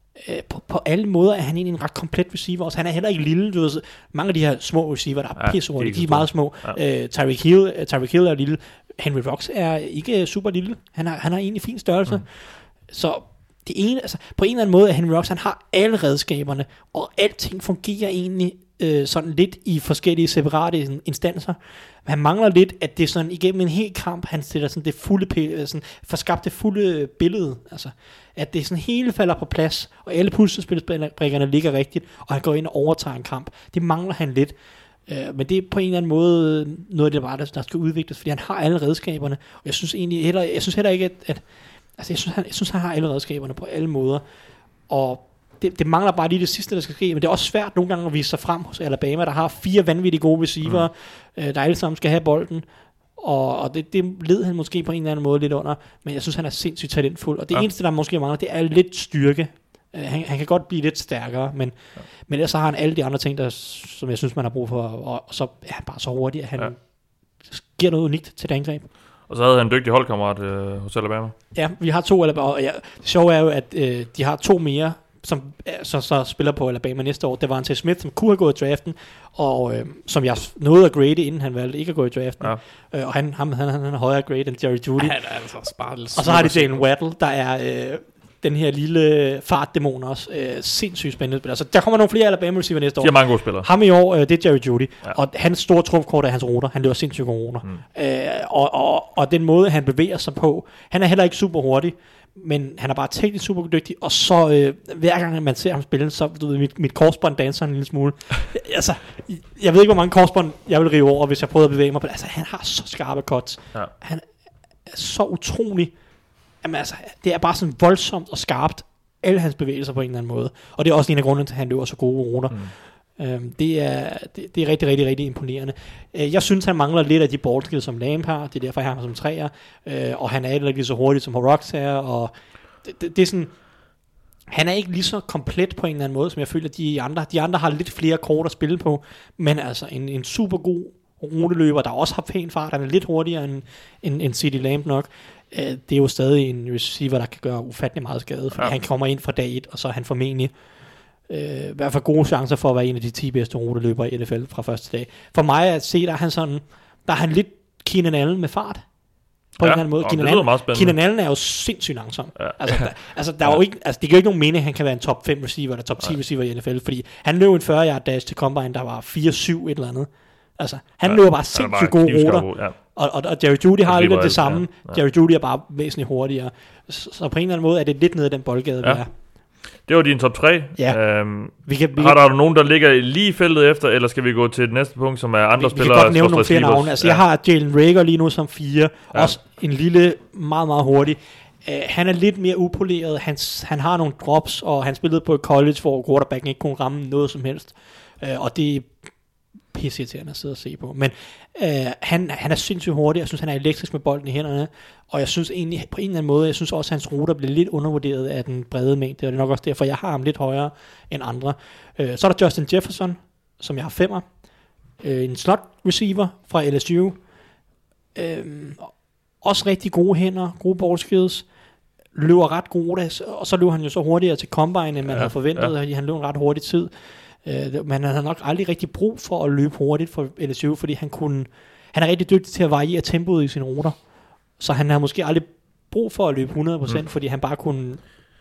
På alle måder er han egentlig en ret komplet receiver også. Han er heller ikke lille. Du ved, mange af de her små receiver, der er pisse hurtige, de er meget små. Tyreek Hill er lille. Henry Ruggs er ikke super lille. Han har egentlig fin størrelse. Så det ene, altså, på en eller anden måde er Henry Ruggs, han har alle redskaberne, og alting fungerer egentlig sådan lidt i forskellige separate instanser. Men han mangler lidt, at det er sådan igennem en hel kamp, han sætter sådan det fulde, sådan får skabt det fulde billede. Altså, at det sådan hele falder på plads, og alle puslespilsbrikkerne ligger rigtigt, og han går ind og overtager en kamp. Det mangler han lidt. Men det er på en eller anden måde noget af det bare, der skal udvikles, fordi han har alle redskaberne, og jeg synes heller ikke, at altså jeg synes, han har alle redskaberne på alle måder, og det mangler bare lige det sidste, der skal ske, men det er også svært nogle gange at vise sig frem hos Alabama, der har 4 vanvittigt gode receiver, der alle sammen skal have bolden, og det led han måske på en eller anden måde lidt under, men jeg synes, han er sindssygt talentfuld, og det eneste, der måske mangler, det er lidt styrke. Han kan godt blive lidt stærkere, men ellers så har han alle de andre ting, som jeg synes, man har brug for, og så er han bare så hurtig, at han giver noget unikt til det angreb. Og så havde han en dygtig holdkammerat hos Alabama. Ja, vi har 2 Alabama, og det sjove er jo, at de har 2 mere, som så spiller på Alabama næste år. Det var Devontae Smith, som kunne have gået i draften, og som jeg nåede at grade, inden han valgte ikke at gå i draften. Ja. Og han er højere grade end Jerry Jeudy. Han er altså spartels. Og så har de Jalen Waddle, der er den her lille fartdæmon også. Sindssygt spændende spiller. Så der kommer nogle flere Alabama receiver næste år. De har mange gode spillere. Ham i år, det er Jerry Jeudy. Ja. Og hans store trumfkort er hans ruter. Han løber sindssygt gode ruter. Og den måde, han bevæger sig på. Han er heller ikke super hurtig, men han er bare teknisk super dygtig, og så hver gang man ser ham spille, så du ved, mit korsbånd danser en lille smule. Altså, jeg ved ikke, hvor mange korsbånd jeg vil rive over, hvis jeg prøver at bevæge mig på det. Altså, han har så skarpe cuts. Ja. Han er så utrolig. Jamen, altså, det er bare sådan voldsomt og skarpt, alle hans bevægelser på en eller anden måde. Og det er også en af grundene til, at han løber så gode ruter. Det er rigtig, rigtig, rigtig imponerende. Jeg synes, han mangler lidt af de ballskills, som Lamb har. Det er derfor, jeg har ham som 3'er. Og han er ikke lige så hurtigt, som Ruggs er. Og det er sådan... Han er ikke lige så komplet på en eller anden måde, som jeg føler, at de andre har lidt flere kort at spille på. Men altså, en super god ruteløber, der også har pæn fart. Han er lidt hurtigere end CeeDee Lamb nok. Det er jo stadig en receiver, der kan gøre ufattelig meget skade. Fordi han kommer ind fra dag 1, og så er han formentlig... i hvert fald gode chancer for at være en af de 10 bedste ruteløbere i NFL fra første dag. For mig at se, der er han lidt Keenan Allen med fart på en eller anden måde. Keenan Allen er jo sindssygt langsom. Der er jo ikke, det giver ikke nogen mening, at han kan være en top 5 receiver eller top 10 receiver i NFL, fordi han løb en 40-yard dash til Combine, der var 4-7 et eller andet. Altså, han løber bare sindssygt gode ruter. Og Jerry Jeudy har lidt det samme. Jerry Jeudy er bare væsentligt hurtigere. Så på en eller anden måde er det lidt nede af den boldgade, vi er. Det var din top 3. Ja. Har der nogen, der ligger lige i feltet efter, eller skal vi gå til det næste punkt, som er andre spillere? Vi kan godt nævne nogle flere navne. Altså, jeg har Jalen Reagor lige nu som 4. Også en lille, meget, meget hurtig. Han er lidt mere upoleret. Han har nogle drops, og han spillede på et college, hvor quarterbacken ikke kunne ramme noget som helst. Og det er pisseirriterende at sidde og se på. Men han er sindssygt hurtig. Jeg synes, han er elektrisk med bolden i hænderne. Og jeg synes egentlig, på en eller anden måde, jeg synes også, at hans ruter bliver lidt undervurderet af den brede mængde. Og det er nok også derfor, jeg har ham lidt højere end andre. Så er der Justin Jefferson, som jeg har 5'er. En slot receiver fra LSU. Også rigtig gode hænder, gode ballskills. Løber ret gode, og så løber han jo så hurtigere til Combine, end man havde forventet. Han løb en ret hurtig tid. Men han har nok aldrig rigtig brug for at løbe hurtigt for LSU, fordi han er rigtig dygtig til at variere tempoet i sine ruter. Så han har måske aldrig brug for at løbe 100%, fordi han bare kunne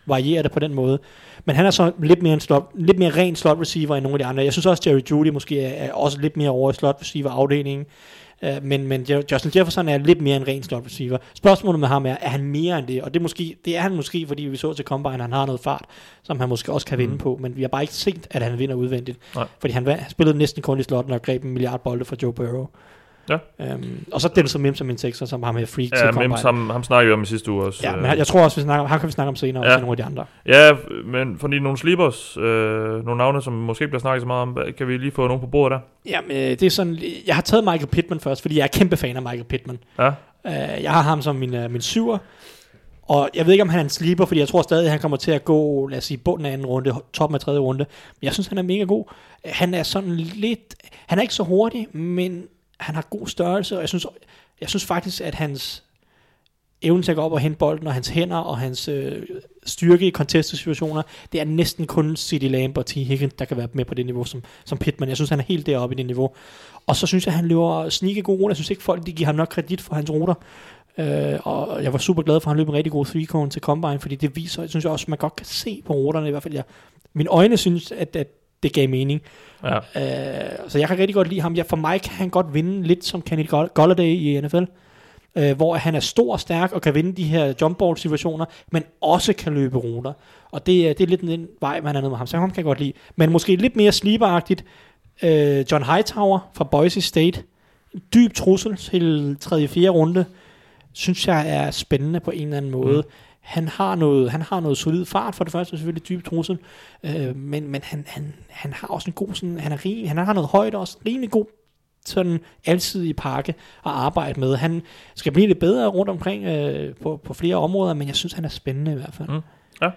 variere det på den måde. Men han er så lidt mere ren slot receiver end nogle af de andre. Jeg synes også, Jerry Jeudy måske er også lidt mere over i slot receiver afdelingen. Men Justin Jefferson er lidt mere en ren slot receiver. Spørgsmålet med ham er han mere end det? Og det er han måske, fordi vi så til Combine, han har noget fart, som han måske også kan vinde på. Men vi har bare ikke set, at han vinder udvendigt. Nej. Fordi han spillede næsten kun i slotten og greb 1 milliard bolde fra Joe Burrow. Ja. Og så Denzel Mims som en sekser, som har med freak til Combine. Mims, ham snakker vi om i sidste uge også. Ja, men jeg tror også, ham kan vi snakke om senere, også nogle af de andre. Ja, men fordi nogle sleepers, nogle navne, som måske ikke bliver snakket så meget om, kan vi lige få nogen på bordet der? Jamen, det er sådan, jeg har taget Michael Pittman først, fordi jeg er kæmpe fan af Michael Pittman. Ja. Jeg har ham som min syver, og jeg ved ikke, om han er en sleeper, fordi jeg tror stadig, at han kommer til at gå, lad os sige, bunden af anden runde, toppen af tredje runde. Men jeg synes, han er mega god. Han er sådan lidt, han er ikke så hurtig, men han har god størrelse, og jeg synes faktisk, at hans evne til at gå op og hente bolden, og hans hænder, og hans styrke i contested situationer, det er næsten kun CeeDee Lamb og T. Higgins, der kan være med på det niveau som Pittman. Jeg synes, han er helt deroppe i det niveau. Og så synes jeg, han løber sneaky gode ruter. Jeg synes ikke, folk de giver ham nok kredit for hans ruter. Og jeg var super glad for, at han løb en rigtig god 3-cone til Combine, fordi det viser, jeg synes også, man godt kan se på ruterne, i hvert fald. Mine øjne synes, at det gav mening. Ja. Så jeg kan rigtig godt lide ham. For mig kan han godt vinde lidt som Kenny Golladay i NFL, hvor han er stor og stærk og kan vinde de her jump ball situationer, men også kan løbe ruter. Og det er lidt den vej, man er nede med ham. Så ham kan jeg godt lide. Men måske lidt mere sleeperagtigt. John Hightower fra Boise State. En dyb trussel til 3. og 4. runde. Synes jeg er spændende på en eller anden måde. Han har noget solid fart, for det første selvfølgelig dyb trussel, men han har også en god sådan, han har noget højde også, rimelig god sådan alsidig pakke at arbejde med. Han skal blive lidt bedre rundt omkring på flere områder, men jeg synes han er spændende i hvert fald. Ja.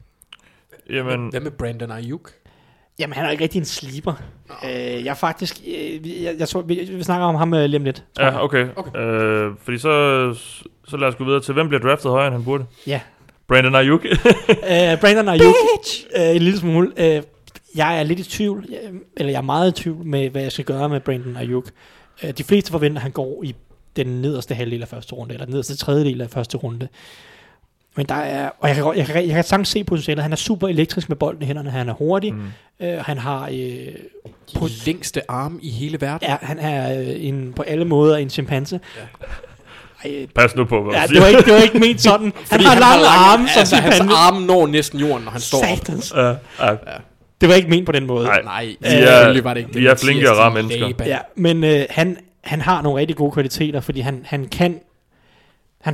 Jamen, hvad med Brandon Ayuk? Jamen han er ikke rigtig en sleeper. Jeg faktisk jeg tror vi snakker om ham lige om lidt. Ja, okay. Fordi så lad os gå videre til, hvem bliver draftet højere, end han burde? Ja. Brandon Ayuk. Brandon Ayuk. En lille smule. Jeg er lidt i tvivl, eller jeg er meget i tvivl med, hvad jeg skal gøre med Brandon Ayuk. De fleste forventer, at han går i den nederste halvdel af første runde, eller den nederste tredjedel af første runde. Men der er, og jeg kan sagtens se potentialet. Han er super elektrisk med bolden i hænderne. Han er hurtig. Han har de længste arme i hele verden. Ja, han er på alle måder en chimpanse. Ja. Pas nu på, hvad du siger. Det var ikke ment sådan. Han har lange arme som chimpanse. Hans arme når næsten jorden, når han står op. Det var ikke ment på den måde. Nej, vi er flinke og rare mennesker. Ja, men han har nogle rigtig gode kvaliteter, fordi han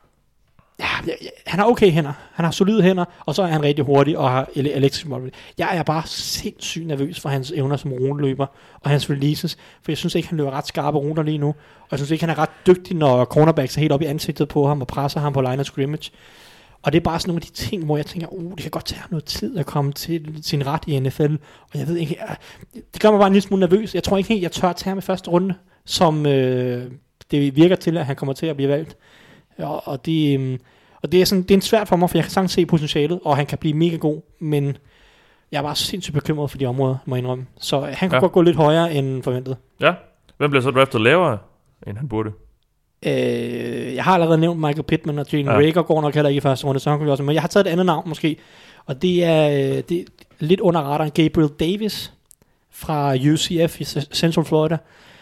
har okay hænder. Han har solide hænder, og så er han rigtig hurtig og har elektrisk mobilitet. Jeg er bare sindssygt nervøs for hans evner som ruteløber og hans releases, for jeg synes ikke, han løber ret skarpe ruter lige nu. Og jeg synes ikke, han er ret dygtig, når cornerbacks er helt op i ansigtet på ham og presser ham på line of scrimmage. Og det er bare sådan nogle af de ting, hvor jeg tænker, det kan godt tage ham noget tid at komme til sin ret i NFL. Og jeg ved ikke, det gør mig bare en lille smule nervøs. Jeg tror ikke helt, jeg tør at tage ham i første runde, som det virker til, at han kommer til at blive valgt. Og det er sådan, det er en svært for mig, for jeg kan sagtens se potentialet, og han kan blive mega god, men jeg er bare sindssygt bekymret for de områder, må jeg indrømme. Så han kan godt gå lidt højere end forventet. Ja. Hvem bliver så draftet lavere, end han burde? Jeg har allerede nævnt Michael Pittman, og Jalen Reagor går nok heller ikke i første runde, så han kan vi også, men jeg har taget et andet navn måske, og det er lidt under radaren, Gabriel Davis fra UCF i Central Florida.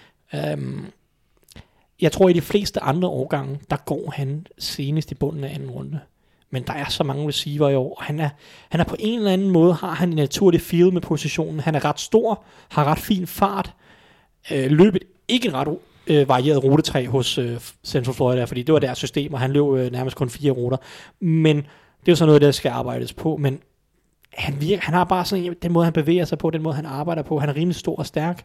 Jeg tror, i de fleste andre årgange, der går han senest i bunden af anden runde. Men der er så mange receiver i år, og han er på en eller anden måde, har han en naturlig feel med positionen. Han er ret stor, har ret fin fart, løbet ikke en ret varieret rutetræ hos Central Florida, fordi det var deres system, og han løb nærmest kun 4 ruter. Men det er jo sådan noget, der skal arbejdes på, men han har bare sådan, den måde, han bevæger sig på, den måde, han arbejder på, han er rimelig stor og stærk.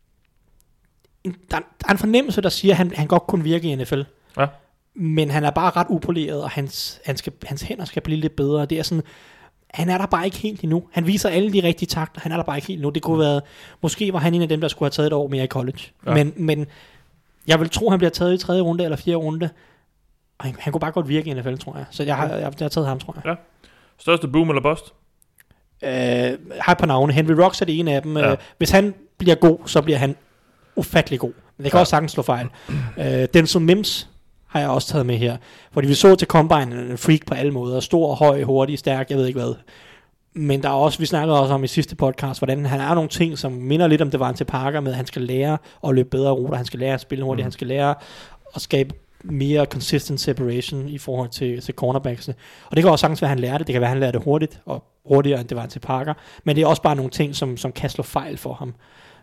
Der er en fornemmelse, der siger, at han godt kunne virke i NFL. Ja. Men han er bare ret upoleret, og hans hænder skal blive lidt bedre. Det er sådan, han er der bare ikke helt endnu. Han viser alle de rigtige takter, han er der bare ikke helt endnu. Det kunne være, måske var han en af dem, der skulle have taget et år mere i college. Ja. Men jeg vil tro, han bliver taget i 3. runde eller 4. runde. Og han kunne bare godt virke i NFL, tror jeg. Så jeg har taget ham, tror jeg. Ja. Største boom eller bust? Har et par navne. Henry Rocks er det ene af dem. Ja. Hvis han bliver god, så bliver han ufattelig god. Men det kan også sagtens slå fejl. Denzel Mims har jeg også taget med her. Fordi vi så til Combine en freak på alle måder. Stor, høj, hurtig, stærk, jeg ved ikke hvad. Men der er også, vi snakkede også om i sidste podcast, hvordan han er nogle ting, som minder lidt om det var til Parker med, at han skal lære at løbe bedre ruter, han skal lære at spille hurtigt, han skal lære at skabe mere consistent separation i forhold til cornerbacksene. Og det kan også sagtens være, at han lærer det. Det kan være, at han lærer det hurtigt, og hurtigere end det var til Parker. Men det er også bare nogle ting, som kan slå fejl for ham.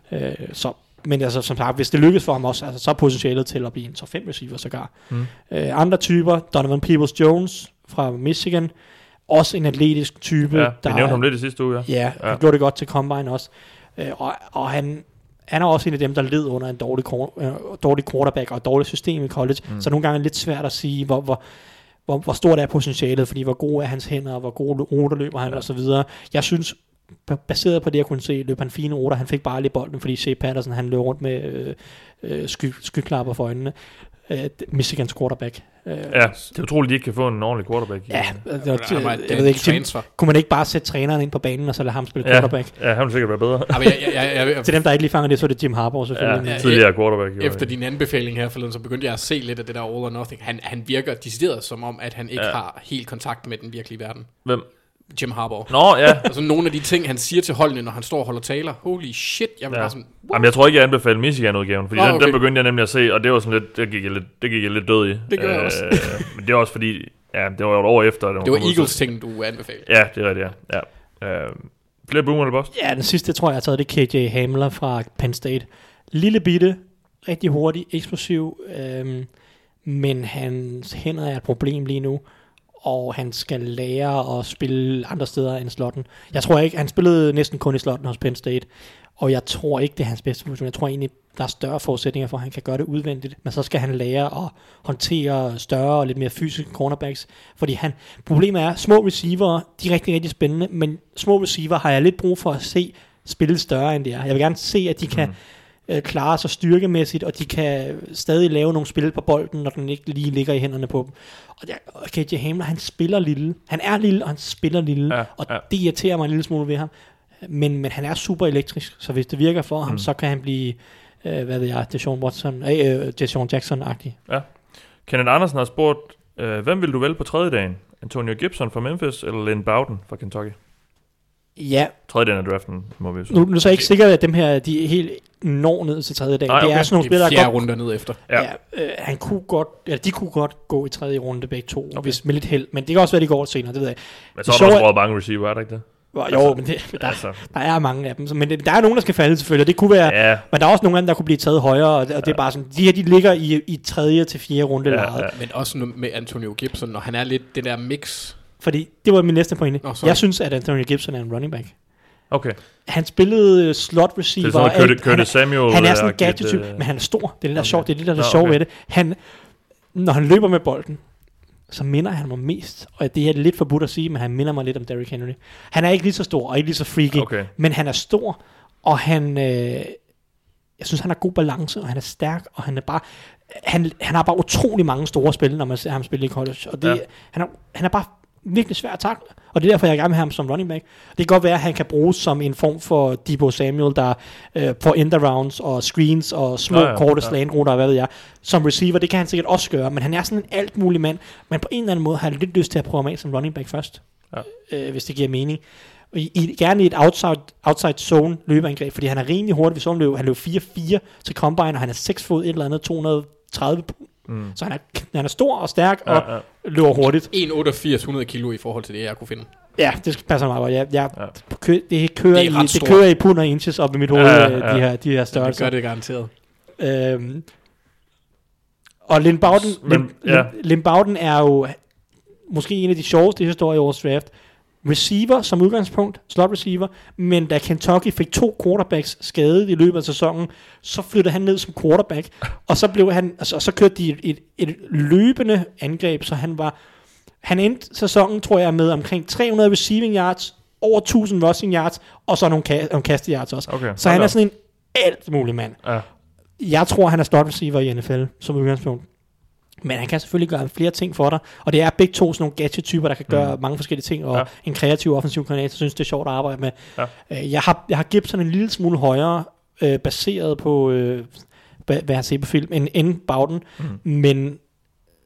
Men altså, som sagt, hvis det lykkes for ham også, altså, så er potentialet til at blive en top 5 receiver sågar. Andre typer, Donovan Peoples-Jones fra Michigan, også en atletisk type. Ja, vi nævnte ham lidt i sidste uge, ja. Han gjorde det godt til Combine også. Og han er også en af dem, der led under en dårlig quarterback og et dårligt system i college. Så nogle gange er det lidt svært at sige, hvor stort er potentialet, fordi hvor gode er hans hænder, hvor gode ruter løber han og så videre. Jeg synes, baseret på det, jeg kunne se, løb han fine ruter. Han fik bare lige bolden, fordi Shea Patterson, han løb rundt med skyklapper for øjnene. Michigans quarterback. Ja, det er utroligt, de ikke kan få en ordentlig quarterback. Ja, jeg ved ikke, kunne man ikke bare sætte træneren ind på banen, og så lade ham spille quarterback? Ja, han vil sikkert være bedre. Til dem, der ikke lige fanger det, så er det Jim Harbaugh selvfølgelig. Ja, tidligere quarterback. Efter din anbefaling her forleden, så begyndte jeg at se lidt af det der all or nothing. Han virker decideret som om, at han ikke har helt kontakt med den virkelige verden. Hvem? Jim Harbaugh. Nå, ja. Altså nogle af de ting, han siger til holdene, når han står og holder taler. Holy shit, jeg vil bare sådan... Jamen, jeg tror ikke, jeg anbefaler Michigan-udgaven, fordi den begyndte jeg nemlig at se, og det var sådan lidt, det gik jeg lidt død i. Det gør jeg også. Men det er også fordi, det var jo et år efter. Det var Eagles ting, du anbefalede. Ja, det er rigtigt, ja. Flere boom eller bust? Ja, den sidste, tror jeg har taget, det KJ Hamler fra Penn State. Lille bitte, rigtig hurtig, eksplosiv, men hans hænder er et problem lige nu. Og han skal lære at spille andre steder end slotten. Jeg tror ikke, han spillede næsten kun i slotten hos Penn State, og jeg tror ikke, det er hans bedste position. Jeg tror egentlig, der er større forudsætninger for, at han kan gøre det udvendigt, men så skal han lære at håndtere større og lidt mere fysiske cornerbacks, fordi problemet er, små receiver, de er rigtig, rigtig spændende, men små receiver har jeg lidt brug for at se spille større end det er. Jeg vil gerne se, at de kan klare sig styrkemæssigt, og de kan stadig lave nogle spil på bolden, når den ikke lige ligger i hænderne på dem. Og KJ Hamler, han spiller lille. Han er lille, og han spiller lille, og det irriterer mig en lille smule ved ham. Men han er super elektrisk, så hvis det virker for ham, så kan han blive, hvad ved jeg, Deshaun Jackson-agtig. Ja. Kenneth Andersen har spurgt, hvem vil du vælge på tredje dagen? Antonio Gibson fra Memphis, eller Lynn Bowden fra Kentucky? Ja. Tredje dagen af draften, må vi så. Nu er det så ikke sikkert, at dem her, de er helt når ned til tredje dag. Det er sådan nogle spillere, der fjerde runde ned efter. Han kunne godt, de kunne godt gå i tredje runde begge to, hvis med lidt held. Men det kan også være, de går senere, det ved jeg. Men så har du også råd mange receiver, er det ikke det? Jo, men der er mange af dem. Men der er nogen, der skal falde selvfølgelig. Det kunne være, men der er også nogle af dem, der kunne blive taget højere. Og det er bare sådan, de her, de ligger i tredje til fjerde runde. Men også med Antonio Gibson, når han er lidt det der mix. Fordi det var min næste pointe. Jeg synes, at Antonio Gibson er en running back. Okay. Han spillede slot receiver. Det er sådan Curtis Samuel. Han er sådan en gadget-type, men han er stor. Det er det, der er sjovt. Det er det, der er sjovt ved det. Når han løber med bolden, så minder han mig mest, og det er lidt forbudt at sige, men han minder mig lidt om Derrick Henry. Han er ikke lige så stor, og ikke lige så freaky, men han er stor, og han, jeg synes, han har god balance, og han er stærk, og han er bare, han har bare utrolig mange store spil, når man ser ham spille i college, og det, han er bare virkelig svær at takle, og det er derfor, jeg gerne vil have ham som running back. Det kan godt være, at han kan bruges som en form for Deebo Samuel, der får end-arounds og screens og små korte slant-ruter, og hvad ved jeg. Som receiver, det kan han sikkert også gøre, men han er sådan en alt mulig mand. Men på en eller anden måde har jeg lidt lyst til at prøve ham af som running back først, hvis det giver mening. Og gerne i et outside zone løbeangreb, fordi han er rimelig hurtig. Han løb 4-4 til Combine, og han er 6 fod, et eller andet 230 pund. Så han er stor og stærk og løber hurtigt. 1,88 100 kilo i forhold til det, jeg kunne finde. Ja, det passer meget godt. Det kører i pund og inches op i mit hoved, de her størrelser. Det gør det garanteret. Og Lynn Bowden er jo måske en af de sjoveste historier i årets draft. Receiver som udgangspunkt, slot receiver, men da Kentucky fik 2 quarterbacks skadet i løbet af sæsonen, så flyttede han ned som quarterback, og så blev han, så kørte de et løbende angreb, så han endte sæsonen, tror jeg, med omkring 300 receiving yards, over 1000 rushing yards, og så nogle kaste yards også. Okay. Så han er sådan en alt mulig mand. Ja. Jeg tror, han er slot receiver i NFL som udgangspunkt. Men han kan selvfølgelig gøre flere ting for dig, og det er begge to sådan nogle gadget-typer, der kan gøre mange forskellige ting, og en kreativ offensiv koordinator synes, det er sjovt at arbejde med. Ja. Jeg har Gibson en lille smule højere, baseret på, hvad jeg ser på film, end Bowden, men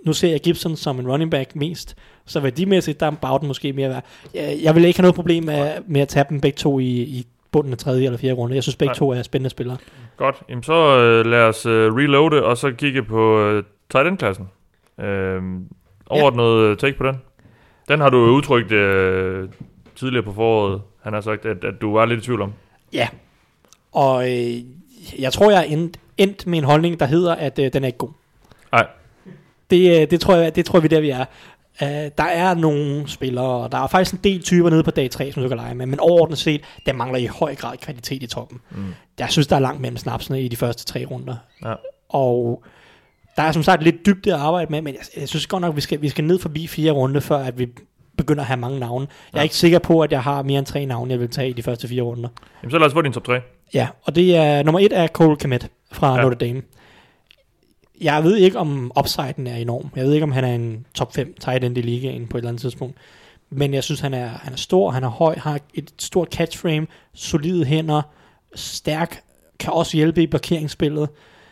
nu ser jeg Gibson som en running back mest, så værdimæssigt, der er Bowden måske mere værd. Jeg vil ikke have noget problem med at tage dem begge to i bunden af 3. eller 4. runde. Jeg synes begge to er spændende spillere. Godt, jamen så lad os reloade, og så kigge på tight end-klassen. Overordnet take på den. Den har du udtrykt tidligere på foråret. Han har sagt, at du var lidt i tvivl om. Ja, og jeg tror, jeg er endt med en holdning, der hedder, at den er ikke god. Nej. Det tror jeg, vi der vi er. Der er nogle spillere, og der er faktisk en del typer nede på dag 3, som du kan lege med, men overordnet set, der mangler i høj grad kvalitet i toppen. Jeg synes, der er langt mellem snapsene i de første 3 runder. Ja. Og der er som sagt lidt dybde at arbejde med, men jeg synes godt nok, vi skal ned forbi 4 runder, før at vi begynder at have mange navne. Jeg er ikke sikker på, at jeg har mere end 3 navne, jeg vil tage i de første 4 runder. Jamen så lad os få din top 3. Ja, og det er nummer 1 er Cole Kmet fra Notre Dame. Jeg ved ikke, om upsiden er enorm. Jeg ved ikke, om han er en top 5 tight end i ligaen på et eller andet tidspunkt. Men jeg synes, han er stor, han er høj, har et stort catch frame, solide hænder, stærk, kan også hjælpe i blokeringsspillet.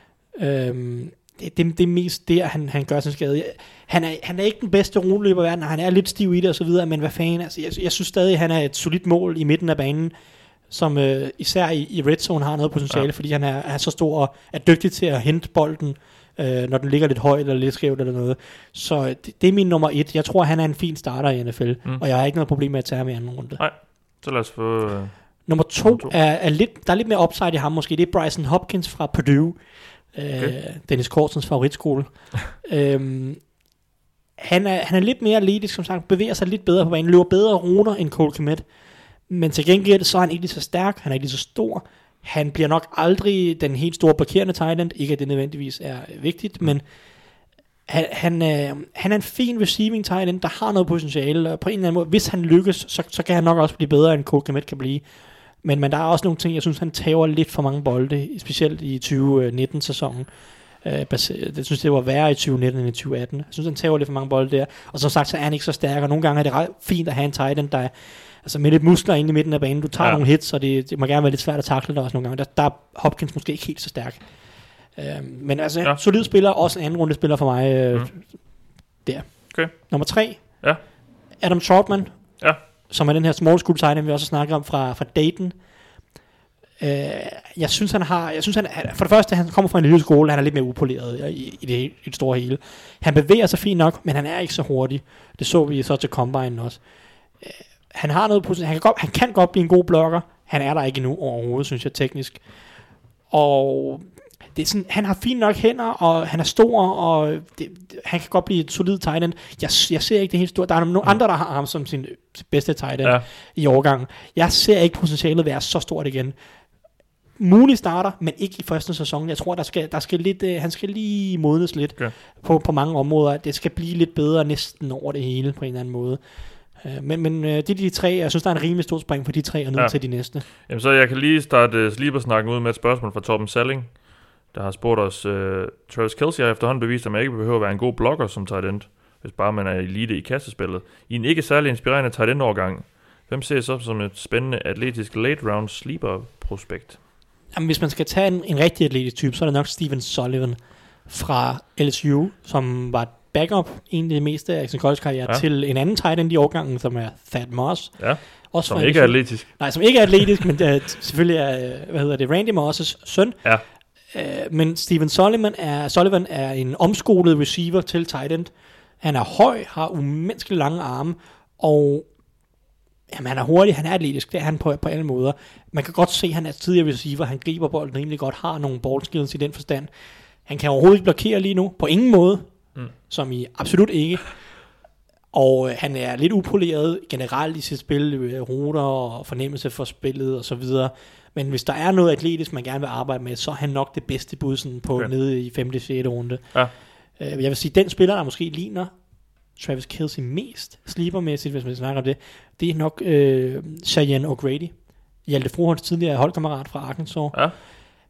Det er mest det, han gør sin skade. Han er ikke den bedste ruteløber i verden, han er lidt stiv i det og så videre, men hvad fanden, altså, jeg synes stadig, han er et solidt mål i midten af banen, som især i red zone har noget potentiale, fordi han er så stor og er dygtig til at hente bolden, når den ligger lidt højt eller lidt skævt eller noget. Så det er min nummer 1. Jeg tror, han er en fin starter i NFL, og jeg har ikke noget problem med at tage ham i anden runde. Nej, så lad os få... Nummer 2 er lidt, der er lidt mere upside i ham måske. Det er Bryson Hopkins fra Purdue. Dennis Korsens favoritskole. Han er lidt mere atletisk, som sagt, bevæger sig lidt bedre på banen, løber bedre ruter end Cole Kmet, men til gengæld så er han ikke lige så stærk, han er ikke lige så stor, han bliver nok aldrig den helt store blokerende tight end, ikke at det nødvendigvis er vigtigt, men han er en fin receiving tight end, der har noget potentiale, og på en eller anden måde, hvis han lykkes, så kan han nok også blive bedre end Cole Kmet kan blive. Men der er også nogle ting, jeg synes, han tager lidt for mange bolde, specielt i 2019-sæsonen. Jeg synes, det var værre i 2019 end i 2018. Jeg synes, han tager lidt for mange bolde der. Og som sagt, så er han ikke så stærk, og nogle gange er det ret fint at have en tight end, der er altså med lidt muskler inde i midten af banen. Du tager nogle hits, og det må gerne være lidt svært at takle dig også nogle gange. Der er Hopkins måske ikke helt så stærk. Men altså, solid spiller, også en anden runde spiller for mig der. Okay. Nummer 3. Ja. Adam Trautman. Ja. Som er den her small school tight end, vi også snakker om fra Dayton. Jeg synes han for det første, han kommer fra en lille skole, han er lidt mere upoleret i det store hele. Han bevæger sig fint nok, men han er ikke så hurtig. Det så vi så til Combine også. Han har noget potentiale. Han kan godt blive en god blokker. Han er der ikke endnu overhovedet, synes jeg, teknisk. Og det er sådan, han har fint nok hænder, og han er stor, og han kan godt blive et solid tight end. Jeg ser ikke det helt store. Der er nogle andre, der har ham som sin bedste tight end i årgangen. Jeg ser ikke potentialet være så stort igen. Mulig starter, men ikke i første sæson. Jeg tror, der skal lidt, han skal lige modnes lidt på mange områder. Det skal blive lidt bedre næsten over det hele på en eller anden måde. Men det er de 3, jeg synes, der er en rimelig stor spring på de 3 og ned til de næste. Jamen, så jeg kan lige starte Sleeper-snakken ud med et spørgsmål fra Torben Salling, der har spurgt os, Travis Kelce har efterhånden bevist, at man ikke behøver at være en god blokker som tight end, hvis bare man er elite i kastespillet. I en ikke særlig inspirerende tight end-årgang, hvem ser så som et spændende atletisk late-round sleeper-prospekt? Jamen, hvis man skal tage en rigtig atletisk type, så er det nok Steven Sullivan fra LSU, som var backup egentlig det meste af sin college-karriere til en anden tight end i årgangen, som er Thad Moss. Ja, også som ikke er atletisk. Nej, som ikke er atletisk, men selvfølgelig er, Randy Moss' søn. Ja. Men Steven Sullivan er en omskolet receiver til tight end. Han er høj, har umenneskeligt lange arme, og jamen, han er hurtig, han er atletisk, det er han på alle måder. Man kan godt se, at han er tidligere receiver, han griber bolden rimelig godt, har nogle ballskills i den forstand. Han kan overhovedet ikke blokere lige nu, på ingen måde, som i absolut ikke. Og han er lidt upoleret generelt i sit spil, ruter og fornemmelse for spillet og så videre. Men hvis der er noget atletisk, man gerne vil arbejde med, så er han nok det bedste bud sådan på nede i 5. og 6. runde. Ja. Jeg vil sige, den spiller, der måske ligner Travis Kelce mest, sleepermæssigt, hvis man snakker om det, det er nok Cheyenne O'Grady. Hjalte Froholds tidligere holdkammerat fra Arkansas. Ja.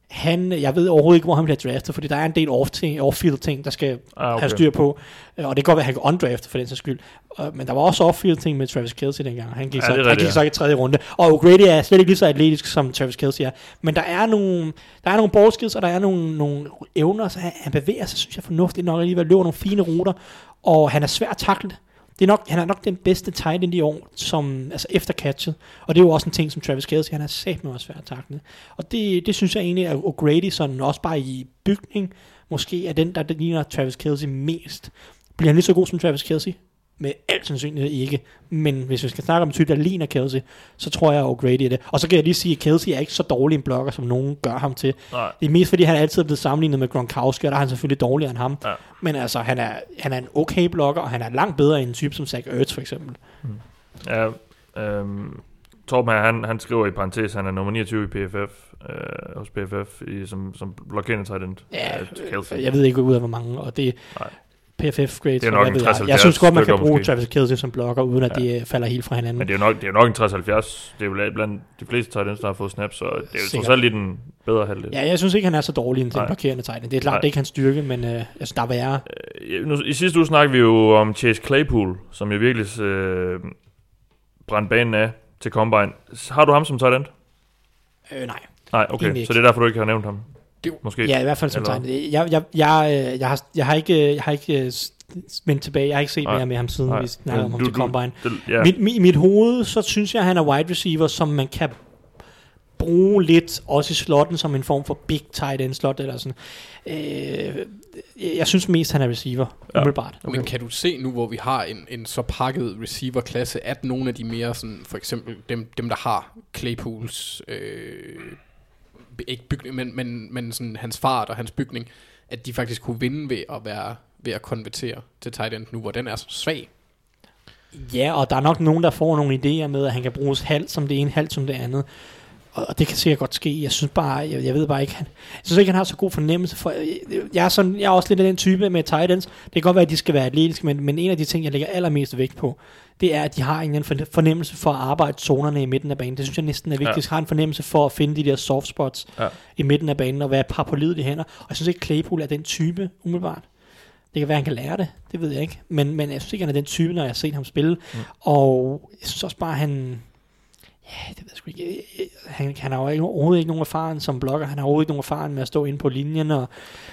Jeg ved overhovedet ikke, hvor han bliver draftet, fordi der er en del off-field ting, der skal have styr på. Og det kan godt være, at han går undraftet for den sags skyld. Men der var også off-field ting med Travis Kelce dengang. Han gik så i 3. runde. Og O'Grady er slet ikke lige så atletisk, som Travis Kelce er. Men der er nogle ballskills, og der er nogle evner, så han bevæger sig, synes jeg, fornuftigt nok alligevel. Løber nogle fine ruter, og han er svær at tackle. Han er nok den bedste tight end i år, altså efter catchet. Og det er jo også en ting som Travis Kelce, han er satme også svært at tackle. Og det synes jeg egentlig, at O'Grady sådan også bare i bygning, måske er den, der ligner Travis Kelce mest. Bliver han lige så god som Travis Kelce? Med alt sandsynlighed ikke. Men hvis vi skal snakke om en type, der ligner Kelce, så tror jeg, at O'Grady er det. Og så kan jeg lige sige, at Kelce er ikke så dårlig en blokker, som nogen gør ham til. Nej. Det er mest fordi, han altid er blevet sammenlignet med Gronkowski, og der er han selvfølgelig dårligere end ham. Ja. Men altså, han er en okay blokker, og han er langt bedre end en type som Zach Ertz, for eksempel. Ja, Torben han skriver i parentes, han er nummer 29 i PFF, hos PFF, som blokkerende tight end. Ja, jeg ved ikke ud af hvor mange, og det... Nej. PFF grades. Det er nok en 60-70. Jeg synes godt, man kan bruge Travis Kelce som blokker, uden at det falder helt fra hinanden. Men det er nok en 60-70. Det er jo blandt de fleste tight ends, der har fået snaps, så det er jo trods alt lige den bedre halvdel. Ja, jeg synes ikke, han er så dårlig en blokerende tight end. Det er klart, det er ikke hans styrke, men jeg synes, der er værre. I sidste uge snakkede vi jo om Chase Claypool, som jo virkelig brændte banen af til Combine. Har du ham som tight end? Nej, okay. Så det er derfor, du ikke har nævnt ham? Måske. Ja, i hvert fald som tegn. Jeg har ikke vendt tilbage. Jeg har ikke set mere med ham siden vi snakkede om ham til Combine. I mit hoved, så synes jeg, han er wide receiver, som man kan bruge lidt, også i slotten, som en form for big tight end slot, eller sådan. Jeg synes mest, han er receiver, umiddelbart. Okay. Men kan du se nu, hvor vi har en så pakket receiver-klasse, at nogle af de mere, sådan, for eksempel dem der har Claypools... ikke bygning, men sådan hans fart og hans bygning, at de faktisk kunne vinde ved at konvertere til tight end nu, hvor den er så svag. Ja, og der er nok nogen, der får nogle idéer med, at han kan bruges halvt som det ene, halvt som det andet. Og det kan sikkert godt ske. Jeg synes bare, jeg ved bare ikke, jeg synes ikke, han har så god fornemmelse for. Jeg er også lidt af den type med tight ends. Det kan godt være, at de skal være atletiske, men en af de ting, jeg lægger allermest vægt på, det er, at de har en fornemmelse for at arbejde zonerne i midten af banen. Det synes jeg næsten er vigtigt. De har en fornemmelse for at finde de der soft spots i midten af banen og være par pålidelige hænder. Og jeg synes ikke, Claypool er den type umiddelbart. Det kan være, han kan lære det. Det ved jeg ikke. Men jeg synes ikke, han er den type, når jeg har set ham spille. Og jeg synes også bare, han... Ja, det ved jeg sgu ikke. Han har jo overhovedet ikke nogen erfaring som blokker. Han har overhovedet ikke nogen erfaring med at stå inde på linjen og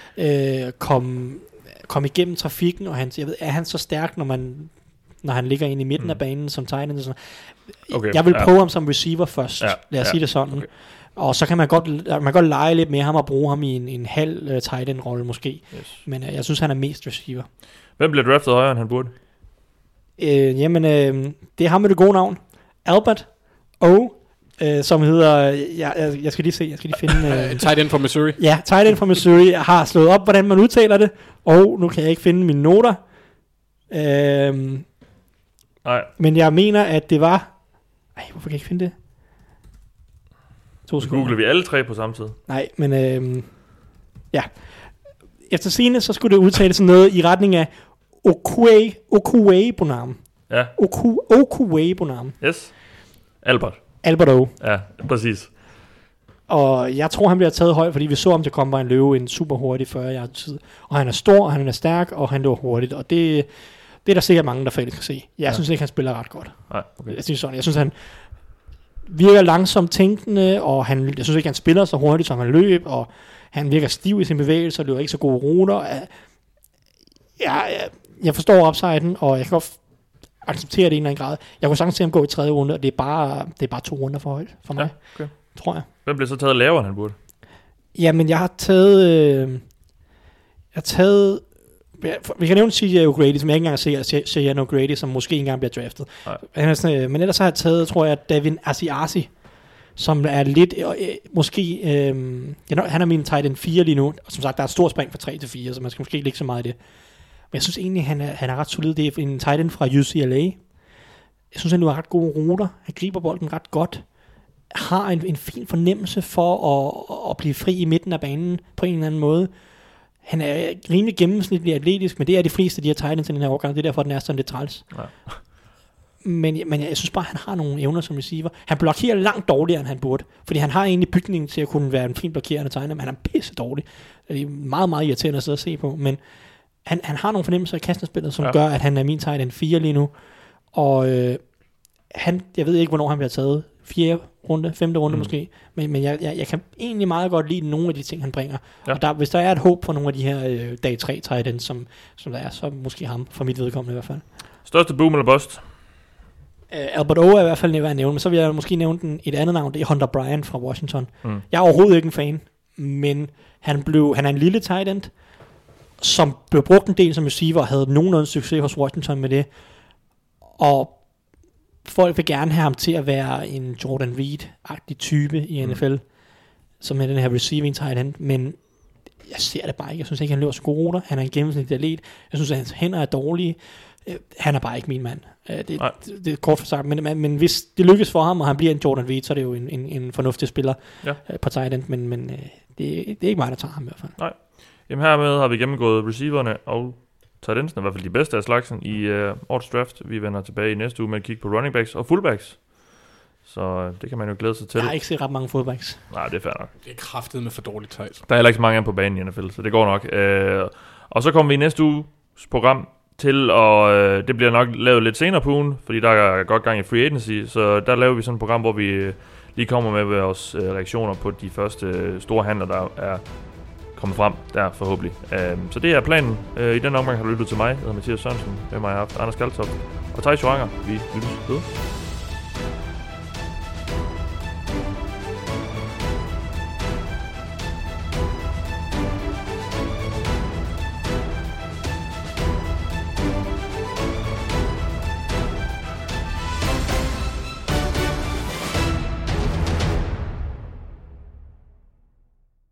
komme igennem trafikken. Og er han så stærk, når han ligger inde i midten af banen som tight end? Okay, jeg vil prøve ham som receiver først. Lad os sige det sådan. Okay. Og så kan man godt lege lidt med ham og bruge ham i en halv tight end rolle måske. Yes. Men jeg synes, han er mest receiver. Hvem bliver draftet højere, end han burde? Det er ham med det gode navn. Albert som hedder, jeg skal lige finde... tight end fra Missouri. Ja, tight end fra Missouri. Jeg har slået op, hvordan man udtaler det, og nu kan jeg ikke finde mine noter. Men jeg mener, at det var... hvorfor kan jeg ikke finde det? Googler vi alle tre på samme tid? Nej, men ja. Efter sigende, så skulle det udtale sådan noget i retning af Okwuegbunam. Ja. Okwuegbunam. Yes. Albert O. Ja, præcis. Og jeg tror, han bliver taget højt, fordi vi så ham til Combine løbe en super hurtig 40 yard tid. Og han er stor, og han er stærk, og han løber hurtigt. Og det er der sikkert mange, der faktisk kan se. Jeg synes ikke, han spiller ret godt. Nej, okay. Jeg synes, han virker langsomt tænkende, og jeg synes ikke, han spiller så hurtigt, som han løb, og han virker stiv i sin bevægelse, og løber ikke så gode ruter. Jeg forstår upsiden, og jeg kan godt acceptere det i en eller anden grad. Jeg kunne sagtens se ham gå i 3. runde, og det er bare 2 runder for højt for mig, okay. Tror jeg. Hvem bliver så taget lavere, end han burde? Jamen, jeg har taget... vi kan nævne CJ O'Grady, som jeg ikke engang ser CJ O'Grady, som måske ikke engang bliver draftet. Men ellers har jeg taget, tror jeg, David Asiasi, som er lidt, måske, han er min tight end 4 lige nu, og som sagt, der er et stort spring fra 3 til 4, så man skal måske ikke lægge så meget i det. Men jeg synes egentlig, han er ret solid. Det er en tight end fra UCLA. Jeg synes, han har ret gode ruter. Han griber bolden ret godt. Har en fin fornemmelse for at blive fri i midten af banen på en eller anden måde. Han er rimelig gennemsnitlig atletisk, men det er de fleste, de her tight ends i den her årgang. Det er derfor, den er sådan lidt træls. Ja. Men jeg synes bare, han har nogle evner som receiver. Han blokerer langt dårligere, end han burde. Fordi han har egentlig bygningen til at kunne være en fin blokerende tegner, men han er pisse dårlig. Det er meget, meget irriterende at sidde og se på. Men han har nogle fornemmelser i kastespillet, som gør, at han er min tight end 4 lige nu. Og jeg ved ikke, hvornår han bliver taget. 4. runde, 5. runde måske. Men jeg kan egentlig meget godt lide nogle af de ting, han bringer. Ja. Og hvis der er et håb for nogle af de her dag 3 tight ends, som der er, så måske ham, for mit vedkommende i hvert fald. Største boom eller bust? Albert O er i hvert fald værd at nævne, men så vil jeg måske nævne et andet navn, det er Hunter Bryant fra Washington. Jeg er overhovedet ikke en fan, men han er en lille tight end, som blev brugt en del som receiver, og havde nogenlunde succes hos Washington med det. Og folk vil gerne have ham til at være en Jordan Reed-agtig type i NFL, som er den her receiving tight end, men jeg ser det bare ikke. Jeg synes ikke, han løber så gode ruter. Han er en gennemsnitlig atlet. Jeg synes, at hans hænder er dårlige. Han er bare ikke min mand. Det er kort for sagt, men hvis det lykkes for ham, og han bliver en Jordan Reed, så er det jo en fornuftig spiller på tight end, men det er ikke mig, der tager ham i hvert fald. Nej. Jamen hermed har vi gennemgået receiverne og tight endsene, i hvert fald de bedste af slagsen i årets draft. Vi vender tilbage i næste uge med at kigge på running backs og fullbacks. Så det kan man jo glæde sig til. Jeg har ikke set ret mange fullbacks. Nej, det er fair nok. Det er kraftet med for dårligt tight. Der er heller ikke så mange af på banen i NFL, så det går nok. Og så kommer vi i næste uges program til, og det bliver nok lavet lidt senere på ugen, fordi der er godt gang i free agency, så der laver vi sådan et program, hvor vi lige kommer med vores reaktioner på de første store handler, der er kommet frem der forhåbentlig. Så det er planen. I den omgang har du lyttet til mig. Jeg hedder Mathias Sørensen. Med mig har haft Anders Kaltoft og Thijs Joranger. Vi lyttes ved.